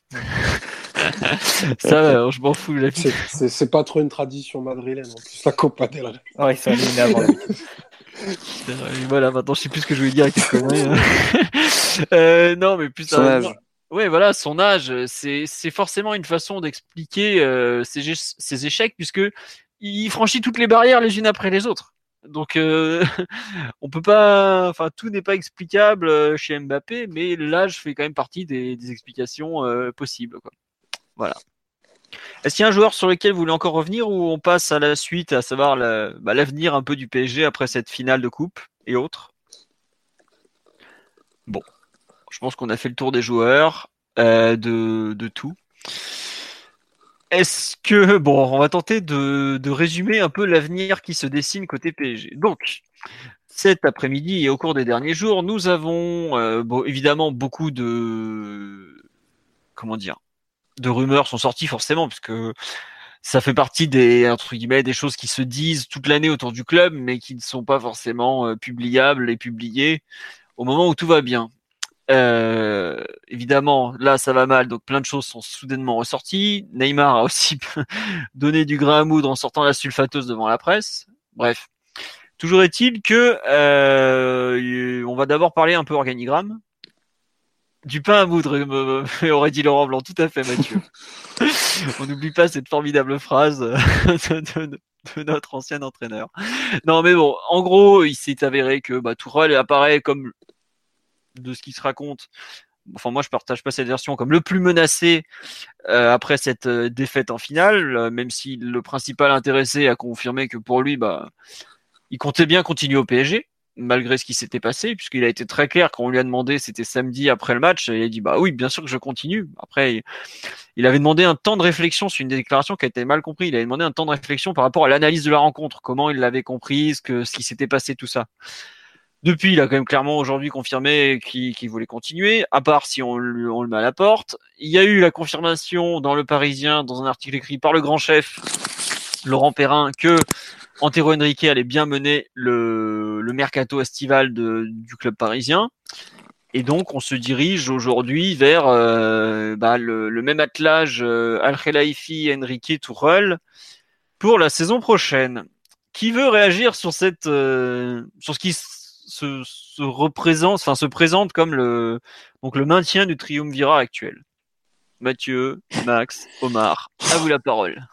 ça, je m'en fous de la finale. c'est pas trop une tradition madrilène, en plus, la Copa del Rey. Ouais, ils sont éliminés avant. Voilà, maintenant je sais plus ce que je voulais dire avec cette connerie. Non, mais plus Son âge. Ouais, voilà, son âge, c'est forcément une façon d'expliquer ses échecs puisque il franchit toutes les barrières les unes après les autres. Donc on peut pas, enfin tout n'est pas explicable chez Mbappé, mais l'âge fait quand même partie des explications possibles, quoi. Voilà. Est-ce qu'il y a un joueur sur lequel vous voulez encore revenir ou on passe à la suite, à savoir l'avenir un peu du PSG après cette finale de coupe et autres? Bon, je pense qu'on a fait le tour des joueurs, de tout. Est-ce que, bon, on va tenter de résumer un peu l'avenir qui se dessine côté PSG. Donc, cet après-midi et au cours des derniers jours, nous avons évidemment beaucoup de rumeurs sont sorties forcément, parce que ça fait partie entre guillemets, des choses qui se disent toute l'année autour du club, mais qui ne sont pas forcément publiables et publiées au moment où tout va bien. Évidemment, là, ça va mal, donc plein de choses sont soudainement ressorties. Neymar a aussi donné du grain à moudre en sortant la sulfateuse devant la presse. Bref. Toujours est-il que on va d'abord parler un peu organigramme. Du pain à moudre, aurait dit Laurent Blanc. Tout à fait, Mathieu. On n'oublie pas cette formidable phrase de notre ancien entraîneur. Non, mais bon, en gros, il s'est avéré que Tourelle apparaît comme, de ce qui se raconte, enfin moi je partage pas cette version, comme le plus menacé après cette défaite en finale, même si le principal intéressé a confirmé que pour lui, il comptait bien continuer au PSG, malgré ce qui s'était passé, puisqu'il a été très clair quand on lui a demandé, c'était samedi après le match, et il a dit oui, bien sûr que je continue. Après, il avait demandé un temps de réflexion sur une déclaration qui a été mal comprise. Il avait demandé un temps de réflexion par rapport à l'analyse de la rencontre, comment il l'avait comprise, ce qui s'était passé, tout ça. Depuis, il a quand même clairement aujourd'hui confirmé qu'il voulait continuer, à part si on le met à la porte. Il y a eu la confirmation dans Le Parisien, dans un article écrit par le grand chef Laurent Perrin, que Antero Henrique allait bien mener le mercato estival du club parisien. Et donc, on se dirige aujourd'hui vers le même attelage Al Khelaifi, Henrique, Tourelle pour la saison prochaine. Qui veut réagir sur sur ce qui se présente comme le maintien du triumvirat actuel? Mathieu, Max, Omar, à vous la parole.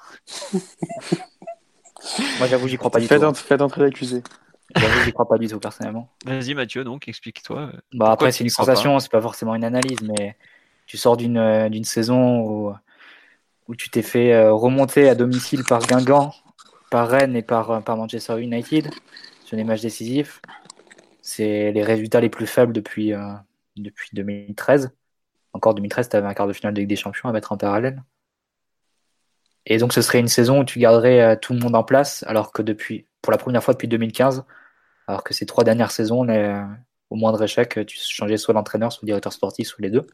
Moi, j'avoue, j'y crois pas du tout. Faites entrer l'accusé. J'avoue, j'y crois pas du tout, personnellement. Vas-y, Mathieu, donc, explique-toi. Après, c'est une sensation, c'est pas forcément une analyse, mais tu sors d'une saison où tu t'es fait remonter à domicile par Guingamp, par Rennes et par Manchester United sur les matchs décisifs. C'est les résultats les plus faibles depuis 2013. Encore 2013, tu avais un quart de finale de Ligue des Champions à mettre en parallèle. Et donc, ce serait une saison où tu garderais tout le monde en place, alors que pour la première fois depuis 2015, alors que ces 3 dernières saisons, au moindre échec, tu changeais soit l'entraîneur, soit le directeur sportif, soit les deux.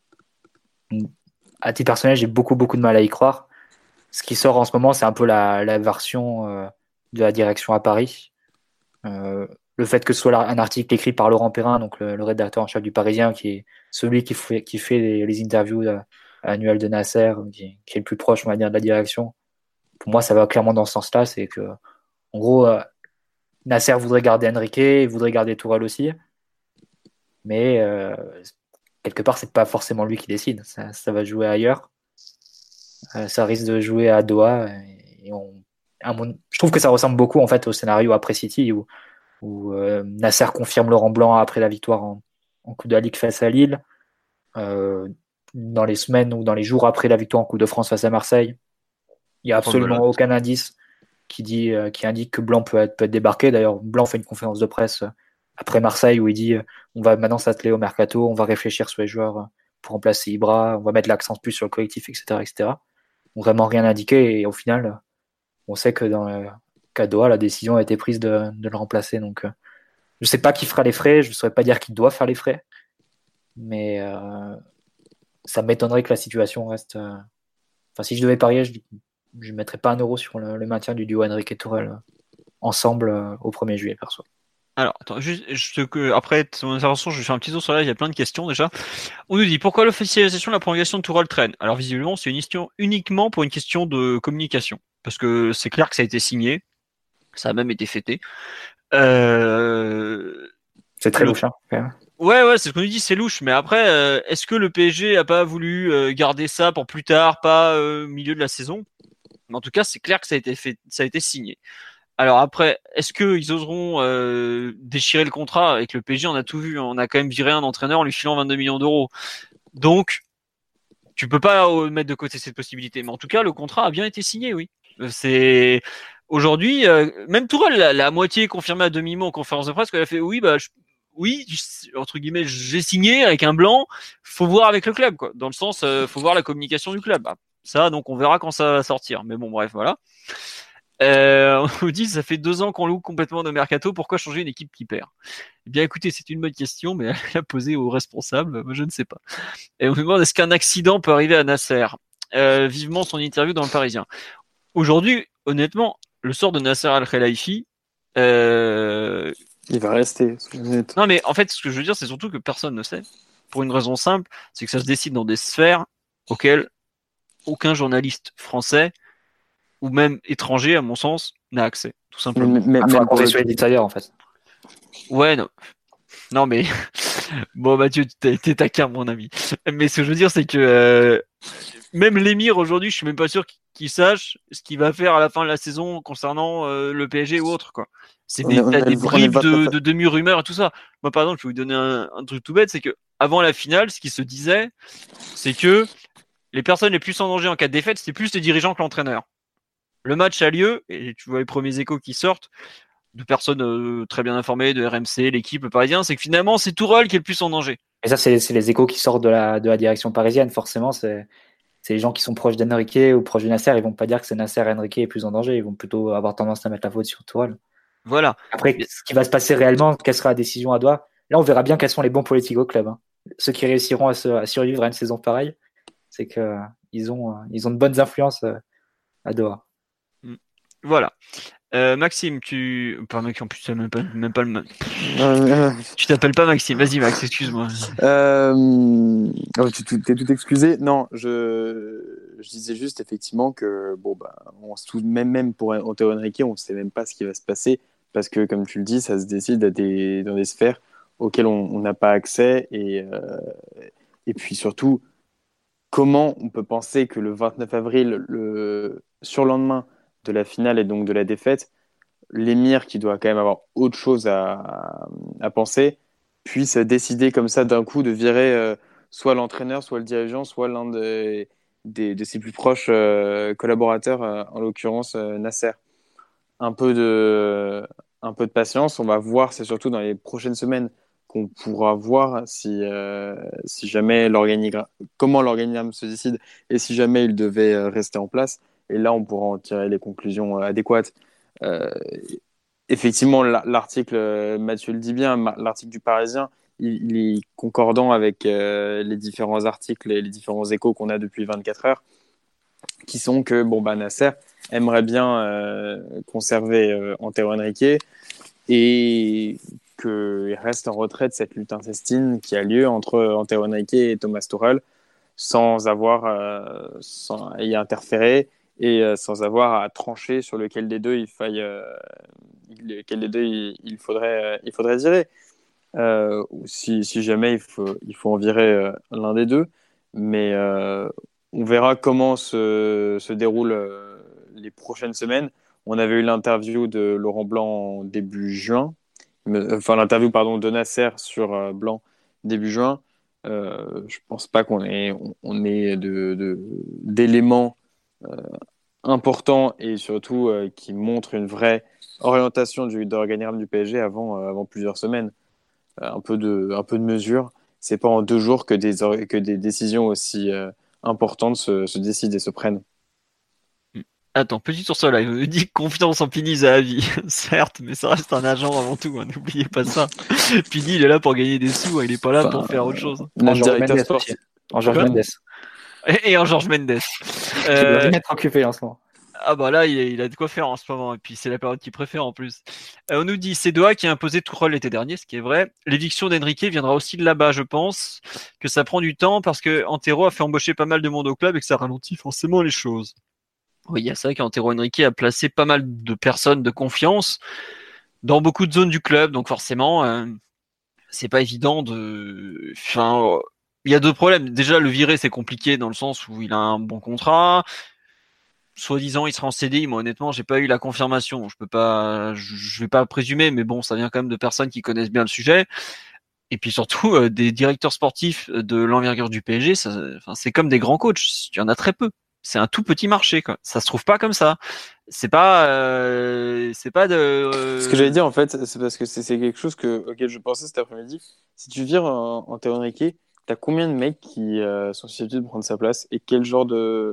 À titre personnel, j'ai beaucoup de mal à y croire. Ce qui sort en ce moment, c'est un peu la version de la direction à Paris. Le fait que ce soit un article écrit par Laurent Perrin, donc le rédacteur en chef du Parisien, qui est celui qui fait les interviews annuelles de Nasser, qui est le plus proche, on va dire, de la direction. Pour moi, ça va clairement dans ce sens-là. C'est que, en gros, Nasser voudrait garder Henrique, il voudrait garder Tourelle aussi. Mais quelque part, c'est pas forcément lui qui décide. Ça va jouer ailleurs. Ça risque de jouer à Doha. Je trouve que ça ressemble beaucoup en fait au scénario après City où Nasser confirme Laurent Blanc après la victoire en Coupe de la Ligue face à Lille. Dans les semaines ou dans les jours après la victoire en Coupe de France face à Marseille, il n'y a absolument aucun indice qui indique que Blanc peut être débarqué. D'ailleurs, Blanc fait une conférence de presse après Marseille où il dit on va maintenant s'atteler au mercato, on va réfléchir sur les joueurs pour remplacer Ibra, on va mettre l'accent plus sur le collectif, etc., etc. Vraiment rien indiqué et au final, on sait que dans le cas Doha, la décision a été prise de le remplacer. Donc, je ne sais pas qui fera les frais, je ne saurais pas dire qui doit faire les frais, mais ça m'étonnerait que la situation reste. Enfin, si je devais parier, je ne mettrais pas 1 euro sur le maintien du duo Henrique et Tourelle ensemble au 1er juillet, perso. Alors, attends, après ton intervention, je vais faire un petit tour sur là, il y a plein de questions déjà. On nous dit pourquoi l'officialisation de la prolongation de Tourelle traîne. Alors visiblement, c'est une question uniquement pour une question de communication. Parce que c'est clair que ça a été signé, ça a même été fêté. C'est très louche, hein, quand même. Ouais, c'est ce qu'on nous dit, c'est louche. Mais après, est-ce que le PSG a pas voulu garder ça pour plus tard, pas milieu de la saison? Mais en tout cas, c'est clair que ça a été fait, ça a été signé. Alors après, est-ce qu'ils oseront déchirer le contrat avec le PSG? On a tout vu, on a quand même viré un entraîneur en lui filant 22 millions d'euros. Donc, tu peux pas mettre de côté cette possibilité. Mais en tout cas, le contrat a bien été signé, oui. C'est aujourd'hui, même Tourelle l'a à moitié confirmé à demi-mot en conférence de presse qu'elle a fait oui, oui, entre guillemets, j'ai signé avec un blanc. Faut voir avec le club, quoi. Dans le sens, faut voir la communication du club. Bah, ça, donc, on verra quand ça va sortir. Mais bon, bref, voilà. On nous dit, ça fait 2 ans qu'on loue complètement nos mercato. Pourquoi changer une équipe qui perd? Eh bien, écoutez, c'est une bonne question, mais elle a posée aux responsables. Moi, je ne sais pas. Et on nous demande, est-ce qu'un accident peut arriver à Nasser? Vivement son interview dans le Parisien. Aujourd'hui, honnêtement, le sort de Nasser Al-Khelaifi, il va rester. Non, mais en fait, ce que je veux dire, c'est surtout que personne ne sait. Pour une raison simple, c'est que ça se décide dans des sphères auxquelles aucun journaliste français ou même étranger, à mon sens, n'a accès, tout simplement. Même pour sur les en fait. Ouais, non, mais bon, Mathieu, t'es taquin, mon ami. Mais ce que je veux dire, c'est que même l'émir aujourd'hui, je suis même pas sûr qu'il sache ce qu'il va faire à la fin de la saison concernant le PSG ou autre, quoi. C'est des bribes de demi-rumeurs et tout ça. Moi, par exemple, je vais vous donner un truc tout bête, c'est que avant la finale, ce qui se disait, c'est que les personnes les plus en danger en cas de défaite, c'était plus les dirigeants que l'entraîneur. Le match a lieu, et tu vois les premiers échos qui sortent, de personnes très bien informées, de RMC, l'équipe, le Parisien, c'est que finalement, c'est Tourelle qui est le plus en danger. Et ça, c'est les échos qui sortent de la direction parisienne. Forcément, c'est les gens qui sont proches d'Enrique ou proches de Nasser. Ils vont pas dire que c'est Nasser Enrique est plus en danger. Ils vont plutôt avoir tendance à mettre la faute sur Tourelle. Voilà. Après, ce qui va se passer réellement, quelle sera la décision à Doha? Là, on verra bien quels sont les bons politiques au club. Hein. Ceux qui réussiront à survivre à une saison pareille, c'est qu'ils ont de bonnes influences à Doha. Voilà. Maxime, pas Maxime, en plus, tu même pas le. Tu t'appelles pas Maxime. Vas-y, Max, excuse-moi. T'es tout excusé. Non, je disais juste effectivement que même pour Antero Henrique, on ne sait même pas ce qui va se passer parce que, comme tu le dis, ça se décide dans des sphères auxquelles on n'a pas accès et puis surtout, comment on peut penser que le 29 avril, le surlendemain de la finale et donc de la défaite, l'émir, qui doit quand même avoir autre chose à penser, puisse décider comme ça d'un coup de virer soit l'entraîneur, soit le dirigeant, soit l'un de ses plus proches collaborateurs, en l'occurrence Nasser. Un peu de patience, on va voir, c'est surtout dans les prochaines semaines qu'on pourra voir si jamais comment l'organigramme se décide et si jamais il devait rester en place. Et là, on pourra en tirer les conclusions adéquates. Effectivement, l'article, Mathieu le dit bien, l'article du Parisien, il est concordant avec les différents articles et les différents échos qu'on a depuis 24 heures, qui sont que Nasser aimerait bien conserver Antero Henrique et qu'il reste en retrait de cette lutte intestine qui a lieu entre Antero Henrique et Thomas Tuchel sans y interférer et sans avoir à trancher sur lequel des deux il faudrait virer. Si jamais il faut en virer l'un des deux, mais on verra comment se déroulent les prochaines semaines. On avait eu l'interview de Laurent Blanc en début juin, l'interview de Nasser sur Blanc début juin. Je pense pas qu'on ait d'éléments important et surtout qui montre une vraie orientation d'organigramme du PSG avant plusieurs semaines. Un peu de mesure. C'est pas en 2 jours que des décisions aussi importantes se décident et se prennent. Attends, petit sur là, il me dit que confiance en Pini à vie. Certes, mais ça reste un agent avant tout, hein, n'oubliez pas ça. Pini, il est là pour gagner des sous, hein, il est pas là pour faire autre chose. Notre directeur sportif. En Georges Mendes. Et en Georges Mendes. Qui doit rien être occupé en ce moment. Ah bah là, il a de quoi faire en ce moment, et puis c'est la période qu'il préfère en plus. On nous dit, c'est Doha qui a imposé Tuchel l'été dernier, ce qui est vrai. L'éviction d'Enrique viendra aussi de là-bas, je pense, que ça prend du temps, parce que Antero a fait embaucher pas mal de monde au club et que ça ralentit forcément les choses. Oui, il y a ça qu'Antero Henrique a placé pas mal de personnes de confiance dans beaucoup de zones du club, donc forcément, c'est pas évident de... Enfin, il y a 2 problèmes. Déjà, le virer, c'est compliqué dans le sens où il a un bon contrat. Soi-disant, il sera en CDI. Moi, honnêtement, j'ai pas eu la confirmation. Je vais pas présumer, mais bon, ça vient quand même de personnes qui connaissent bien le sujet. Et puis surtout, des directeurs sportifs de l'envergure du PSG, c'est comme des grands coachs. Il y en a très peu. C'est un tout petit marché, quoi. Ça se trouve pas comme ça. C'est pas de. Ce que j'allais dire, en fait, c'est parce que c'est quelque chose auquel je pensais cet après-midi. Si tu vires en Théo Henrique, t'as combien de mecs qui sont susceptibles de prendre sa place et quel genre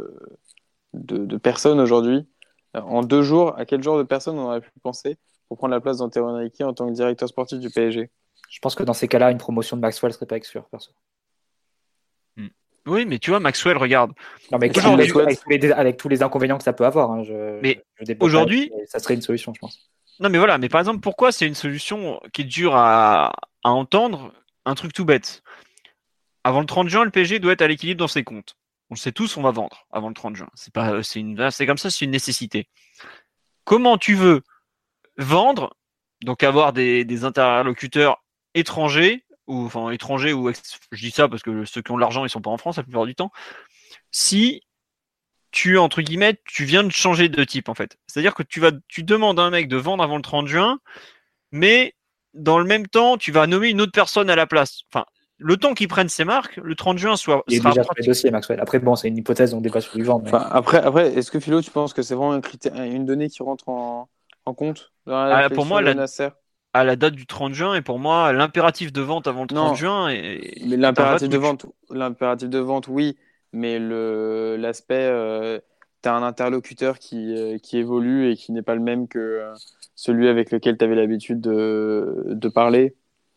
de personnes aujourd'hui, en 2 jours, à quel genre de personnes on aurait pu penser pour prendre la place d'Antero Henrique en tant que directeur sportif du PSG? Je pense que dans ces cas-là, une promotion de Maxwell serait pas exclue, perso. Oui, mais tu vois, Maxwell, regarde. Non, mais avec tous les inconvénients que ça peut avoir. Hein, mais aujourd'hui, ça serait une solution, je pense. Non, mais voilà. Mais par exemple, pourquoi c'est une solution qui est dure à entendre? Un truc tout bête. Avant le 30 juin, le PSG doit être à l'équilibre dans ses comptes. On le sait tous, on va vendre avant le 30 juin. C'est comme ça, c'est une nécessité. Comment tu veux vendre, donc avoir des interlocuteurs étrangers, ou je dis ça parce que ceux qui ont de l'argent, ils sont pas en France la plupart du temps, si entre guillemets, tu viens de changer de type, en fait. C'est-à-dire que tu demandes à un mec de vendre avant le 30 juin, mais dans le même temps, tu vas nommer une autre personne à la place. Enfin, le temps qu'ils prennent ces marques, le 30 juin il est déjà sur les dossiers, Maxwell. Après, bon, c'est une hypothèse, on débat sur du vent. Mais... Enfin, après, est-ce que Philo, tu penses que c'est vraiment une donnée qui rentre en compte dans la pour moi, à la date du 30 juin, et pour moi, l'impératif de vente avant le 30 juin mais l'impératif de vente, oui, mais l'aspect, tu as un interlocuteur qui évolue et qui n'est pas le même que celui avec lequel tu avais l'habitude de parler.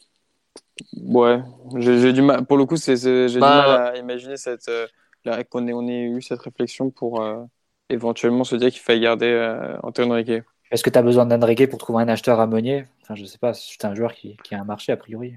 Ouais, j'ai du mal. Pour le coup, j'ai du mal à imaginer qu'on ait eu cette réflexion pour éventuellement se dire qu'il fallait garder Antero Henrique. Est-ce que tu as besoin d'Henrique pour trouver un acheteur à Meunier? Enfin, je sais pas, c'est un joueur qui a un marché a priori.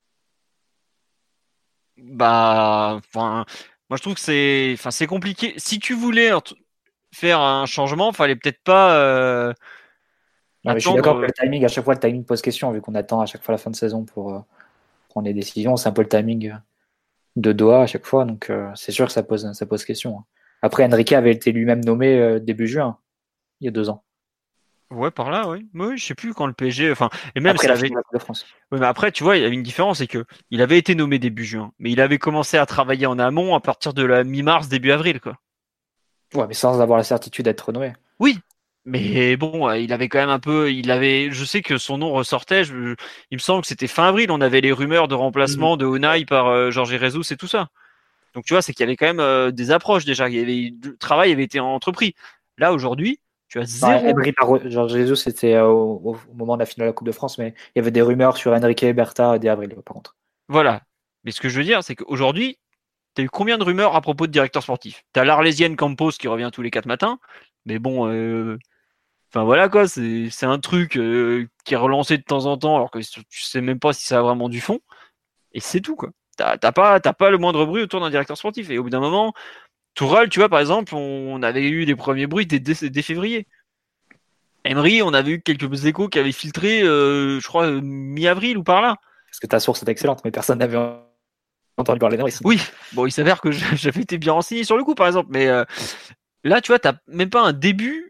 Moi je trouve que c'est compliqué. Si tu voulais faire un changement, fallait peut-être pas. Je suis d'accord que le timing, à chaque fois, le timing pose question, vu qu'on attend à chaque fois la fin de saison pour prendre les décisions. C'est un peu le timing de Doha à chaque fois, donc c'est sûr que ça pose question. Après, Henrique avait été lui-même nommé début juin, il y a 2 ans. Ouais, par là, oui. Oui, je sais plus quand le PSG. Et même après la finale de France. Oui, mais après, tu vois, il y avait une différence, c'est que il avait été nommé début juin, mais il avait commencé à travailler en amont à partir de la mi-mars, début avril, quoi. Ouais, mais sans avoir la certitude d'être renommé. Oui, mais bon, il avait quand même je sais que son nom ressortait. Il me semble que c'était fin avril. On avait les rumeurs de remplacement de Unai par Jorge Jesus et tout ça. Donc tu vois, c'est qu'il y avait quand même des approches déjà. Le travail avait été entrepris. Là aujourd'hui, tu as zéro. Emery par Jorge Jesus, c'était au moment de la finale de la Coupe de France, mais il y avait des rumeurs sur Enrique Berta dès avril, par contre. Voilà. Mais ce que je veux dire, c'est qu'aujourd'hui, tu as eu combien de rumeurs à propos de directeur sportif? Tu as l'Arlésienne Campos qui revient tous les 4 matins, mais bon, voilà quoi, c'est un truc qui est relancé de temps en temps, alors que tu sais même pas si ça a vraiment du fond, et c'est tout quoi. T'as pas le moindre bruit autour d'un directeur sportif, et au bout d'un moment, Tourelle, tu vois, par exemple, on avait eu des premiers bruits dès février. Emery, on avait eu quelques échos qui avaient filtré, je crois, mi-avril ou par là. Parce que ta source est excellente, mais personne n'avait entendu parler d'Emery. Oui, bon, il s'avère que j'avais été bien renseigné sur le coup, par exemple, mais là, tu vois, t'as même pas un début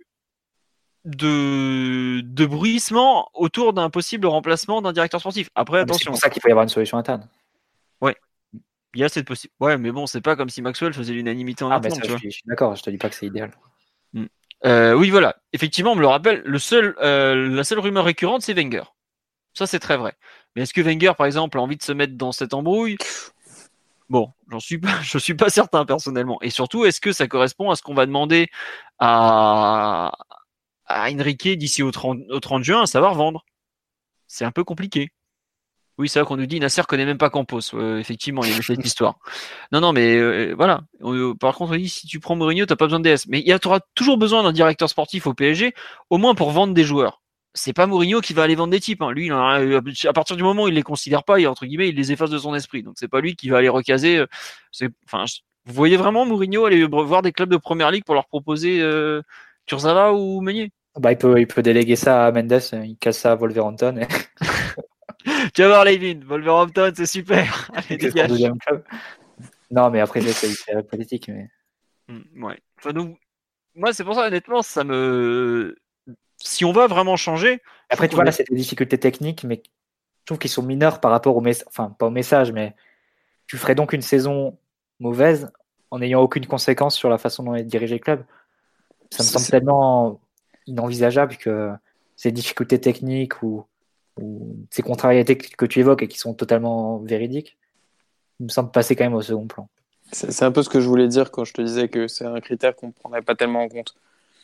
de bruissement autour d'un possible remplacement d'un directeur sportif. Après, attention. C'est pour ça qu'il faut y avoir une solution interne. Ouais. Il y a cette possibilité. Ouais, mais bon, c'est pas comme si Maxwell faisait l'unanimité en interne. Je suis d'accord, je te dis pas que c'est idéal. Oui, voilà. Effectivement, on me le rappelle, la seule rumeur récurrente, c'est Wenger. Ça, c'est très vrai. Mais est-ce que Wenger, par exemple, a envie de se mettre dans cette embrouille? Bon, je suis pas certain personnellement. Et surtout, est-ce que ça correspond à ce qu'on va demander à, à Enrique d'ici au 30 juin, à savoir vendre? C'est un peu compliqué. Oui, c'est vrai qu'on nous dit Nasser connaît même pas Campos. Effectivement, il y a cette histoire. Non, non, mais voilà. Par contre, on dit si tu prends Mourinho, t'as pas besoin de DS. Mais tu auras toujours besoin d'un directeur sportif au PSG, au moins pour vendre des joueurs. C'est pas Mourinho qui va aller vendre des types. Hein. Lui, à partir du moment où il les considère pas, entre guillemets, il les efface de son esprit. Donc c'est pas lui qui va aller recaser. Enfin, vous voyez vraiment Mourinho aller voir des clubs de première ligue pour leur proposer Kurzawa ou Meunier? Bah, il peut déléguer ça à Mendes, il casse ça à Wolverhampton et Tu vas voir Levin, Wolverhampton, c'est super. Allez, c'est son dégage. deuxième club. Non, mais après, c'est politique. Mais... Ouais. Enfin, donc, moi, c'est pour ça, honnêtement, si on va vraiment changer. Après, tu vois, là, c'est des difficultés techniques, mais je trouve qu'ils sont mineurs par rapport au message. Enfin, pas au message, mais tu ferais donc une saison mauvaise en n'ayant aucune conséquence sur la façon dont est dirigé le club. Ça me semble tellement inenvisageable que ces difficultés techniques ou ces contrariétés que tu évoques et qui sont totalement véridiques, il me semble passer quand même au second plan. C'est un peu ce que je voulais dire quand je te disais que c'est un critère qu'on ne prendrait pas tellement en compte.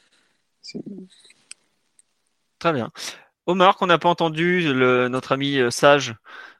Très bien. Omar, qu'on n'a pas entendu, notre ami Sage.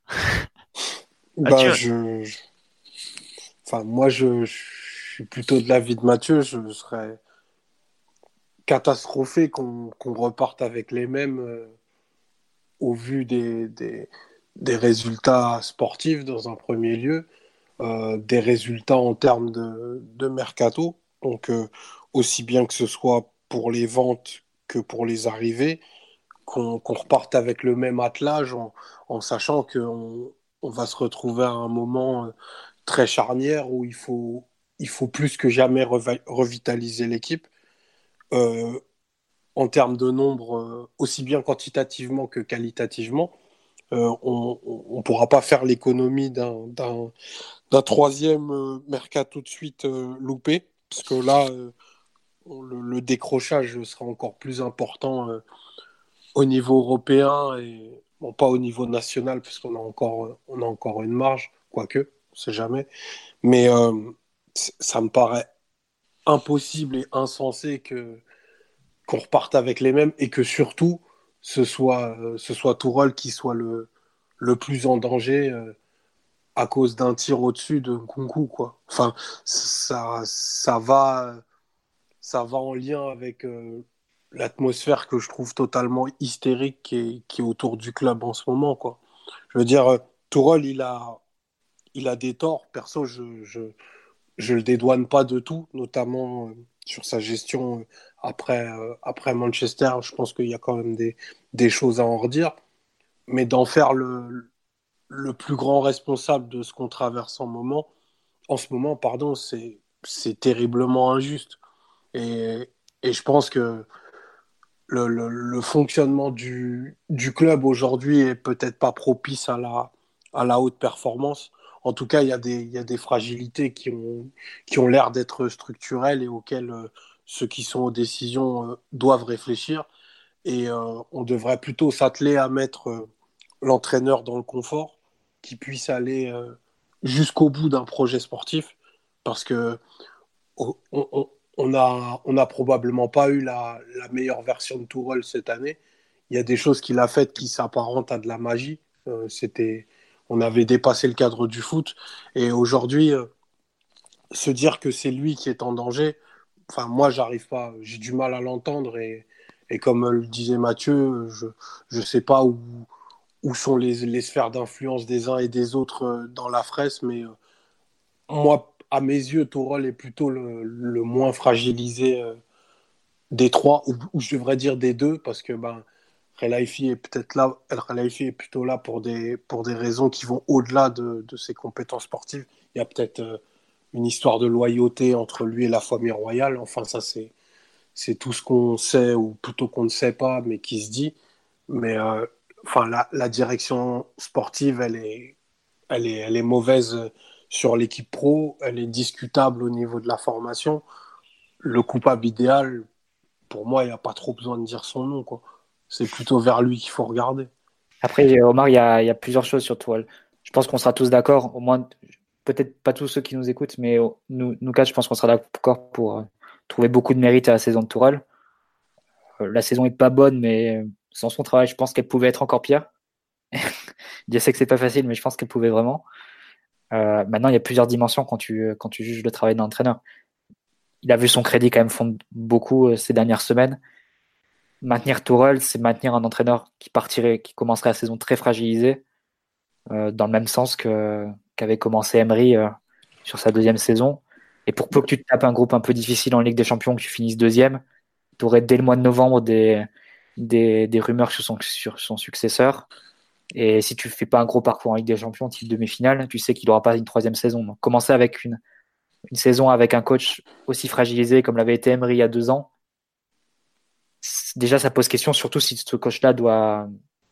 Bah, Enfin, moi, je suis plutôt de l'avis de Mathieu. Je serais catastrophé qu'on reparte avec les mêmes au vu des résultats sportifs dans un premier lieu, des résultats en termes de mercato. Donc, aussi bien que ce soit pour les ventes que pour les arrivées, qu'on reparte avec le même attelage en sachant qu'on va se retrouver à un moment très charnière où il faut plus que jamais revitaliser l'équipe. Euh, En termes de nombre, aussi bien quantitativement que qualitativement, on ne pourra pas faire l'économie d'un troisième mercato de suite loupé, parce que là, le décrochage sera encore plus important au niveau européen et bon, pas au niveau national, parce on a encore une marge, quoique, on ne sait jamais. Mais ça me paraît impossible et insensé qu'on reparte avec les mêmes et que surtout ce soit Tourelle qui soit le plus en danger à cause d'un tir au-dessus de Nkunku, quoi. Enfin, ça va en lien avec l'atmosphère que je trouve totalement hystérique qui est autour du club en ce moment, quoi. Je veux dire, Tourelle, il a des torts. Perso, je le dédouane pas de tout, notamment sur sa gestion après Manchester. Je pense qu'il y a quand même des choses à en redire. Mais d'en faire le plus grand responsable de ce qu'on traverse en ce moment, pardon, c'est terriblement injuste. Et, et je pense que le fonctionnement du club aujourd'hui est peut-être pas propice à la haute performance. En tout cas, il y a des fragilités qui ont l'air d'être structurelles et auxquelles ceux qui sont aux décisions doivent réfléchir. Et on devrait plutôt s'atteler à mettre l'entraîneur dans le confort, qui puisse aller jusqu'au bout d'un projet sportif, parce que on a probablement pas eu la meilleure version de Tourelle cette année. Il y a des choses qu'il a faites qui s'apparentent à de la magie. On avait dépassé le cadre du foot. Et aujourd'hui, se dire que c'est lui qui est en danger, enfin, moi, j'arrive pas, j'ai du mal à l'entendre. Et comme le disait Mathieu, je sais pas où sont les sphères d'influence des uns et des autres dans la fraise, mais moi, à mes yeux, Tourelle est plutôt le moins fragilisé des trois, ou je devrais dire des deux, parce que ben, Relaifi est peut-être là, El Relaifi est plutôt là pour des raisons qui vont au-delà de ses compétences sportives. Il y a peut-être une histoire de loyauté entre lui et la famille royale. Enfin, ça, c'est tout ce qu'on sait, ou plutôt qu'on ne sait pas, mais qui se dit. Mais enfin, la direction sportive, elle est mauvaise sur l'équipe pro, elle est discutable au niveau de la formation. Le coupable idéal, pour moi, il n'y a pas trop besoin de dire son nom, quoi. C'est plutôt vers lui qu'il faut regarder. Après, Omar, il y a plusieurs choses sur Tourelle. Je pense qu'on sera tous d'accord, au moins, peut-être pas tous ceux qui nous écoutent, mais nous quatre, je pense qu'on sera d'accord pour trouver beaucoup de mérite à la saison de Tourelle. La saison est pas bonne, mais sans son travail, je pense qu'elle pouvait être encore pire. Je sais que c'est pas facile, mais je pense qu'elle pouvait vraiment. Maintenant, il y a plusieurs dimensions quand tu juges le travail d'un entraîneur. Il a vu son crédit quand même fondre beaucoup ces dernières semaines. Maintenir Tourelle, c'est maintenir un entraîneur qui commencerait la saison très fragilisé, dans le même sens qu'avait commencé Emery sur sa deuxième saison. Et pour peu que tu te tapes un groupe un peu difficile en Ligue des Champions, que tu finisses deuxième, tu aurais dès le mois de novembre des rumeurs sur son successeur. Et si tu fais pas un gros parcours en Ligue des Champions, type demi-finale, tu sais qu'il n'aura pas une troisième saison. Donc commencer avec une saison avec un coach aussi fragilisé comme l'avait été Emery il y a 2 ans, déjà ça pose question, surtout si ce coach-là doit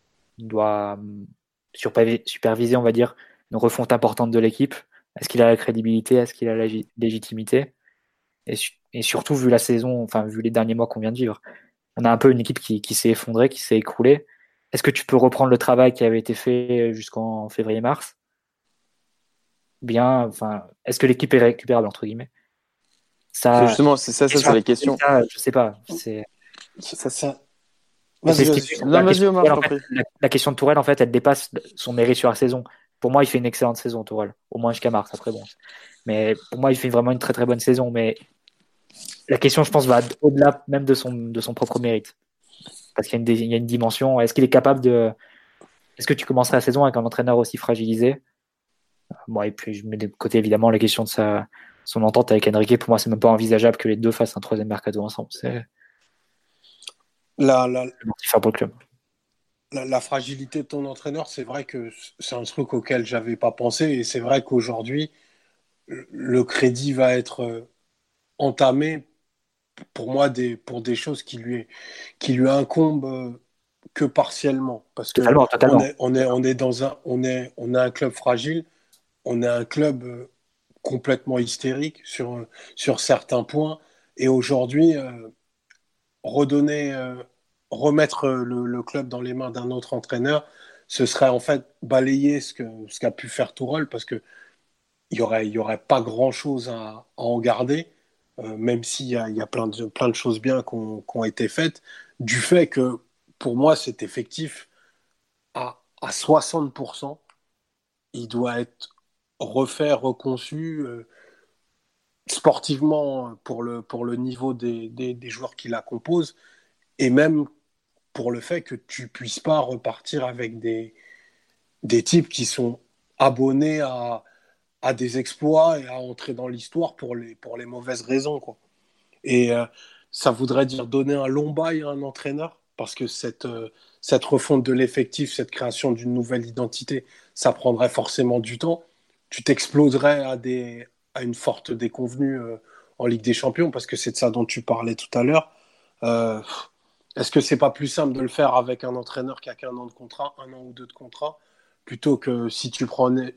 superviser, on va dire, une refonte importante de l'équipe. Est-ce qu'il a la crédibilité? Est-ce qu'il a la légitimité? Et surtout, vu la saison, enfin, vu les derniers mois qu'on vient de vivre, on a un peu une équipe qui s'est effondrée, qui s'est écroulée. Est-ce que tu peux reprendre le travail qui avait été fait jusqu'en février-mars? Bien, enfin, est-ce que l'équipe est récupérable, entre guillemets? Ça, justement, c'est ça sur les questions. Je sais pas. Ça. Vas-y, Omar, en fait, la question de Tourelle, en fait, elle dépasse son mérite sur la saison. Pour moi, il fait une excellente saison, Tourelle. Au moins jusqu'à mars, après, bon. Mais pour moi, il fait vraiment une très très bonne saison. Mais la question, je pense, va au-delà même de son propre mérite. Parce qu'il y a une dimension. Est-ce qu'il est capable de. Est-ce que tu commencerais la saison avec un entraîneur aussi fragilisé? Bon, et puis je mets de côté évidemment la question de son entente avec Enrique. Pour moi, c'est même pas envisageable que les deux fassent un troisième mercato ensemble. C'est mortifère pour le club. La fragilité de ton entraîneur, c'est vrai que c'est un truc auquel j'avais pas pensé. Et c'est vrai qu'aujourd'hui, le crédit va être entamé pour moi pour des choses qui lui incombent que partiellement. Parce que totalement. on a un club fragile, on a un club complètement hystérique sur certains points. Et aujourd'hui, remettre le club dans les mains d'un autre entraîneur, ce serait en fait balayer ce qu'a pu faire Tourelle, parce que il y aurait pas grand chose à en garder, même s'il y a plein de choses bien qui ont été faites, du fait que pour moi cet effectif à 60%, il doit être refait, reconçu sportivement pour le niveau des joueurs qui la composent, et même pour le fait que tu puisses pas repartir avec des types qui sont abonnés à des exploits et à entrer dans l'histoire pour les mauvaises raisons, quoi. Et ça voudrait dire donner un long bail à un entraîneur, parce que cette refonte de l'effectif, cette création d'une nouvelle identité, ça prendrait forcément du temps. Tu t'exploserais à une forte déconvenue en Ligue des Champions, parce que c'est de ça dont tu parlais tout à l'heure. Est-ce que c'est pas plus simple de le faire avec un entraîneur qui a qu'un an de contrat, un an ou deux de contrat, plutôt que si tu prenais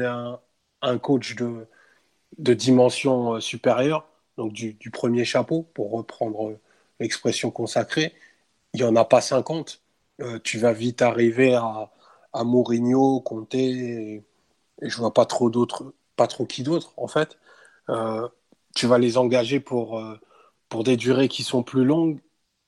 un coach de dimension supérieure, donc du premier chapeau, pour reprendre l'expression consacrée, il n'y en a pas 50. Tu vas vite arriver à Mourinho, Conte, et je vois pas trop qui d'autre, en fait. Tu vas les engager pour des durées qui sont plus longues.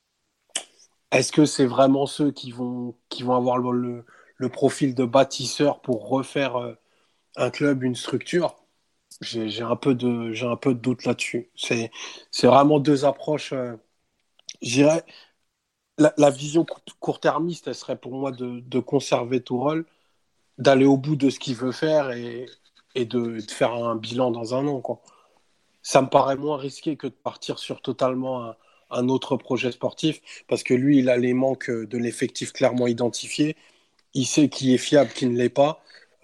Est-ce que c'est vraiment ceux qui vont avoir le profil de bâtisseur pour refaire un club, une structure? J'ai un peu de doute là-dessus. C'est vraiment deux approches. Je dirais, la vision court-termiste, elle serait pour moi de conserver Tourelle, d'aller au bout de ce qu'il veut faire et de faire un bilan dans un an, quoi. Ça me paraît moins risqué que de partir sur totalement un autre projet sportif, parce que lui, il a les manques de l'effectif clairement identifiés. Il sait qui est fiable, qui ne l'est pas.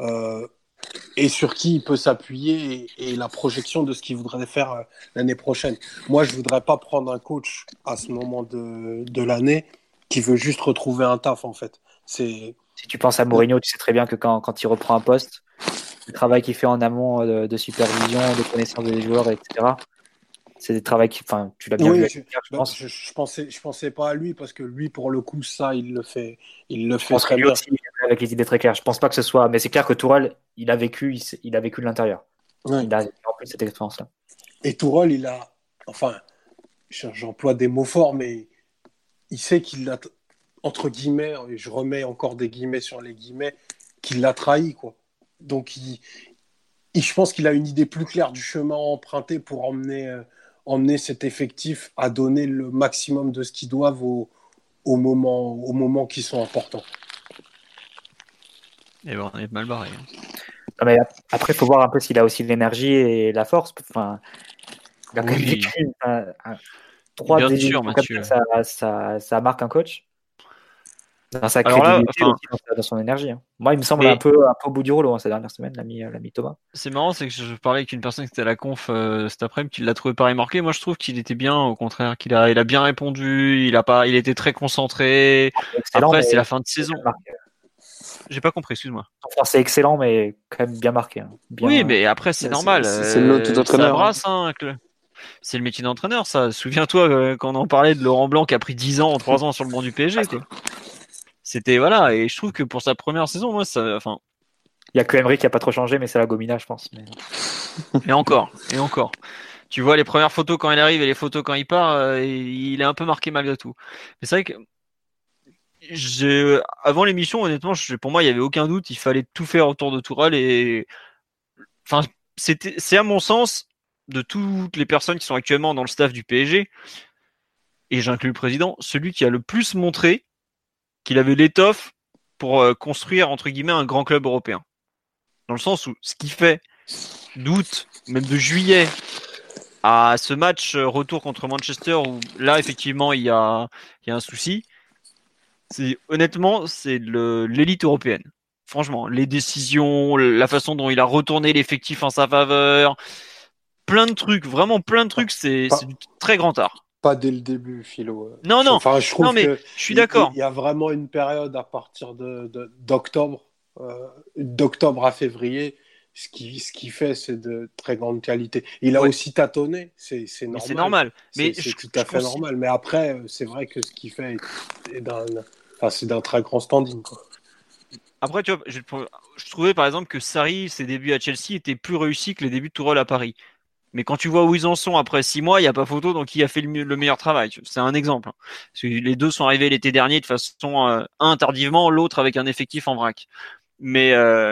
Et sur qui il peut s'appuyer, et la projection de ce qu'il voudrait faire l'année prochaine. Moi, je ne voudrais pas prendre un coach à ce moment de l'année qui veut juste retrouver un taf, en fait. Si tu penses à Mourinho, tu sais très bien que quand il reprend un poste, le travail qu'il fait en amont de supervision, de connaissance des joueurs, etc., c'est des travaux enfin, tu l'as bien vu Oui, avec Inter, je pense. je pensais pas à lui parce que lui, pour le coup, ça, il le Je fait pense que très lui bien. aussi, il est avec les idées très claires. Je pense pas que ce soit, mais c'est clair que Tourelle, il a vécu de l'intérieur. Ouais. Il a en plus cette expérience-là. Et Tourelle, enfin, j'emploie des mots forts, mais il sait qu'il l'a, entre guillemets, et je remets encore des guillemets sur les guillemets, qu'il l'a trahi, quoi. Donc, je pense qu'il a une idée plus claire du chemin à emprunter pour emmener cet effectif à donner le maximum de ce qu'ils doivent au moment qui sont importants. Et ben, on est mal barré. Non, mais après, il faut voir un peu s'il a aussi l'énergie et la force. Enfin, il a quand même Oui. vécu trois Bien désillusions sûr, comme Mathieu. ça marque un coach. Dans sa Alors là, crédibilité aussi, dans son énergie. Hein. Moi, il me semble mais un peu au bout du rouleau ces dernières semaines, l'ami Thomas. c'est marrant, c'est que je parlais avec une personne qui était à la conf cet après-midi, qui l'a trouvé pareil marqué. Moi, je trouve qu'il était bien, au contraire, il a bien répondu, il était très concentré. Excellent, Après, mais c'est la fin de saison. J'ai pas compris, excuse-moi. Enfin, c'est excellent, mais quand même bien marqué. Hein. Bien... Oui, mais après, c'est normal. C'est le lot tout Ça entraîneur. brasse, hein, c'est le métier d'entraîneur, ça. Souviens-toi quand on en parlait de Laurent Blanc qui a pris 10 ans, 3 ans sur le banc du PSG, quoi. C'était, voilà, et je trouve que pour sa première saison, moi, enfin. Il y a que Emery qui a pas trop changé, mais c'est la Gomina, je pense. Mais... Et encore. Tu vois les premières photos quand il arrive et les photos quand il part, il est un peu marqué malgré tout. Mais c'est vrai que avant l'émission, honnêtement, pour moi, il y avait aucun doute, il fallait tout faire autour de Tourelle et, enfin, c'est à mon sens, de toutes les personnes qui sont actuellement dans le staff du PSG, et j'inclus le président, celui qui a le plus montré qu'il avait l'étoffe pour construire, entre guillemets, un grand club européen. Dans le sens où ce qu'il fait d'août, même de juillet, à ce match retour contre Manchester, où là, effectivement, il y a un souci, honnêtement, c'est l'élite européenne. Franchement, les décisions, la façon dont il a retourné l'effectif en sa faveur, plein de trucs, vraiment plein de trucs, c'est du très grand art. Pas dès le début, Philo. Non, Enfin, je trouve mais que je suis d'accord. il y a vraiment une période à partir d'octobre à février. Ce qui fait, c'est de très grande qualité. Il a aussi tâtonné, c'est normal. Mais c'est normal. Mais c'est tout à fait normal. Mais après, c'est vrai que ce qu'il fait c'est d'un très grand standing, quoi. Après, tu vois, je trouvais par exemple que Sarri, ses débuts à Chelsea étaient plus réussis que les débuts de Tourelle à Paris. Mais quand tu vois où ils en sont après 6 mois, il n'y a pas photo, donc qui a fait le meilleur travail. C'est un exemple. Parce que les deux sont arrivés l'été dernier de façon, un tardivement, l'autre avec un effectif en vrac. Mais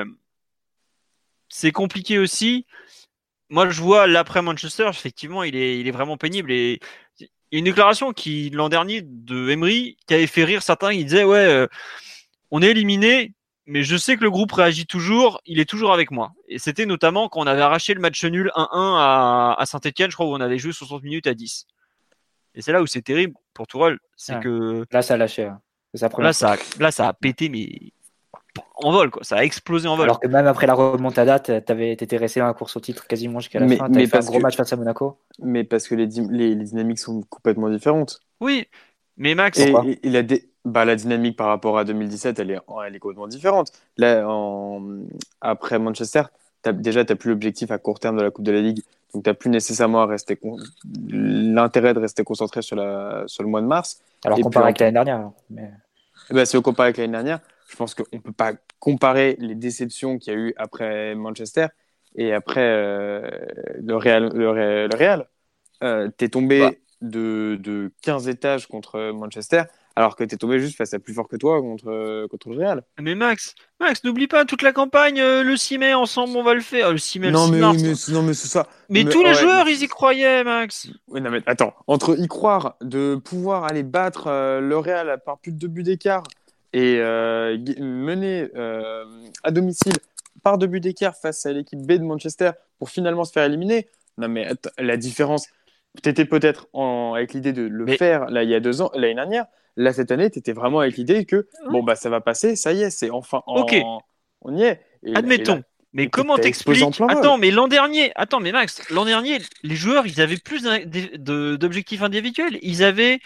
c'est compliqué aussi. Moi, je vois l'après Manchester, effectivement, il est vraiment pénible. Et il y a une déclaration l'an dernier de Emery qui avait fait rire certains. Il disait, ouais, on est éliminé, mais je sais que le groupe réagit toujours, il est toujours avec moi. Et c'était notamment quand on avait arraché le match nul 1-1 à Saint-Etienne, je crois, où on avait joué 60 minutes à 10. Et c'est là où c'est terrible pour Tourelle, c'est que là, ça a lâché. Hein. Là, ça a pété, mais en vol, quoi. Ça a explosé en vol. Alors que même après la remontada, t'étais resté dans la course au titre quasiment jusqu'à la fin. T'avais fait un gros match face à Monaco. Mais parce que les dynamiques sont complètement différentes. Oui, mais Max... la dynamique par rapport à 2017, elle est complètement différente. Là, après Manchester, t'as plus l'objectif à court terme de la Coupe de la Ligue. Donc, t'as plus nécessairement à l'intérêt de rester concentré sur le mois de mars. Alors, comparé avec l'année dernière. Si on compare avec l'année dernière, je pense qu'on ne peut pas comparer les déceptions qu'il y a eu après Manchester et après le Real. T'es tombé de 15 étages contre Manchester, alors que t'es tombé juste face à plus fort que toi contre le Real. Mais Max, n'oublie pas toute la campagne, le 6 mai, ensemble, on va le faire. Le 6 mai, non, le 6 mars. Non, mais c'est ça. Mais tous les joueurs, ils y croyaient, Max. Oui, non, mais attends, entre y croire, de pouvoir aller battre le Real par plus de 2 buts d'écart et mener à domicile par 2 buts d'écart face à l'équipe B de Manchester pour finalement se faire éliminer, non, mais la différence, t'étais peut-être avec l'idée de le faire là, il y a 2 ans, l'année dernière. Là, cette année, tu étais vraiment avec l'idée que ça va passer, ça y est, c'est enfin. On y est. Admettons. Mais comment t'expliques? Attends, mais Max, l'an dernier, les joueurs, ils avaient plus d'objectifs individuels. Ils avaient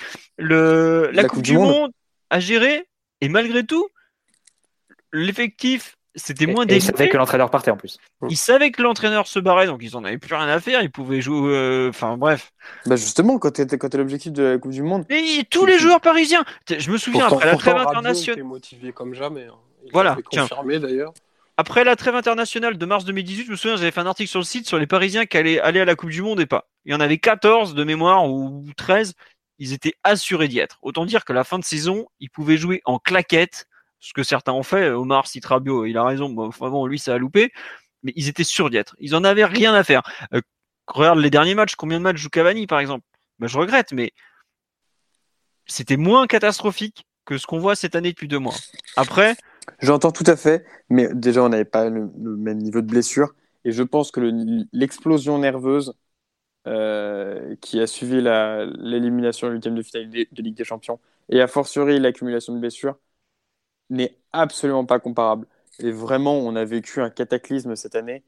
la Coupe du Monde à gérer. Et malgré tout, l'effectif c'était moins Et ils savaient délivré. que l'entraîneur partait en plus. Ils savaient que l'entraîneur se barrait, donc ils en avaient plus rien à faire. Ils pouvaient jouer. Enfin bref. Bah justement, quand t'es l'objectif de la Coupe du Monde, Et tous les joueurs parisiens. Je me souviens après la trêve Rabiot internationale. était motivé comme jamais. Hein. Il Voilà, l'avait tiens. confirmé d'ailleurs. Après la trêve internationale de mars 2018, je me souviens, j'avais fait un article sur le site sur les Parisiens qui allaient aller à la Coupe du Monde et pas. Il y en avait 14 de mémoire ou 13. Ils étaient assurés d'y être. Autant dire que la fin de saison, ils pouvaient jouer en claquette, ce que certains ont fait. Omar cite Rabiot, il a raison. Bon, lui, ça a loupé. Mais ils étaient sûrs d'y être. Ils en avaient rien à faire. Regarde les derniers matchs. Combien de matchs joue Cavani, par exemple? Je regrette, mais c'était moins catastrophique que ce qu'on voit cette année depuis 2 mois. Après, j'entends tout à fait, mais déjà, on n'avait pas le même niveau de blessure. Et je pense que l'explosion nerveuse qui a suivi l'élimination en huitième de finale de Ligue des Champions, et a fortiori l'accumulation de blessures, n'est absolument pas comparable. Et vraiment, on a vécu un cataclysme cette année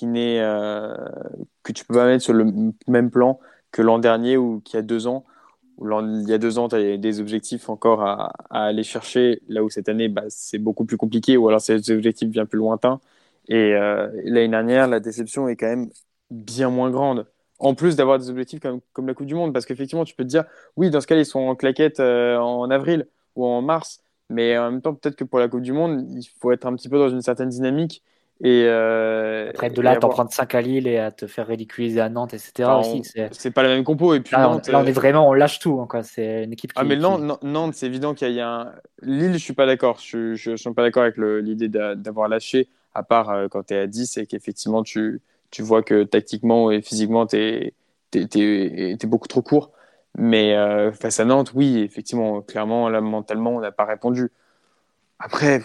que tu peux pas mettre sur le même plan que l'an dernier ou qu'il y a 2 ans. Il y a 2 ans, tu as des objectifs encore à aller chercher, là où cette année, c'est beaucoup plus compliqué, ou alors c'est des objectifs bien plus lointains. Et l'année dernière, la déception est quand même bien moins grande. En plus d'avoir des objectifs comme la Coupe du Monde, parce qu'effectivement, tu peux te dire, oui, dans ce cas, ils sont en claquette en avril ou en mars, mais en même temps, peut-être que pour la Coupe du Monde, il faut être un petit peu dans une certaine dynamique. Après, de là, t'en avoir... prendre 5 à Lille et à te faire ridiculiser à Nantes, etc. enfin, aussi, c'est pas la même compo. Et puis là, Nantes, on est vraiment, on lâche tout. Hein, quoi. C'est une équipe qui. ah, mais Nantes, c'est évident qu'il y a un. Lille, je suis pas d'accord. Je suis pas d'accord avec l'idée d'avoir lâché, à part quand tu es à 10 et qu'effectivement, tu vois que tactiquement et physiquement, t'es beaucoup trop court. Mais face à Nantes, oui, effectivement, clairement, là, mentalement, on n'a pas répondu. Après,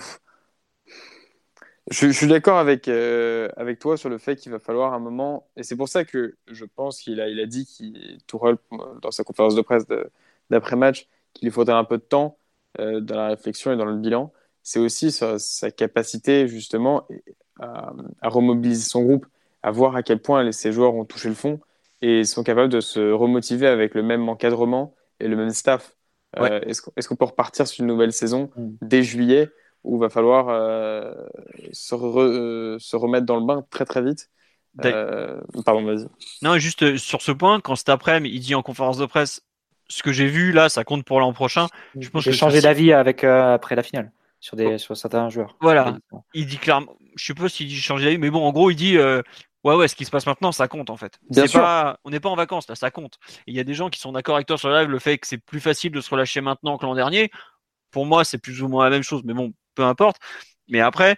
je suis d'accord avec toi sur le fait qu'il va falloir un moment, et c'est pour ça que je pense il a dit, Tourelle, dans sa conférence de presse d'après-match, qu'il lui faudrait un peu de temps dans la réflexion et dans le bilan. C'est aussi sa capacité justement à remobiliser son groupe, à voir à quel point ses joueurs ont touché le fond et sont capables de se remotiver avec le même encadrement et le même staff. ouais. Est-ce qu'on peut repartir sur une nouvelle saison dès juillet, où il va falloir se remettre dans le bain très très vite. Pardon, vas-y. Non, juste sur ce point, quand cet après-midi, il dit en conférence de presse, ce que j'ai vu là, ça compte pour l'an prochain. Je pense J'ai que changé d'avis après la finale sur certains joueurs. Voilà, il dit clairement, je sais pas s'il dit changer d'avis, mais bon, en gros, il dit ouais, ce qui se passe maintenant, ça compte en fait. Bien sûr. On n'est pas en vacances là, ça compte. Et il y a des gens qui sont d'accord avec toi sur le live, le fait que c'est plus facile de se relâcher maintenant que l'an dernier. Pour moi, c'est plus ou moins la même chose, mais bon, peu importe. Mais après,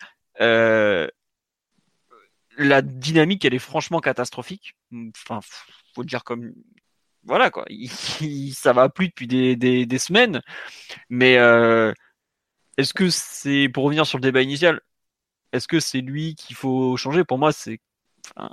la dynamique, elle est franchement catastrophique. Enfin, faut le dire comme voilà quoi. Ça va plus depuis des semaines. Mais est-ce que c'est, pour revenir sur le débat initial, est-ce que c'est lui qu'il faut changer? Pour moi, enfin,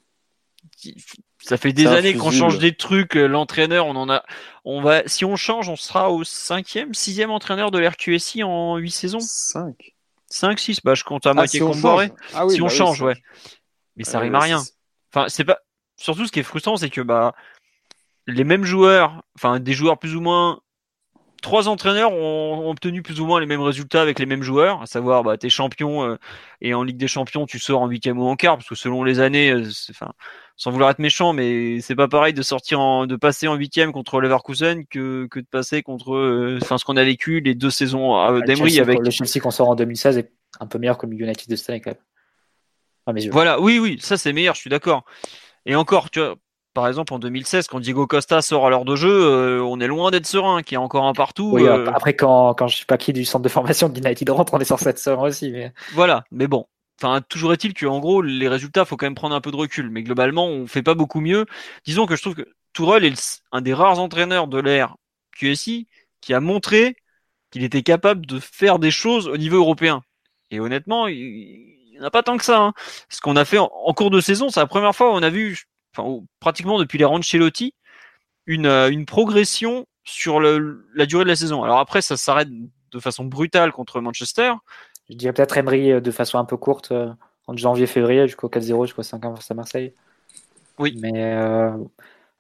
ça fait des années qu'on change des trucs. L'entraîneur, si on change, on sera au 5e, 6e entraîneur de l'RQSI en 8 saisons. 5, 6, je compte à moitié Comboré. Si on change, ouais. Mais ça rime à rien. Enfin, c'est pas, surtout ce qui est frustrant, c'est que, les mêmes joueurs, enfin, des joueurs plus ou moins, 3 entraîneurs ont obtenu plus ou moins les mêmes résultats avec les mêmes joueurs, à savoir, t'es champion et en Ligue des Champions, tu sors en 8e ou en quart, parce que selon les années, enfin, sans vouloir être méchant, mais c'est pas pareil de passer en 8e contre Leverkusen que de passer contre, ce qu'on a vécu les 2 saisons d'Emery avec. Le Chelsea qu'on sort en 2016 est un peu meilleur que le United de cette année quand même. À mes yeux. Voilà, oui, ça c'est meilleur, je suis d'accord. Et encore, tu vois. Par exemple, en 2016, quand Diego Costa sort à l'heure de jeu, on est loin d'être serein, qu'il y a encore un partout. Oui, après, quand je suis pas qui du centre de formation de United rentre, on est censé être serein aussi. Mais... Voilà, mais bon. Enfin, toujours est-il qu'en gros, les résultats, faut quand même prendre un peu de recul. Mais globalement, on fait pas beaucoup mieux. Disons que je trouve que Tourelle est un des rares entraîneurs de l'ère QSI qui a montré qu'il était capable de faire des choses au niveau européen. Et honnêtement, il n'y en a pas tant que ça. Hein. Ce qu'on a fait en cours de saison, c'est la première fois où on a vu, pratiquement depuis les Rancelotti, une progression sur la durée de la saison. Alors après, ça s'arrête de façon brutale contre Manchester. Je dirais peut-être Emery de façon un peu courte, entre janvier-février jusqu'au 4-0, jusqu'au 5-1 face à Marseille. Oui. Mais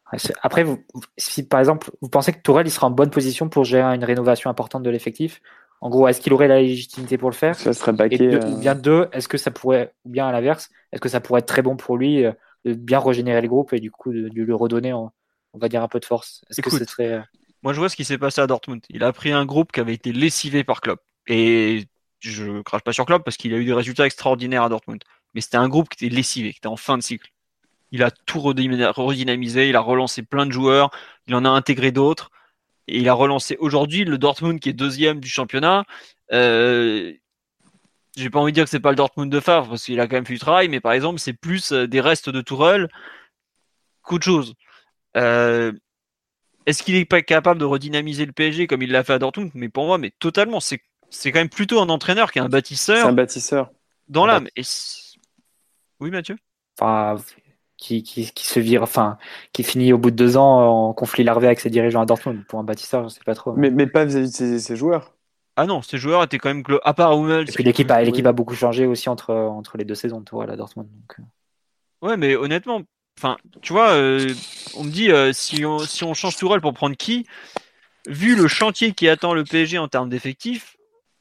après, si par exemple, vous pensez que Tourelle il sera en bonne position pour gérer une rénovation importante de l'effectif, En gros, est-ce qu'il aurait la légitimité pour le faire? Ça serait Et baqué. ou bien deux, est-ce que ça pourrait, ou bien à l'inverse, est-ce que ça pourrait être très bon pour lui de bien régénérer le groupe et du coup de lui redonner, on va dire, un peu de force? Est-ce que ce Écoute, serait. moi je vois ce qui s'est passé à Dortmund. Il a pris un groupe qui avait été lessivé par Klopp. Et je crache pas sur Klopp parce qu'il a eu des résultats extraordinaires à Dortmund. Mais c'était un groupe qui était lessivé, qui était en fin de cycle. Il a tout redynamisé, il a relancé plein de joueurs, il en a intégré d'autres. Et il a relancé aujourd'hui le Dortmund qui est deuxième du championnat. Euh, j'ai pas envie de dire que c'est pas le Dortmund de Favre parce qu'il a quand même fait du travail, mais par exemple c'est plus des restes de Tourelle qu'autre chose. Euh, est-ce qu'il est pas capable de redynamiser le PSG comme il l'a fait à Dortmund? Mais pour moi, mais totalement. C'est quand même plutôt un entraîneur qu'un C'est un bâtisseur bâtisseur. dans Ah bah, l'âme. Oui, Mathieu? enfin, qui se vire, enfin, qui finit au bout de 2 ans en conflit larvé avec ses dirigeants à Dortmund. Pour un bâtisseur, je sais pas trop. Mais pas vis-à-vis de ses joueurs. Ah non, ces joueurs étaient quand même à part Hummels Et puis qui pouvait. l'équipe a beaucoup changé aussi entre les 2 saisons de Tourelle à Dortmund. Donc, Ouais, mais honnêtement, enfin, tu vois, on me dit si on change Tourelle pour prendre qui, vu le chantier qui attend le PSG en termes d'effectifs,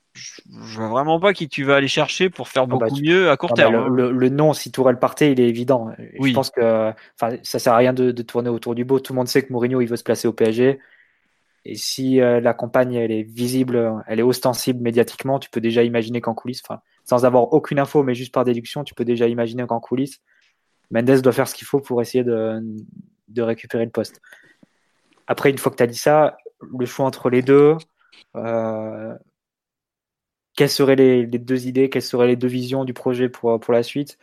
je vois vraiment pas qui tu vas aller chercher pour faire ah bah, beaucoup mieux à court non, mais terme. Hein. le nom, si Tourelle partait, il est évident. Je Oui, pense que, enfin, ça sert à rien de tourner autour du beau. Tout le monde sait que Mourinho, il veut se placer au PSG. Et si la campagne, elle est visible, elle est ostensible médiatiquement, tu peux déjà imaginer qu'en coulisses, enfin, sans avoir aucune info, mais juste par déduction, tu peux déjà imaginer qu'en coulisses, Mendes doit faire ce qu'il faut pour essayer de récupérer le poste. Après, une fois que tu as dit ça, le choix entre les deux, euh, quelles seraient les deux idées, quelles seraient les deux visions du projet pour la suite?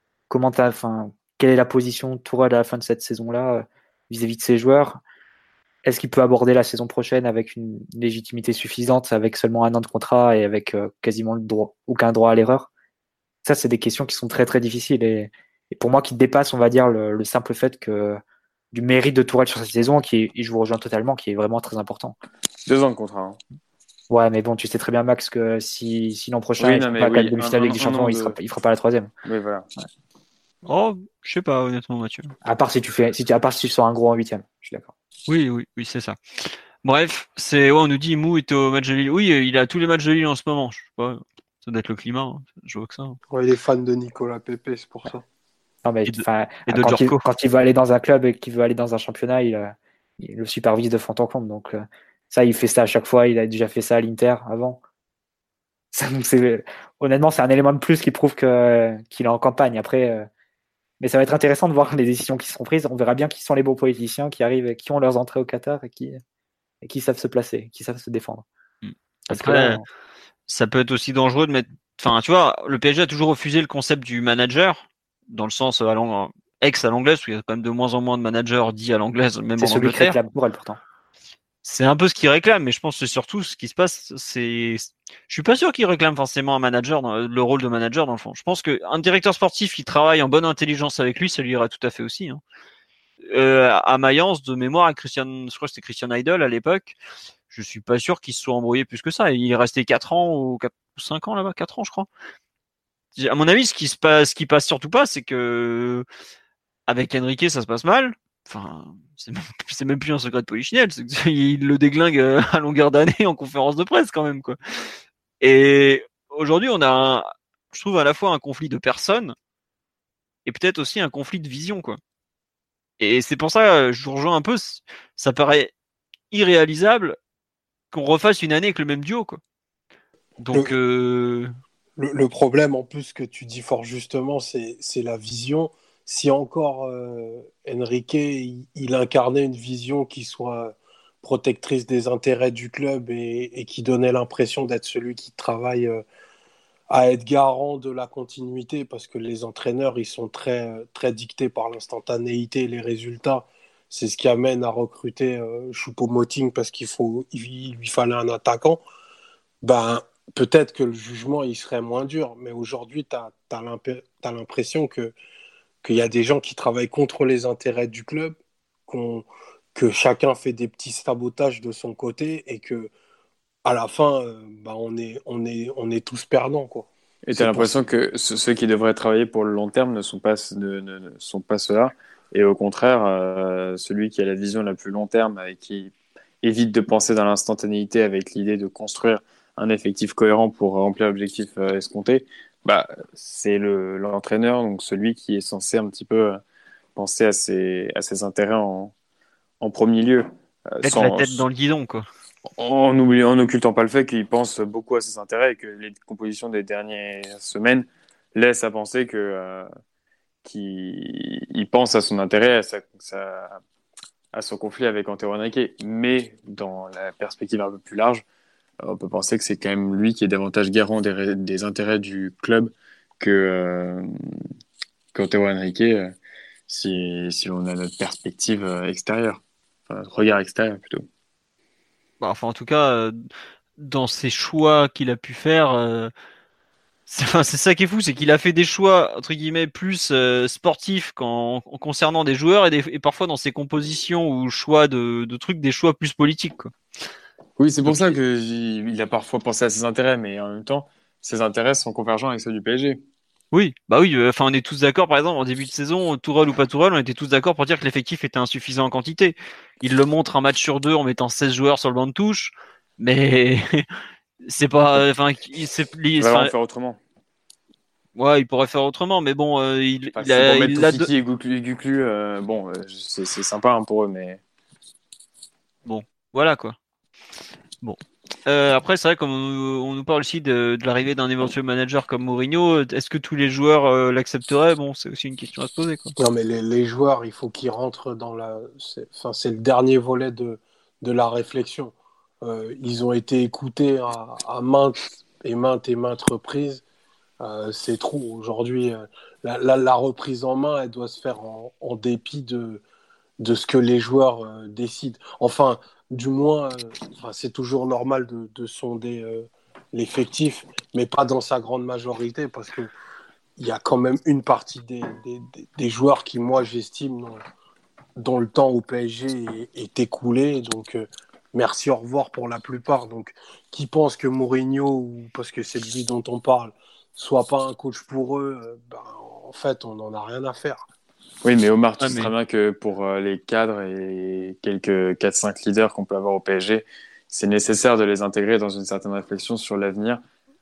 Enfin, quelle est la position de Tourelle à la fin de cette saison-là vis-à-vis de ses joueurs? Est-ce qu'il peut aborder la saison prochaine avec une légitimité suffisante, avec seulement 1 an de contrat et avec quasiment aucun droit à l'erreur? Ça, c'est des questions qui sont très très difficiles et pour moi qui dépassent, on va dire, le simple fait que du mérite de Tourelle sur cette saison, et je vous rejoins totalement, qui est vraiment très important. 2 ans de contrat. Hein. Ouais, mais bon, tu sais très bien, Max, que si l'an prochain Oui, ils non, sont mais pas à 4 oui, demi-finales avec des un an champions, de. il fera pas la troisième. Oui, voilà. Ouais. oh, je sais pas honnêtement, Mathieu. À part à part si tu sors un gros en huitième, je suis d'accord. Oui, oui, oui, c'est ça. Bref, ouais, on nous dit Mou est au match de Lille. Oui, il a tous les matchs de Lille en ce moment. Je sais pas, ça doit être le climat. Hein. Je vois que ça. Hein. Ouais, il est fan de Nicolas Pepe, c'est pour ça. Non, mais Et de, enfin, et de quand Djorko. il veut aller dans un club et qu'il veut aller dans un championnat, il le supervise de fond en comble. Donc, ça, il fait ça à chaque fois. Il a déjà fait ça à l'Inter avant. Donc honnêtement, c'est un élément de plus qui prouve qu'il est en campagne. Après, mais ça va être intéressant de voir les décisions qui seront prises. On verra bien qui sont les beaux politiciens qui arrivent, qui ont leurs entrées au Qatar et qui savent se placer, qui savent se défendre. Parce que Après, là, ça peut être aussi dangereux de mettre. Enfin, tu vois, le PSG a toujours refusé le concept du manager, dans le sens ex à l'anglaise, où il y a quand même de moins en moins de managers dits à l'anglaise, même c'est en celui qui Angleterre. réclame pour elle pourtant. C'est un peu ce qu'il réclame, mais je pense que surtout ce qui se passe, je suis pas sûr qu'il réclame forcément un manager, le rôle de manager dans le fond. Je pense qu'un directeur sportif qui travaille en bonne intelligence avec lui, ça lui ira tout à fait aussi. Hein. À Mayence, de mémoire, je crois que c'était Christian Heidel à l'époque, je suis pas sûr qu'il se soit embrouillé plus que ça. Il est resté 4 ans ou 5 ans là-bas, 4 ans je crois. À mon avis, ce qui passe surtout pas, c'est que avec Enrique, ça se passe mal. Enfin, c'est même plus un secret de polichinelle, c'est qu'il le déglingue à longueur d'année en conférence de presse quand même quoi. Et aujourd'hui, on a je trouve à la fois un conflit de personnes et peut-être aussi un conflit de vision quoi. Et c'est pour ça, je vous rejoins un peu, ça paraît irréalisable qu'on refasse une année avec le même duo quoi. Donc Le problème, en plus, que tu dis fort justement, c'est la vision. Si encore Enrique, il incarnait une vision qui soit protectrice des intérêts du club et qui donnait l'impression d'être celui qui travaille à être garant de la continuité, parce que les entraîneurs, ils sont très dictés par l'instantanéité et les résultats. C'est ce qui amène à recruter Choupo-Moting parce il lui fallait un attaquant. Ben, peut-être que le jugement il serait moins dur, mais aujourd'hui, tu as l'impression qu'il y a des gens qui travaillent contre les intérêts du club, que chacun fait des petits sabotages de son côté et que à la fin, ben, on est tous perdants, quoi. Et tu as C'est pour ça. l'impression que ceux qui devraient travailler pour le long terme ne sont pas, ne sont pas ceux-là. Et au contraire, celui qui a la vision la plus long terme et qui évite de penser dans l'instantanéité avec l'idée de construire un effectif cohérent pour remplir l'objectif escompté, bah, c'est l'entraîneur, donc celui qui est censé un petit peu penser à ses intérêts en premier lieu, Mettre la tête dans le guidon, quoi. en occultant pas le fait qu'il pense beaucoup à ses intérêts et que les compositions des dernières semaines laissent à penser qu'il pense à son intérêt, à son conflit avec Antero Henrique. Mais dans la perspective un peu plus large, on peut penser que c'est quand même lui qui est davantage garant des intérêts du club que qu'Antero Henrique, si on a notre perspective extérieure, enfin, notre regard extérieur plutôt. Bah, enfin, en tout cas, dans ses choix qu'il a pu faire, enfin, c'est ça qui est fou, c'est qu'il a fait des choix entre guillemets plus sportifs en concernant des joueurs et parfois dans ses compositions ou choix de trucs des choix plus politiques, quoi. Oui, c'est pour Donc, ça qu'il a parfois pensé à ses intérêts, mais en même temps, ses intérêts sont convergents avec ceux du PSG. oui, bah oui, enfin on est tous d'accord, par exemple, en début de saison, Tourelle ou pas Tourelle, on était tous d'accord pour dire que l'effectif était insuffisant en quantité. Il le montre un match sur deux en mettant 16 joueurs sur le banc de touche, mais c'est pas, enfin, Tu vas vraiment faire autrement. ouais, il pourrait faire autrement, mais bon, Enfin, c'est pour mettre il l'a Toufiki et Guclu, bon, c'est sympa hein, pour eux, mais bon, voilà quoi. Bon. Après, c'est vrai, comme on nous parle aussi de l'arrivée d'un éventuel manager comme Mourinho, est-ce que tous les joueurs l'accepteraient? Bon, c'est aussi une question à se poser, quoi. Non, mais les joueurs, il faut qu'ils rentrent dans la. Enfin, c'est le dernier volet de la réflexion. Ils ont été écoutés à maintes reprises. C'est trop. Aujourd'hui, la reprise en main, elle doit se faire en dépit de ce que les joueurs décident. Enfin, du moins, enfin, c'est toujours normal de sonder l'effectif, mais pas dans sa grande majorité, parce que il y a quand même une partie des joueurs qui, moi, j'estime, dont le temps au PSG est écoulé. Donc, merci, au revoir pour la plupart. Donc, qui pense que Mourinho, ou parce que c'est lui dont on parle, soit pas un coach pour eux, ben, en fait, on n'en a rien à faire. oui, mais Omar, tu Ouais, sais mais très bien que pour les cadres et quelques 4-5 leaders qu'on peut avoir au PSG, c'est nécessaire de les intégrer dans une certaine réflexion sur l'avenir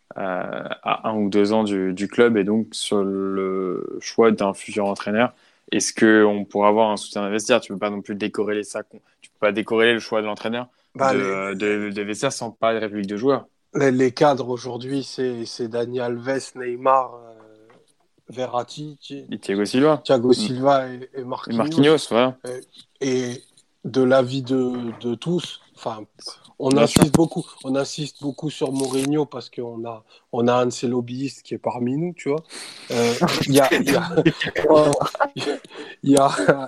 à 1 ou 2 ans du club et donc sur le choix d'un futur entraîneur. Est-ce qu'on pourra avoir un soutien d'investir? Tu ne peux pas non plus décorréler ça. Tu peux pas décorréler le choix de l'entraîneur Bah, de vestiaire sans parler de république de joueurs. les cadres aujourd'hui, c'est Dani Alves, Neymar, Verratti, Et Thiago Silva. Thiago Mm. Silva et Et Marquinhos. Marquinhos, voilà. Et de l'avis de tous, enfin, Bien sûr. on insiste beaucoup sur Mourinho parce on a un de ces lobbyistes qui est parmi nous, tu vois. Il y a, il y a, il y a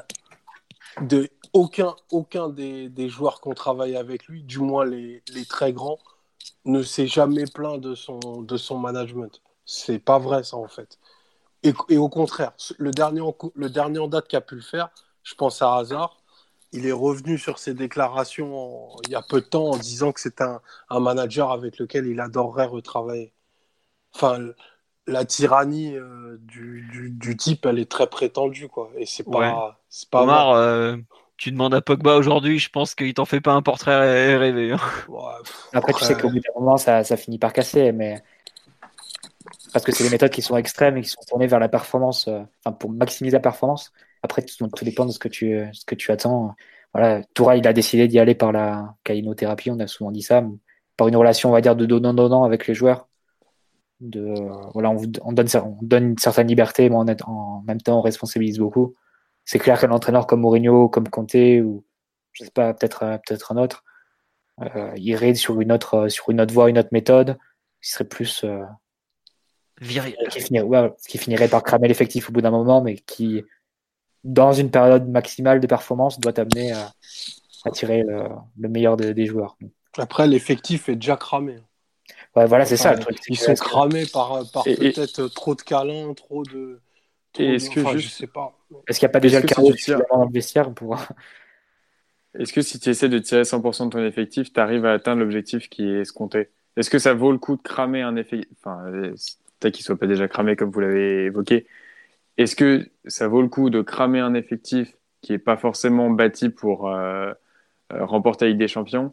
aucun des joueurs qu'on travaille avec lui, du moins les très grands, ne s'est jamais plaint de son management. C'est pas vrai, ça, en fait. Et au contraire, le dernier en date qui a pu le faire, je pense à Hazard, il est revenu sur ses déclarations il y a peu de temps en disant que c'est un manager avec lequel il adorerait retravailler. Enfin, la tyrannie du type, elle est très prétendue, quoi. Et ouais. c'est pas vrai. Omar, tu demandes à Pogba aujourd'hui, je pense qu'il t'en fait pas un portrait rêvé, hein. Ouais, Après, tu sais qu'au bout d'un moment, ça finit par casser, mais parce que c'est des méthodes qui sont extrêmes et qui sont tournées vers la performance, enfin, pour maximiser la performance. Après, tout dépend de ce que tu attends. Voilà, Toura, il a décidé d'y aller par la calinothérapie, on a souvent dit ça, par une relation, on va dire, de donnant-donnant avec les joueurs. Voilà, on donne une certaine liberté, mais en même temps, on responsabilise beaucoup. C'est clair qu'un entraîneur comme Mourinho, comme Conte, ou je sais pas, peut-être un autre, irait sur une autre voie, une autre méthode, qui serait plus Viril. qui finirait par cramer l'effectif au bout d'un moment, mais qui, dans une période maximale de performance, doit t'amener à tirer le meilleur des joueurs. après, l'effectif est déjà cramé. Ouais, voilà, c'est Enfin, ça le truc. ils sont cramés par Et, peut-être trop de câlins, est-ce que enfin, je juste, sais pas. Est-ce qu'il n'y a pas déjà le si carreau tu tires, suffisamment dans le vestiaire pour... est-ce que si tu essaies de tirer 100% de ton effectif, tu arrives à atteindre l'objectif qui est escompté? Est-ce que ça vaut le coup de cramer un effet, enfin, peut-être qu'il soit pas déjà cramé comme vous l'avez évoqué. Est-ce que ça vaut le coup de cramer un effectif qui est pas forcément bâti pour remporter la Ligue des Champions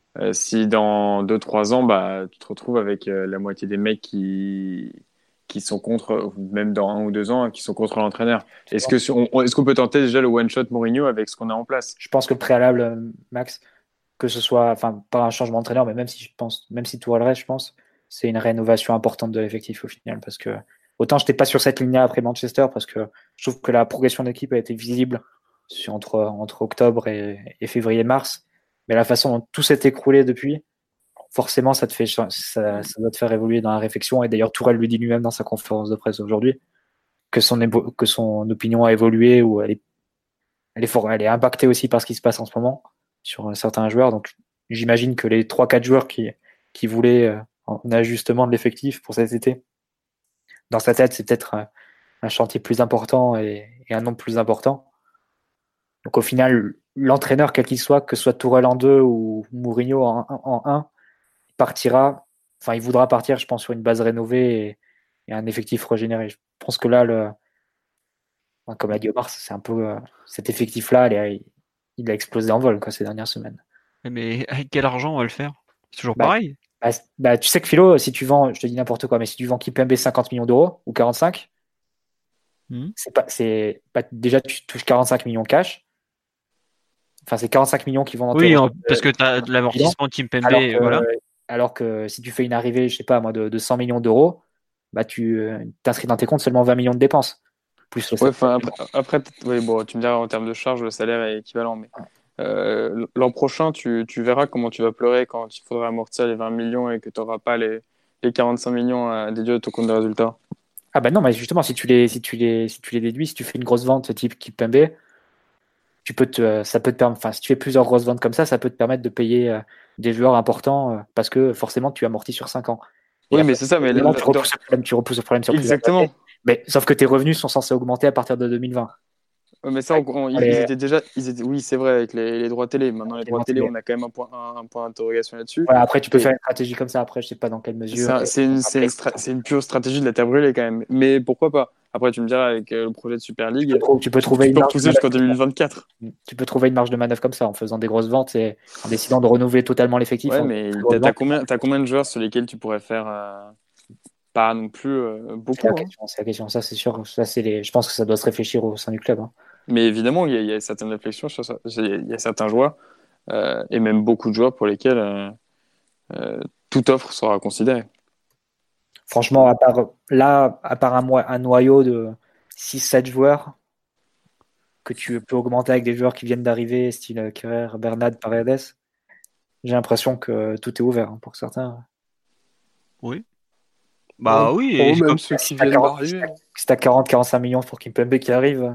Si dans 2-3 ans, bah, tu te retrouves avec la moitié des mecs qui sont contre, ou même dans 1 ou 2 ans, hein, qui sont contre l'entraîneur. Est-ce qu'on peut tenter déjà le one-shot Mourinho avec ce qu'on a en place? Je pense que le préalable, Max, que ce soit, enfin, pas un changement d'entraîneur, mais même si Tourelle reste, je pense, c'est une rénovation importante de l'effectif au final, parce que autant je n'étais pas sur cette ligne-là après Manchester, parce que je trouve que la progression de l'équipe a été visible entre octobre et février-mars, mais la façon dont tout s'est écroulé depuis, forcément, ça doit te faire évoluer dans la réflexion. Et d'ailleurs, Tourelle lui dit lui-même dans sa conférence de presse aujourd'hui que son opinion a évolué, ou elle est impactée aussi par ce qui se passe en ce moment sur certains joueurs. Donc, j'imagine que les 3-4 joueurs qui voulaient un ajustement de l'effectif pour cet été, dans sa tête, c'est peut-être un chantier plus important et un nombre plus important. Donc, au final, l'entraîneur, quel qu'il soit, que ce soit Tourelle en 2 ou Mourinho en 1, il voudra partir, je pense, sur une base rénovée et un effectif régénéré. Je pense que là, comme l'a dit Omar, c'est un peu cet effectif-là, il a explosé en vol ces dernières semaines. Mais avec quel argent on va le faire? C'est toujours pareil. Tu sais que Philo, si tu vends, je te dis n'importe quoi, mais si tu vends Kimpembe 50 millions d'euros ou 45, déjà tu touches 45 millions cash. Enfin, c'est 45 millions qui vont dans Oui, parce que tu as de l'amortissement de Kimpembe. Alors que si tu fais une arrivée, je sais pas moi, de 100 millions d'euros, bah tu t'inscris dans tes comptes seulement 20 millions de dépenses. Plus le salaire. Après oui, bon, tu me diras en termes de charge, le salaire est équivalent, mais l'an prochain, tu verras comment tu vas pleurer quand il faudra amortir les 20 millions et que tu n'auras pas les 45 millions dédiés à ton compte de résultat. Ah bah non, mais justement, si tu les déduis, si tu fais une grosse vente type Kimpembe, ça peut te permettre, enfin, si tu fais plusieurs grosses ventes comme ça peut te permettre de payer des joueurs importants parce que forcément tu amortis sur 5 ans. Oui, mais c'est ça, mais tu repousses le problème sur exactement. Plusieurs années. Mais sauf que tes revenus sont censés augmenter à partir de 2020. Mais ça, oui, c'est vrai, avec les droits télé. Maintenant, les droits télé, on a quand même un point d'interrogation là-dessus. Voilà, après, tu peux faire une stratégie comme ça. Après, je sais pas dans quelle mesure. C'est une pure stratégie de la terre brûlée quand même. Mais pourquoi pas? Après, tu me diras, avec le projet de Super League, tu peux trouver une marge jusqu'en 2024. Tu peux trouver une marge de manœuvre comme ça, en faisant des grosses ventes et en décidant de renouveler totalement l'effectif. Ouais, mais t'as combien de joueurs sur lesquels tu pourrais faire pas non plus beaucoup? C'est la question. Ça, c'est sûr. Je pense que ça doit se réfléchir au sein du club. Hein. Mais évidemment, il y a certaines réflexions sur ça. Il y a certains joueurs, et même beaucoup de joueurs pour lesquels toute offre sera considérée. Franchement, à part un noyau de 6-7 joueurs que tu peux augmenter avec des joueurs qui viennent d'arriver, style Kerrer, Bernat, Paredes, j'ai l'impression que tout est ouvert pour certains. Oui. Bah oui. Et même ceux qui viennent d'arriver. Si t'as 40-45 millions pour Kimpembe qui arrive,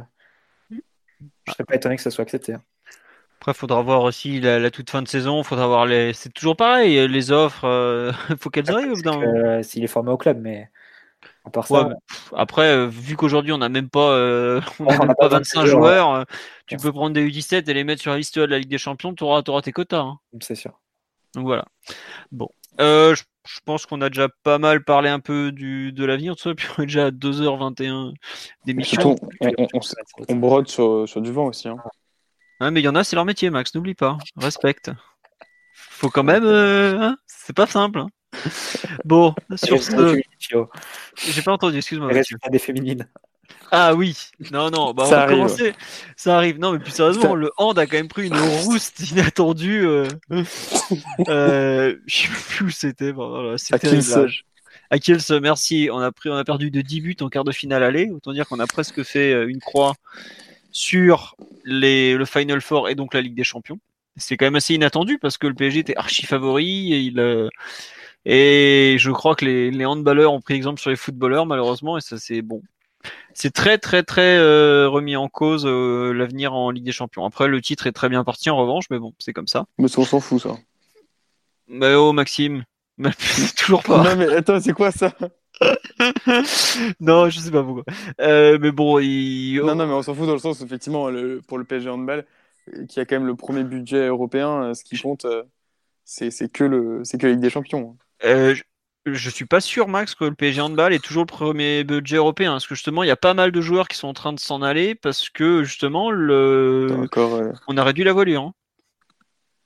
je serais pas étonné que ça soit accepté. Après, il faudra voir aussi la toute fin de saison. Faudra voir c'est toujours pareil. Les offres, faut qu'elles arrivent. S'il est formé au club, mais à part ça. Après, vu qu'aujourd'hui on n'a même pas, pas 25 joueurs, tu peux prendre des U17 et les mettre sur la liste de la Ligue des Champions. Tu auras tes quotas. Hein. C'est sûr. Donc voilà. Bon. Je pense qu'on a déjà pas mal parlé un peu de l'avenir, tout ça, puis on est déjà à 2h21 d'émission. On brode sur du vent aussi. Hein. Ah, mais il y en a, c'est leur métier, Max, n'oublie pas. Respecte. Faut quand même. C'est pas simple. Hein. Bon, sur ce. J'ai pas entendu, excuse-moi. Les résultats des féminines. Ah oui, non, on va commencer. Ça arrive. Non, mais plus sérieusement, le hand a quand même pris une rouste inattendue. Je sais plus où c'était. À Kielce, merci. On a perdu de 10 buts en quart de finale aller. Autant dire qu'on a presque fait une croix sur le Final Four et donc la Ligue des Champions. C'est quand même assez inattendu parce que le PSG était archi favori et je crois que les handballeurs ont pris exemple sur les footballeurs malheureusement et ça c'est bon. C'est très très très remis en cause l'avenir en Ligue des Champions. Après le titre est très bien parti en revanche, mais bon c'est comme ça. Mais on s'en fout ça. Mais oh Maxime, toujours pas. Non mais attends c'est quoi ça? Non je sais pas pourquoi. Mais bon non mais on s'en fout dans le sens effectivement pour le PSG handball qui a quand même le premier budget européen, ce qui compte c'est que la Ligue des Champions. Je suis pas sûr, Max, que le PSG handball est toujours le premier budget européen. Parce que justement, il y a pas mal de joueurs qui sont en train de s'en aller parce que justement, on a réduit la voilure. Hein.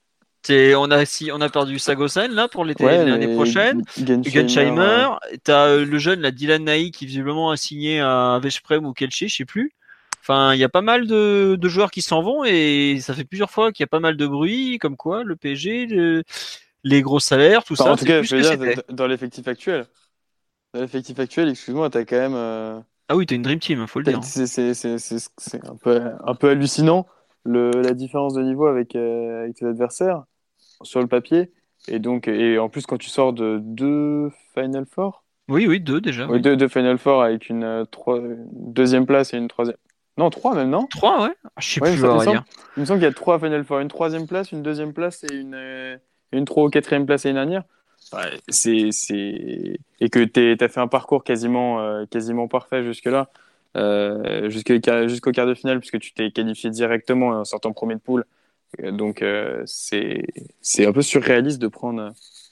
On a perdu Sagosen là pour l'année prochaine. Gensheimer. T'as le jeune là, Dylan Naï qui visiblement a signé à Veszprém ou Kielce, je sais plus. Enfin, il y a pas mal de joueurs qui s'en vont et ça fait plusieurs fois qu'il y a pas mal de bruit, comme quoi le PSG, les gros salaires, tout ça. En tout cas, je veux dire, dans l'effectif actuel, excuse-moi, t'as quand même. Ah oui, t'as une dream team, faut le dire. C'est un peu hallucinant la différence de niveau avec tes adversaires sur le papier. Et en plus, quand tu sors de 2 Final Four. Oui, 2 déjà. Oui. Deux Final Four avec une deuxième place et une troisième. Non, 3 même, non? 3, ouais. Je sais plus, il me semble qu'il y a 3 Final Four. Une troisième place, une deuxième place et une 3 ou 4e place l'année dernière. Ouais, et que t'as fait un parcours quasiment parfait jusque-là, jusqu'au quart de finale, puisque tu t'es qualifié directement en sortant premier de poule. Donc, c'est un peu surréaliste de prendre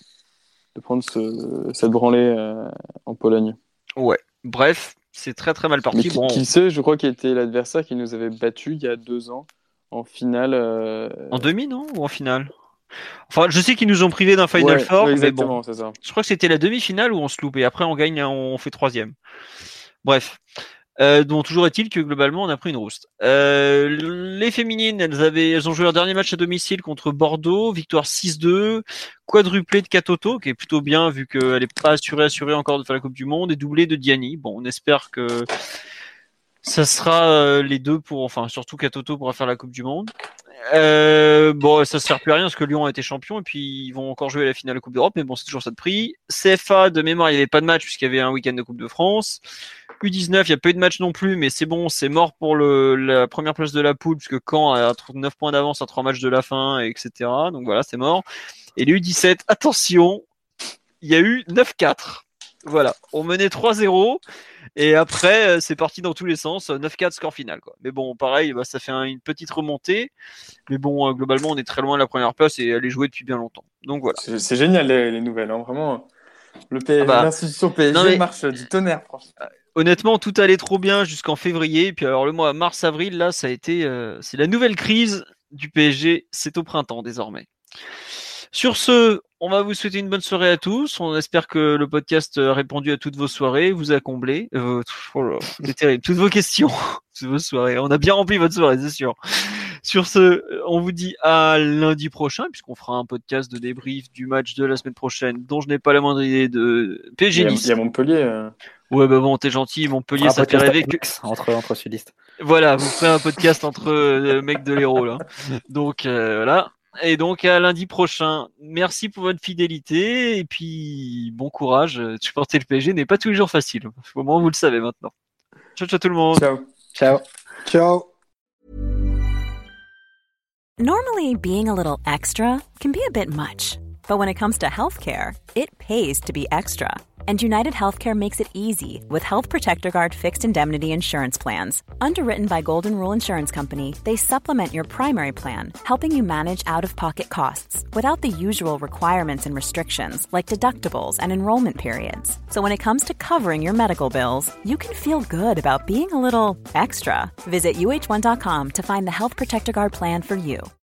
cette branlée en Pologne. Ouais, bref. C'est très très mal parti. Mais qui sait, je crois qu'il était l'adversaire qui nous avait battu il y a 2 ans en finale. En demi, non? Ou en finale? Enfin, je sais qu'ils nous ont privé d'un Final Four, exactement, mais bon. c'est ça. Je crois que c'était la demi-finale où on se loupe et après on gagne, on fait 3e. Bref. Donc toujours est-il que globalement on a pris une rouste. Les féminines, elles ont joué leur dernier match à domicile contre Bordeaux, victoire 6-2, quadruplé de Katoto qui est plutôt bien vu qu'elle est pas assurée encore de faire la Coupe du Monde, et doublé de Diani. Bon, on espère que ça sera les deux surtout Katoto pourra faire la Coupe du Monde. Bon, ça sert plus à rien parce que Lyon a été champion et puis ils vont encore jouer la finale de la Coupe d'Europe, mais bon, c'est toujours ça de prix. CFA, de mémoire, il n'y avait pas de match puisqu'il y avait un week-end de Coupe de France. U19, il n'y a pas eu de match non plus, mais c'est bon, c'est mort pour la première place de la poule puisque Caen a 9 points d'avance à 3 matchs de la fin, etc. Donc voilà, c'est mort. Et les U17, attention, il y a eu 9-4. Voilà, on menait 3-0 et après c'est parti dans tous les sens, 9-4 score final quoi. Mais bon, pareil, ça fait une petite remontée. Mais bon, globalement, on est très loin de la première place et elle est jouée depuis bien longtemps. Donc voilà. C'est génial les nouvelles, hein, vraiment. L'institution PSG marche du tonnerre, franchement. Honnêtement, tout allait trop bien jusqu'en février. Puis alors le mois mars-avril, là, ça a été, c'est la nouvelle crise du PSG. C'est au printemps désormais. Sur ce, on va vous souhaiter une bonne soirée à tous. On espère que le podcast a répondu à toutes vos soirées, vous a comblé. C'est terrible. Toutes vos questions, toutes vos soirées. On a bien rempli votre soirée, c'est sûr. Sur ce, on vous dit à lundi prochain, puisqu'on fera un podcast de débrief du match de la semaine prochaine, dont je n'ai pas la moindre idée de PSG Nice. Il y a Montpellier. Ouais, bah bon, t'es gentil. Montpellier, ça fait rêver que... Entre sudistes. Voilà, vous ferez un podcast entre mecs de l'Hérault, là. Donc, voilà. Et donc à lundi prochain. Merci pour votre fidélité et puis bon courage. Supporter le PSG n'est pas tous les jours facile. Au moins vous le savez maintenant. Ciao tout le monde. Ciao. Normally, being a little extra can be a bit much, but when it comes to healthcare, it pays to be extra. And United Healthcare makes it easy with Health Protector Guard fixed indemnity insurance plans. Underwritten by Golden Rule Insurance Company, they supplement your primary plan, helping you manage out-of-pocket costs without the usual requirements and restrictions like deductibles and enrollment periods. So when it comes to covering your medical bills, you can feel good about being a little extra. Visit uh1.com to find the Health Protector Guard plan for you.